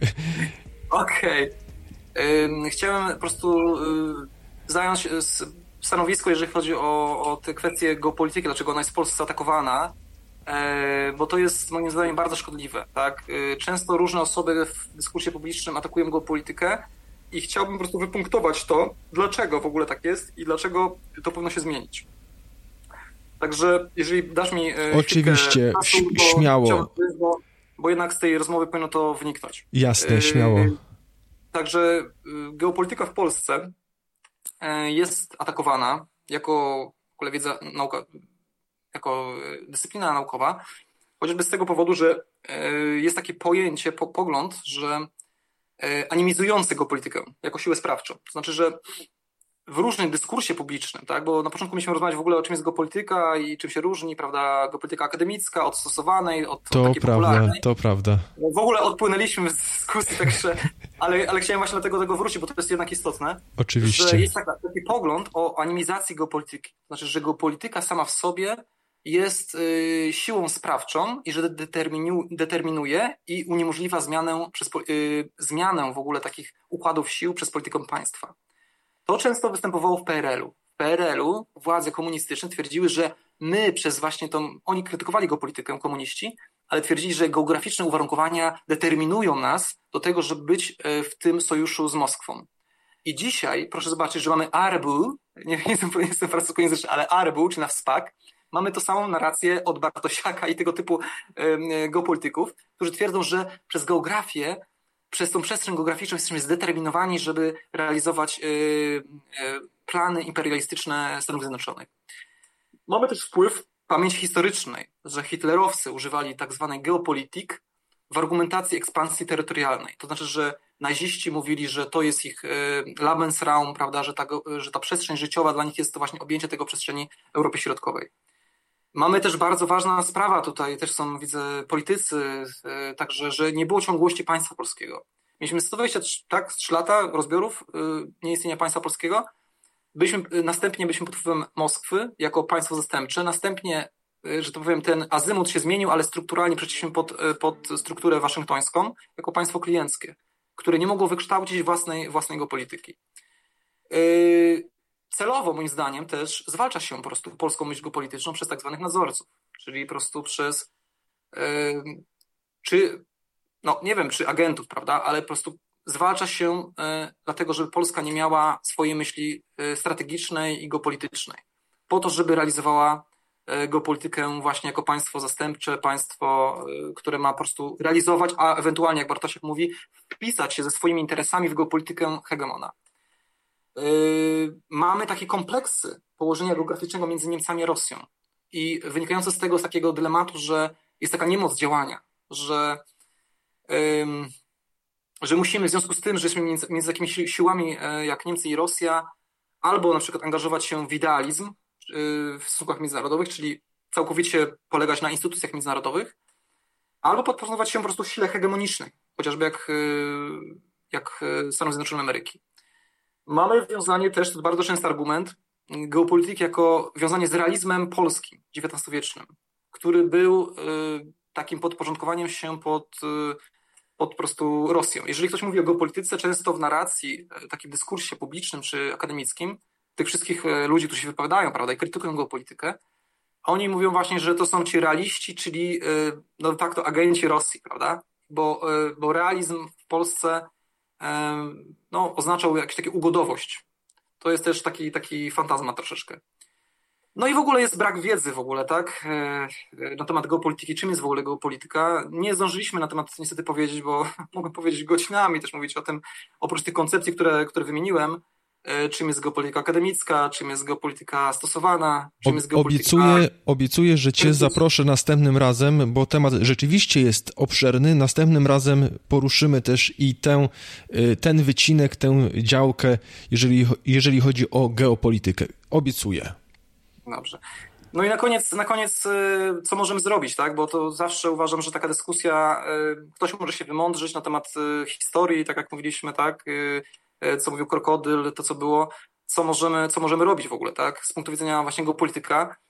Okej. Okay. Chciałem po prostu zająć stanowisko, jeżeli chodzi o, o te kwestie geopolityki, dlaczego ona jest w Polsce atakowana, bo to jest moim zdaniem bardzo szkodliwe. Tak? Często różne osoby w dyskursie publicznym atakują geopolitykę i chciałbym po prostu wypunktować to, dlaczego w ogóle tak jest i dlaczego to powinno się zmienić. Także jeżeli dasz mi oczywiście, czasu, śmiało. Bo, bo jednak z tej rozmowy powinno to wyniknąć. Jasne, śmiało. Także geopolityka w Polsce jest atakowana jako w ogóle wiedza nauka, jako dyscyplina naukowa, chociażby z tego powodu, że jest takie pojęcie, po, pogląd, że animizujący geopolitykę jako siłę sprawczą. To znaczy, że w różnym dyskursie publicznym, tak, bo na początku mieliśmy rozmawiać w ogóle o czym jest geopolityka i czym się różni, prawda, geopolityka akademicka od stosowanej, od, to od takiej prawda, popularnej. To prawda. W ogóle odpłynęliśmy z dyskusji, także, ale, ale chciałem właśnie do tego, do tego wrócić, bo to jest jednak istotne. Oczywiście. Że jest taki, taki pogląd o animizacji geopolityki. To znaczy, że geopolityka sama w sobie jest y, siłą sprawczą i że determinu, determinuje i uniemożliwia zmianę, przez, y, zmianę w ogóle takich układów sił przez politykę państwa. To często występowało w P R L u. W P R L u władze komunistyczne twierdziły, że my przez właśnie tą, oni krytykowali geopolitykę komuniści, ale twierdzili, że geograficzne uwarunkowania determinują nas do tego, żeby być w tym sojuszu z Moskwą. I dzisiaj proszę zobaczyć, że mamy A R B U, nie, nie jestem, nie jestem francuskojęzyczny, ale A R B U, czy na wspak, mamy tą samą narrację od Bartosiaka i tego typu y, geopolityków, którzy twierdzą, że przez geografię, przez tą przestrzeń geograficzną jesteśmy zdeterminowani, żeby realizować y, y, plany imperialistyczne Stanów Zjednoczonych. Mamy też wpływ pamięci historycznej, że hitlerowcy używali tak zwanej geopolitik w argumentacji ekspansji terytorialnej. To znaczy, że naziści mówili, że to jest ich y, Lebensraum, prawda, że ta, że ta przestrzeń życiowa dla nich jest to właśnie objęcie tego przestrzeni Europy Środkowej. Mamy też bardzo ważna sprawa tutaj, też są, widzę, politycy, y, także, że nie było ciągłości państwa polskiego. Mieliśmy sto dwadzieścia trzy, tak, trzy lata rozbiorów y, nieistnienia państwa polskiego. Byliśmy, y, następnie byliśmy pod wpływem Moskwy jako państwo zastępcze. Następnie, y, że to powiem, ten azymut się zmienił, ale strukturalnie przeszliśmy pod, y, pod strukturę waszyngtońską jako państwo klienckie, które nie mogło wykształcić własnej, własnej geopolityki. Y, Celowo, moim zdaniem, też zwalcza się po prostu polską myśl geopolityczną przez tak zwanych nadzorców, czyli po prostu przez, yy, czy, no nie wiem, czy agentów, prawda, ale po prostu zwalcza się yy, dlatego, żeby Polska nie miała swojej myśli yy, strategicznej i geopolitycznej, po to, żeby realizowała yy, geopolitykę właśnie jako państwo zastępcze, państwo, yy, które ma po prostu realizować, a ewentualnie, jak Bartosiak mówi, wpisać się ze swoimi interesami w geopolitykę hegemona. Yy, mamy takie kompleksy położenia geograficznego między Niemcami a Rosją i wynikające z tego z takiego dylematu, że jest taka niemoc działania, że, yy, że musimy w związku z tym, że jesteśmy między, między takimi si siłami yy, jak Niemcy i Rosja, albo na przykład angażować się w idealizm yy, w stosunkach międzynarodowych, czyli całkowicie polegać na instytucjach międzynarodowych, albo podporządkować się po prostu sile hegemonicznej, chociażby jak, yy, jak Stanów Zjednoczonych Ameryki. Mamy wiązanie też, to bardzo częsty argument, geopolityki jako wiązanie z realizmem polskim, dziewiętnastowiecznym, który był y, takim podporządkowaniem się pod, y, pod po prostu Rosją. Jeżeli ktoś mówi o geopolityce, często w narracji, y, takim dyskursie publicznym czy akademickim, tych wszystkich y, ludzi, którzy się wypowiadają, prawda, i krytykują geopolitykę, oni mówią właśnie, że to są ci realiści, czyli y, no de facto agenci Rosji, prawda, bo, y, bo realizm w Polsce no, oznaczał jakąś taką ugodowość. To jest też taki, taki fantazmat troszeczkę. No i w ogóle jest brak wiedzy w ogóle, tak, na temat geopolityki. Czym jest w ogóle geopolityka? Nie zdążyliśmy na temat niestety powiedzieć, bo mogę powiedzieć godzinami też mówić o tym, oprócz tych koncepcji, które, które wymieniłem, czym jest geopolityka akademicka, czym jest geopolityka stosowana, czym jest geopolityka... Obiecuję, obiecuję, że Cię zaproszę następnym razem, bo temat rzeczywiście jest obszerny. Następnym razem poruszymy też i tę, ten wycinek, tę działkę, jeżeli, jeżeli chodzi o geopolitykę. Obiecuję. Dobrze. No i na koniec, na koniec co możemy zrobić, tak? Bo to zawsze uważam, że taka dyskusja, ktoś może się wymądrzyć na temat historii, tak jak mówiliśmy, tak? Co mówił Krokodyl, to co było, co możemy, co możemy robić w ogóle, tak? Z punktu widzenia właśnie geopolityka.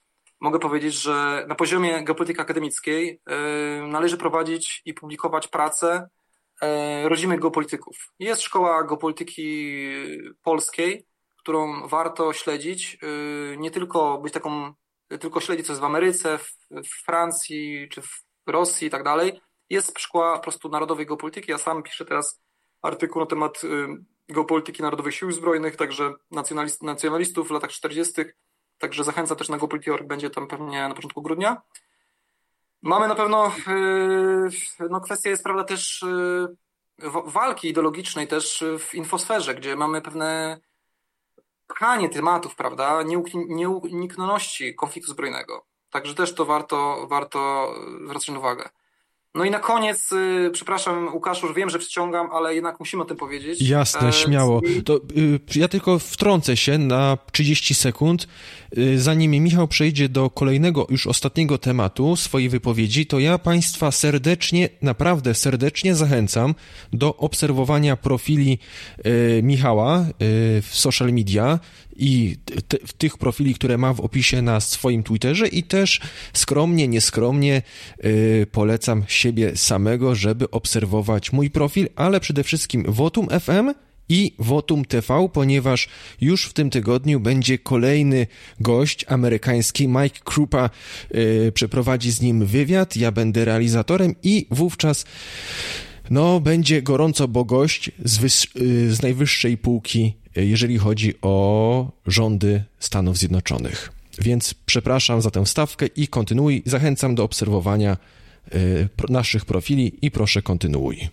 mogę powiedzieć, że na poziomie geopolityki akademickiej należy prowadzić i publikować pracę rodzimych geopolityków. Jest szkoła geopolityki polskiej, którą warto śledzić, nie tylko być taką, tylko śledzić, co jest w Ameryce, w, w Francji, czy w Rosji i tak dalej. Jest szkoła po prostu narodowej geopolityki. Ja sam piszę teraz artykuł na temat geopolityki narodowych sił zbrojnych, także nacjonalist, nacjonalistów w latach czterdziestych. Także zachęcam też na geopolityki kropka org, będzie tam pewnie na początku grudnia. Mamy na pewno, no kwestia jest, prawda, też walki ideologicznej też w infosferze, gdzie mamy pewne pchanie tematów, prawda, nieuniknioności konfliktu zbrojnego. Także też to warto, warto zwracać na uwagę. No i na koniec, yy, przepraszam Łukaszu, wiem, że przyciągam, ale jednak musimy o tym powiedzieć. Jasne, e, śmiało. To, y, ja tylko wtrącę się na trzydzieści sekund. Y, zanim Michał przejdzie do kolejnego, już ostatniego tematu swojej wypowiedzi, to ja Państwa serdecznie, naprawdę serdecznie zachęcam do obserwowania profili y, Michała y, w social media i te, tych profili, które ma w opisie na swoim Twitterze, i też skromnie, nieskromnie yy, polecam siebie samego, żeby obserwować mój profil, ale przede wszystkim Votum F M i Votum T V, ponieważ już w tym tygodniu będzie kolejny gość amerykański, Mike Krupa, yy, przeprowadzi z nim wywiad, ja będę realizatorem i wówczas no będzie gorąco, bo gość z, wys- yy, z najwyższej półki, jeżeli chodzi o rządy Stanów Zjednoczonych. Więc przepraszam za tę wstawkę i kontynuuj. Zachęcam do obserwowania y, naszych profili i proszę kontynuuj.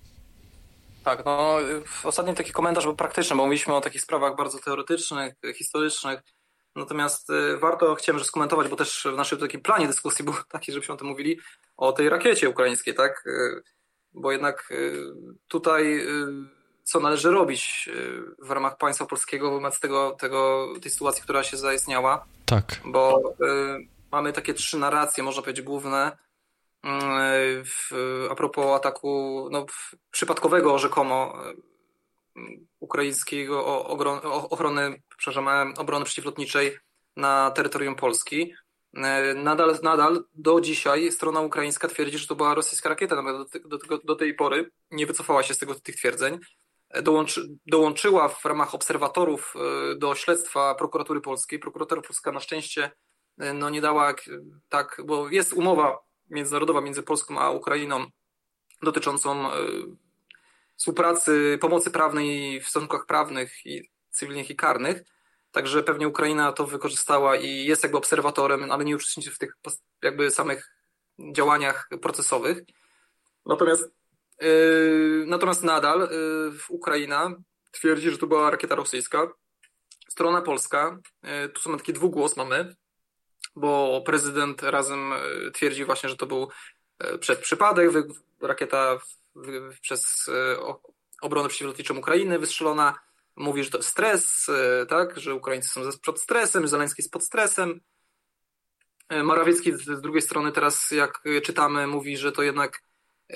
Tak, no ostatni taki komentarz był praktyczny, bo mówiliśmy o takich sprawach bardzo teoretycznych, historycznych. Natomiast y, warto, chciałem że skomentować, bo też w naszym takim planie dyskusji był taki, żebyśmy o tym mówili, o tej rakiecie ukraińskiej, tak? Y, bo jednak y, tutaj... Y, co należy robić w ramach państwa polskiego wobec tego, tego, tej sytuacji, która się zaistniała. Tak. Bo y, mamy takie trzy narracje, można powiedzieć, główne y, w, a propos ataku no, przypadkowego rzekomo y, ukraińskiego o, ogron, o, ochrony, przepraszam, obrony przeciwlotniczej na terytorium Polski. Y, nadal, nadal do dzisiaj strona ukraińska twierdzi, że to była rosyjska rakieta, nawet do, do, do tej pory nie wycofała się z tego, tych twierdzeń. Dołączy, dołączyła w ramach obserwatorów do śledztwa prokuratury polskiej. Prokuratura polska na szczęście no nie dała tak, bo jest umowa międzynarodowa między Polską a Ukrainą dotyczącą współpracy, pomocy prawnej w stosunkach prawnych i cywilnych i karnych. Także pewnie Ukraina to wykorzystała i jest jakby obserwatorem, ale nie uczestniczy w tych jakby samych działaniach procesowych. Natomiast Yy, natomiast nadal yy, Ukraina twierdzi, że to była rakieta rosyjska. Strona polska, yy, tu są taki dwugłos mamy, bo prezydent razem yy, twierdzi właśnie, że to był yy, przed przypadek, wy, rakieta wy, przez yy, obronę przeciwlotniczą Ukrainy wystrzelona. Mówi, że to stres, yy, tak, że Ukraińcy są pod stresem, Zełenski jest pod stresem. Yy, Morawiecki z, z drugiej strony teraz, jak czytamy, mówi, że to jednak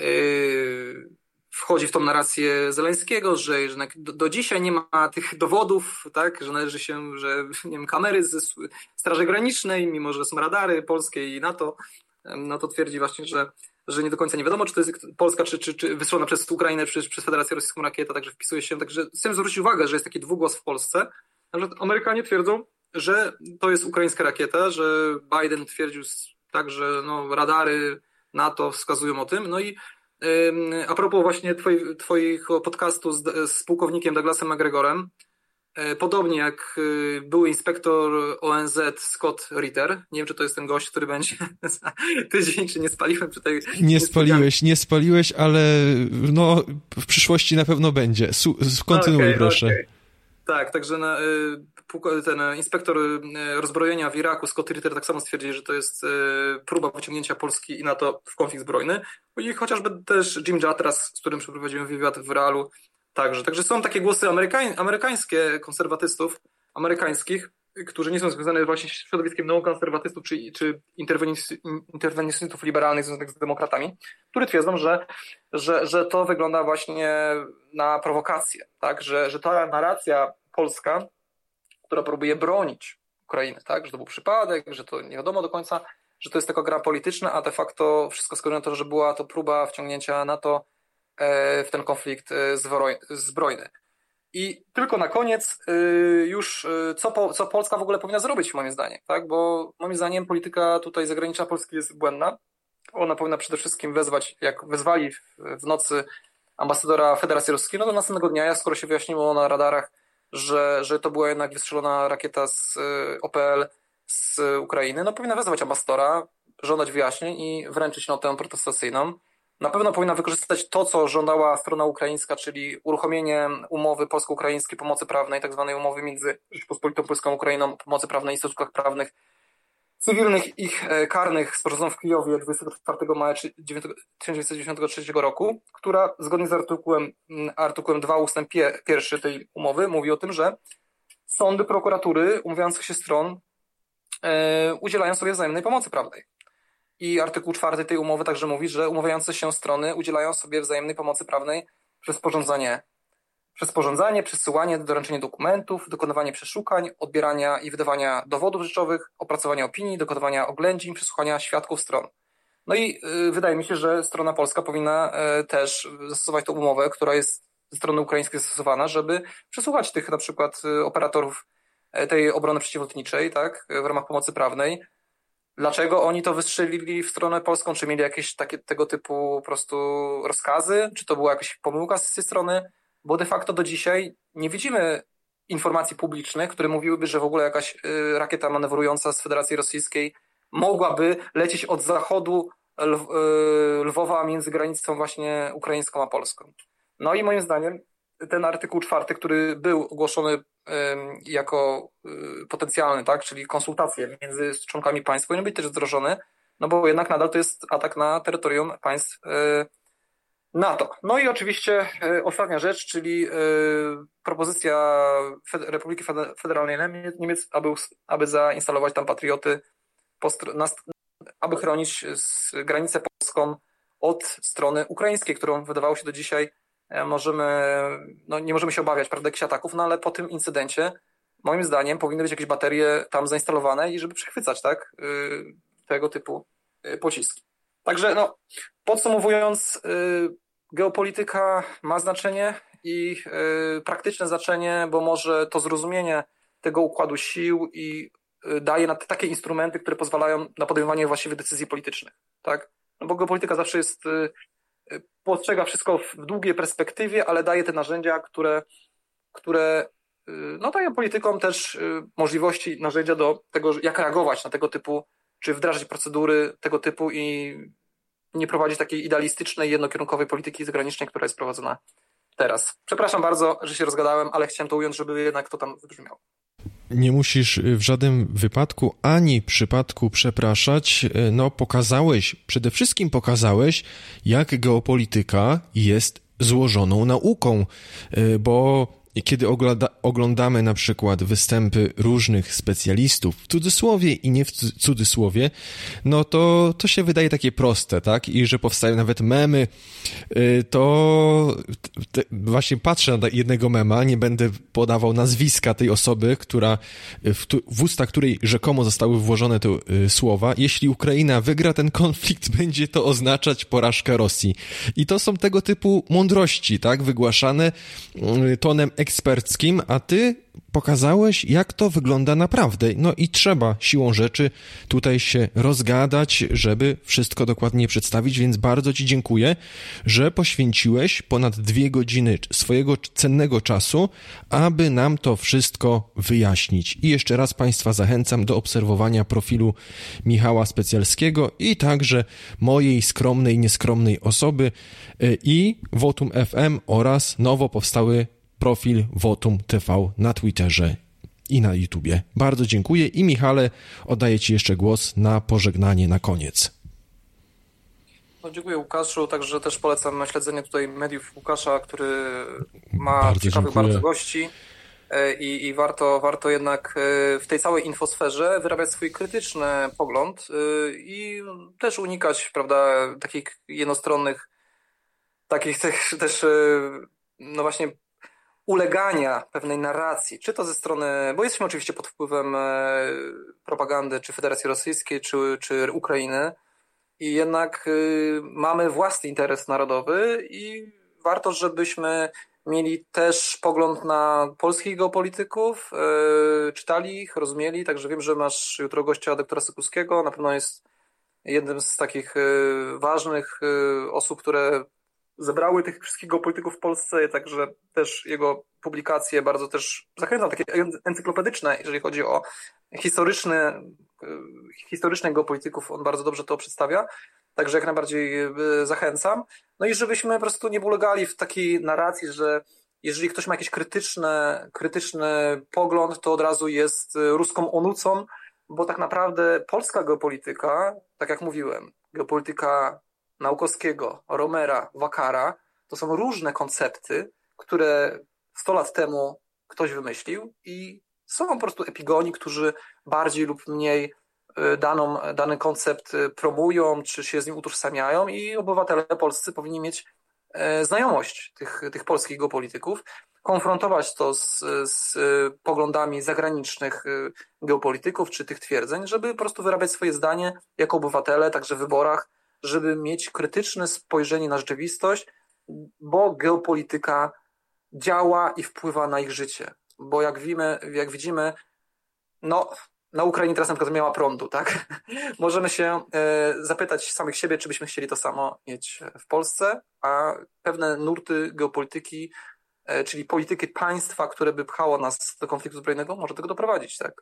Yy, wchodzi w tą narrację Zełenskiego, że, że do, do dzisiaj nie ma tych dowodów, tak, że należy się, że nie wiem, kamery ze Straży Granicznej, mimo że są radary polskie i NATO, no to twierdzi właśnie, że, że nie do końca nie wiadomo, czy to jest Polska, czy, czy, czy wystrzelona przez Ukrainę, czy przez Federację Rosyjską rakieta, także wpisuje się, także chcę zwrócić uwagę, że jest taki dwugłos w Polsce, że Amerykanie twierdzą, że to jest ukraińska rakieta, że Biden twierdził tak, że no, radary NATO wskazują o tym. No i yy, a propos właśnie twoi, twoich podcastu z, z pułkownikiem Douglasem McGregorem, yy, podobnie jak yy, były inspektor O N Z Scott Ritter, nie wiem, czy to jest ten gość, który będzie za tydzień, czy nie spaliłem przy tej... Nie spaliłeś, nie spaliłeś, ale no w przyszłości na pewno będzie. Su- kontynuuj, okay, proszę. Okay. Tak, także na, ten inspektor rozbrojenia w Iraku, Scott Ritter, tak samo stwierdził, że to jest próba wyciągnięcia Polski i NATO w konflikt zbrojny. I chociażby też Jim Jatras, z którym przeprowadziłem wywiad w Realu, także. Także są takie głosy amerykań, amerykańskie konserwatystów, amerykańskich, którzy nie są związane właśnie z środowiskiem neokonserwatystów czy, czy interwencjonistów liberalnych związanych z demokratami, którzy twierdzą, że, że, że to wygląda właśnie na prowokację, tak? że, że ta narracja polska, która próbuje bronić Ukrainy, tak? Że to był przypadek, że to nie wiadomo do końca, że to jest tylko gra polityczna, a de facto wszystko wskazuje na to, że była to próba wciągnięcia NATO w ten konflikt zbrojny. I tylko na koniec już co, po, co Polska w ogóle powinna zrobić, moim zdaniem, tak? Bo moim zdaniem polityka tutaj zagraniczna Polski jest błędna. Ona powinna przede wszystkim wezwać, jak wezwali w nocy ambasadora Federacji Rosyjskiej, no to następnego dnia, skoro się wyjaśniło na radarach, że, że to była jednak wystrzelona rakieta z O P L z Ukrainy, no powinna wezwać ambasadora, żądać wyjaśnień i wręczyć notę protestacyjną. Na pewno powinna wykorzystać to, co żądała strona ukraińska, czyli uruchomienie umowy polsko-ukraińskiej pomocy prawnej, tak zwanej umowy między Rzeczpospolitą Polską a Ukrainą, pomocy prawnej w instytucjach prawnych, cywilnych i karnych, sporządzoną w Kijowie dwudziestego czwartego maja tysiąc dziewięćset dziewięćdziesiątego trzeciego roku, która zgodnie z artykułem, artykułem dwa ustęp pierwszy tej umowy mówi o tym, że sądy, prokuratury umawiających się stron e, udzielają sobie wzajemnej pomocy prawnej. I artykuł czwarty tej umowy także mówi, że umawiające się strony udzielają sobie wzajemnej pomocy prawnej przez sporządzanie, przez sporządzanie, przesyłanie, doręczenie dokumentów, dokonywanie przeszukań, odbierania i wydawania dowodów rzeczowych, opracowania opinii, dokonywania oględzin, przesłuchania świadków stron. No i y, wydaje mi się, że strona polska powinna y, też zastosować tę umowę, która jest ze strony ukraińskiej zastosowana, żeby przesłuchać tych na przykład y, operatorów y, tej obrony przeciwlotniczej, tak, w ramach pomocy prawnej. Dlaczego oni to wystrzelili w stronę polską? Czy mieli jakieś takie tego typu po prostu rozkazy? Czy to była jakaś pomyłka z tej strony? Bo de facto do dzisiaj nie widzimy informacji publicznych, które mówiłyby, że w ogóle jakaś y, rakieta manewrująca z Federacji Rosyjskiej mogłaby lecieć od zachodu Lw, y, Lwowa między granicą właśnie ukraińską a polską. No i moim zdaniem ten artykuł czwarty, który był ogłoszony y, jako y, potencjalny, tak, czyli konsultacje między członkami państw, powinien być też wdrożony, no bo jednak nadal to jest atak na terytorium państw y, NATO. No i oczywiście y, ostatnia rzecz, czyli y, propozycja Fed- Republiki Federalnej Niemiec, aby, aby zainstalować tam patrioty, postr- na, aby chronić granicę polską od strony ukraińskiej, którą wydawało się do dzisiaj możemy, no nie możemy się obawiać, prawda, jakichś ataków, no ale po tym incydencie moim zdaniem powinny być jakieś baterie tam zainstalowane i żeby przechwycać, tak, y, tego typu y, pociski. Także no, podsumowując, y, geopolityka ma znaczenie i y, praktyczne znaczenie, bo może to zrozumienie tego układu sił i y, daje na takie instrumenty, które pozwalają na podejmowanie właściwych decyzji politycznych, tak? No bo geopolityka zawsze jest, y, y, postrzega wszystko w długiej perspektywie, ale daje te narzędzia, które, które y, no dają politykom też y, możliwości, narzędzia do tego, jak reagować na tego typu, czy wdrażać procedury tego typu i nie prowadzić takiej idealistycznej, jednokierunkowej polityki zagranicznej, która jest prowadzona teraz. Przepraszam bardzo, że się rozgadałem, ale chciałem to ująć, żeby jednak to tam wybrzmiało. Nie musisz w żadnym wypadku ani przypadku przepraszać. No, pokazałeś, przede wszystkim pokazałeś, jak geopolityka jest złożoną nauką, bo kiedy ogląda, oglądamy na przykład występy różnych specjalistów, w cudzysłowie i nie w cudzysłowie, no to, to się wydaje takie proste, tak? I że powstają nawet memy, to te, właśnie patrzę na jednego mema, nie będę podawał nazwiska tej osoby, która, w, w usta której rzekomo zostały włożone te y, słowa. Jeśli Ukraina wygra ten konflikt, będzie to oznaczać porażkę Rosji. I to są tego typu mądrości, tak? Wygłaszane y, tonem eksperckim, a ty pokazałeś, jak to wygląda naprawdę. No i trzeba siłą rzeczy tutaj się rozgadać, żeby wszystko dokładnie przedstawić, więc bardzo ci dziękuję, że poświęciłeś ponad dwie godziny swojego cennego czasu, aby nam to wszystko wyjaśnić. I jeszcze raz Państwa zachęcam do obserwowania profilu Michała Specjalskiego i także mojej skromnej, nieskromnej osoby i Votum F M oraz nowo powstały profil Votum T V na Twitterze i na YouTubie. Bardzo dziękuję i Michale, oddaję ci jeszcze głos na pożegnanie na koniec. No, dziękuję Łukaszu, także też polecam śledzenie tutaj mediów Łukasza, który ma bardzo ciekawych dziękuję. bardzo gości i, i warto, warto jednak w tej całej infosferze wyrabiać swój krytyczny pogląd i też unikać, prawda, takich jednostronnych, takich też, też no właśnie ulegania pewnej narracji, czy to ze strony, bo jesteśmy oczywiście pod wpływem propagandy czy Federacji Rosyjskiej, czy, czy Ukrainy i jednak mamy własny interes narodowy i warto, żebyśmy mieli też pogląd na polskich geopolityków, czytali ich, rozumieli, także wiem, że masz jutro gościa doktora Sykulskiego, na pewno jest jednym z takich ważnych osób, które zebrały tych wszystkich geopolityków w Polsce, także też jego publikacje bardzo też zachęcam, takie encyklopedyczne, jeżeli chodzi o historyczny, historycznych geopolityków, on bardzo dobrze to przedstawia, także jak najbardziej zachęcam. No i żebyśmy po prostu nie ulegali w takiej narracji, że jeżeli ktoś ma jakiś krytyczny, krytyczny pogląd, to od razu jest ruską onucą, bo tak naprawdę polska geopolityka, tak jak mówiłem, geopolityka Naukowskiego, Romera, Wakara, to są różne koncepty, które sto lat temu ktoś wymyślił i są po prostu epigoni, którzy bardziej lub mniej daną, dany koncept promują, czy się z nim utożsamiają i obywatele polscy powinni mieć znajomość tych, tych polskich geopolityków, konfrontować to z, z poglądami zagranicznych geopolityków, czy tych twierdzeń, żeby po prostu wyrabiać swoje zdanie jako obywatele, także w wyborach, żeby mieć krytyczne spojrzenie na rzeczywistość, bo geopolityka działa i wpływa na ich życie. Bo jak widzimy, jak widzimy no na Ukrainie teraz na przykład miała prądu, tak? Możemy się e, zapytać samych siebie, czy byśmy chcieli to samo mieć w Polsce, a pewne nurty geopolityki, e, czyli polityki państwa, które by pchało nas do konfliktu zbrojnego, może do tego doprowadzić, tak?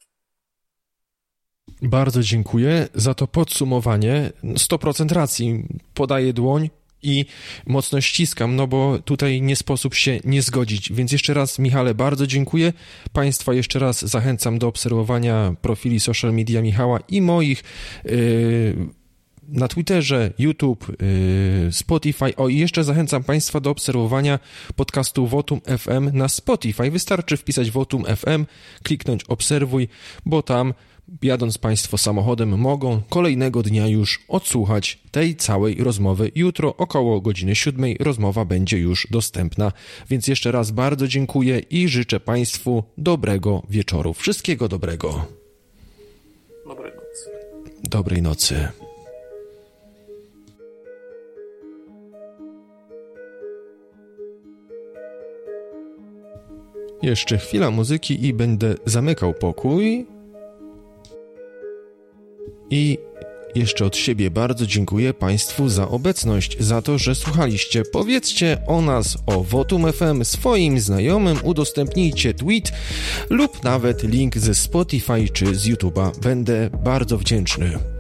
Bardzo dziękuję za to podsumowanie. sto procent racji. Podaję dłoń i mocno ściskam, no bo tutaj nie sposób się nie zgodzić. Więc jeszcze raz, Michale, bardzo dziękuję. Państwa jeszcze raz zachęcam do obserwowania profili social media Michała i moich yy, na Twitterze, YouTube, yy, Spotify. O, i jeszcze zachęcam Państwa do obserwowania podcastu Votum F M na Spotify. Wystarczy wpisać Votum F M, kliknąć obserwuj, bo tam jadąc Państwo samochodem mogą kolejnego dnia już odsłuchać tej całej rozmowy. Jutro około godziny siódmej rozmowa będzie już dostępna. Więc jeszcze raz bardzo dziękuję i życzę Państwu dobrego wieczoru. Wszystkiego dobrego. Dobrej nocy. Dobrej nocy. Jeszcze chwila muzyki i będę zamykał pokój. I jeszcze od siebie bardzo dziękuję Państwu za obecność, za to, że słuchaliście. Powiedzcie o nas, o Votum F M swoim znajomym, udostępnijcie tweet lub nawet link ze Spotify czy z YouTube'a. Będę bardzo wdzięczny.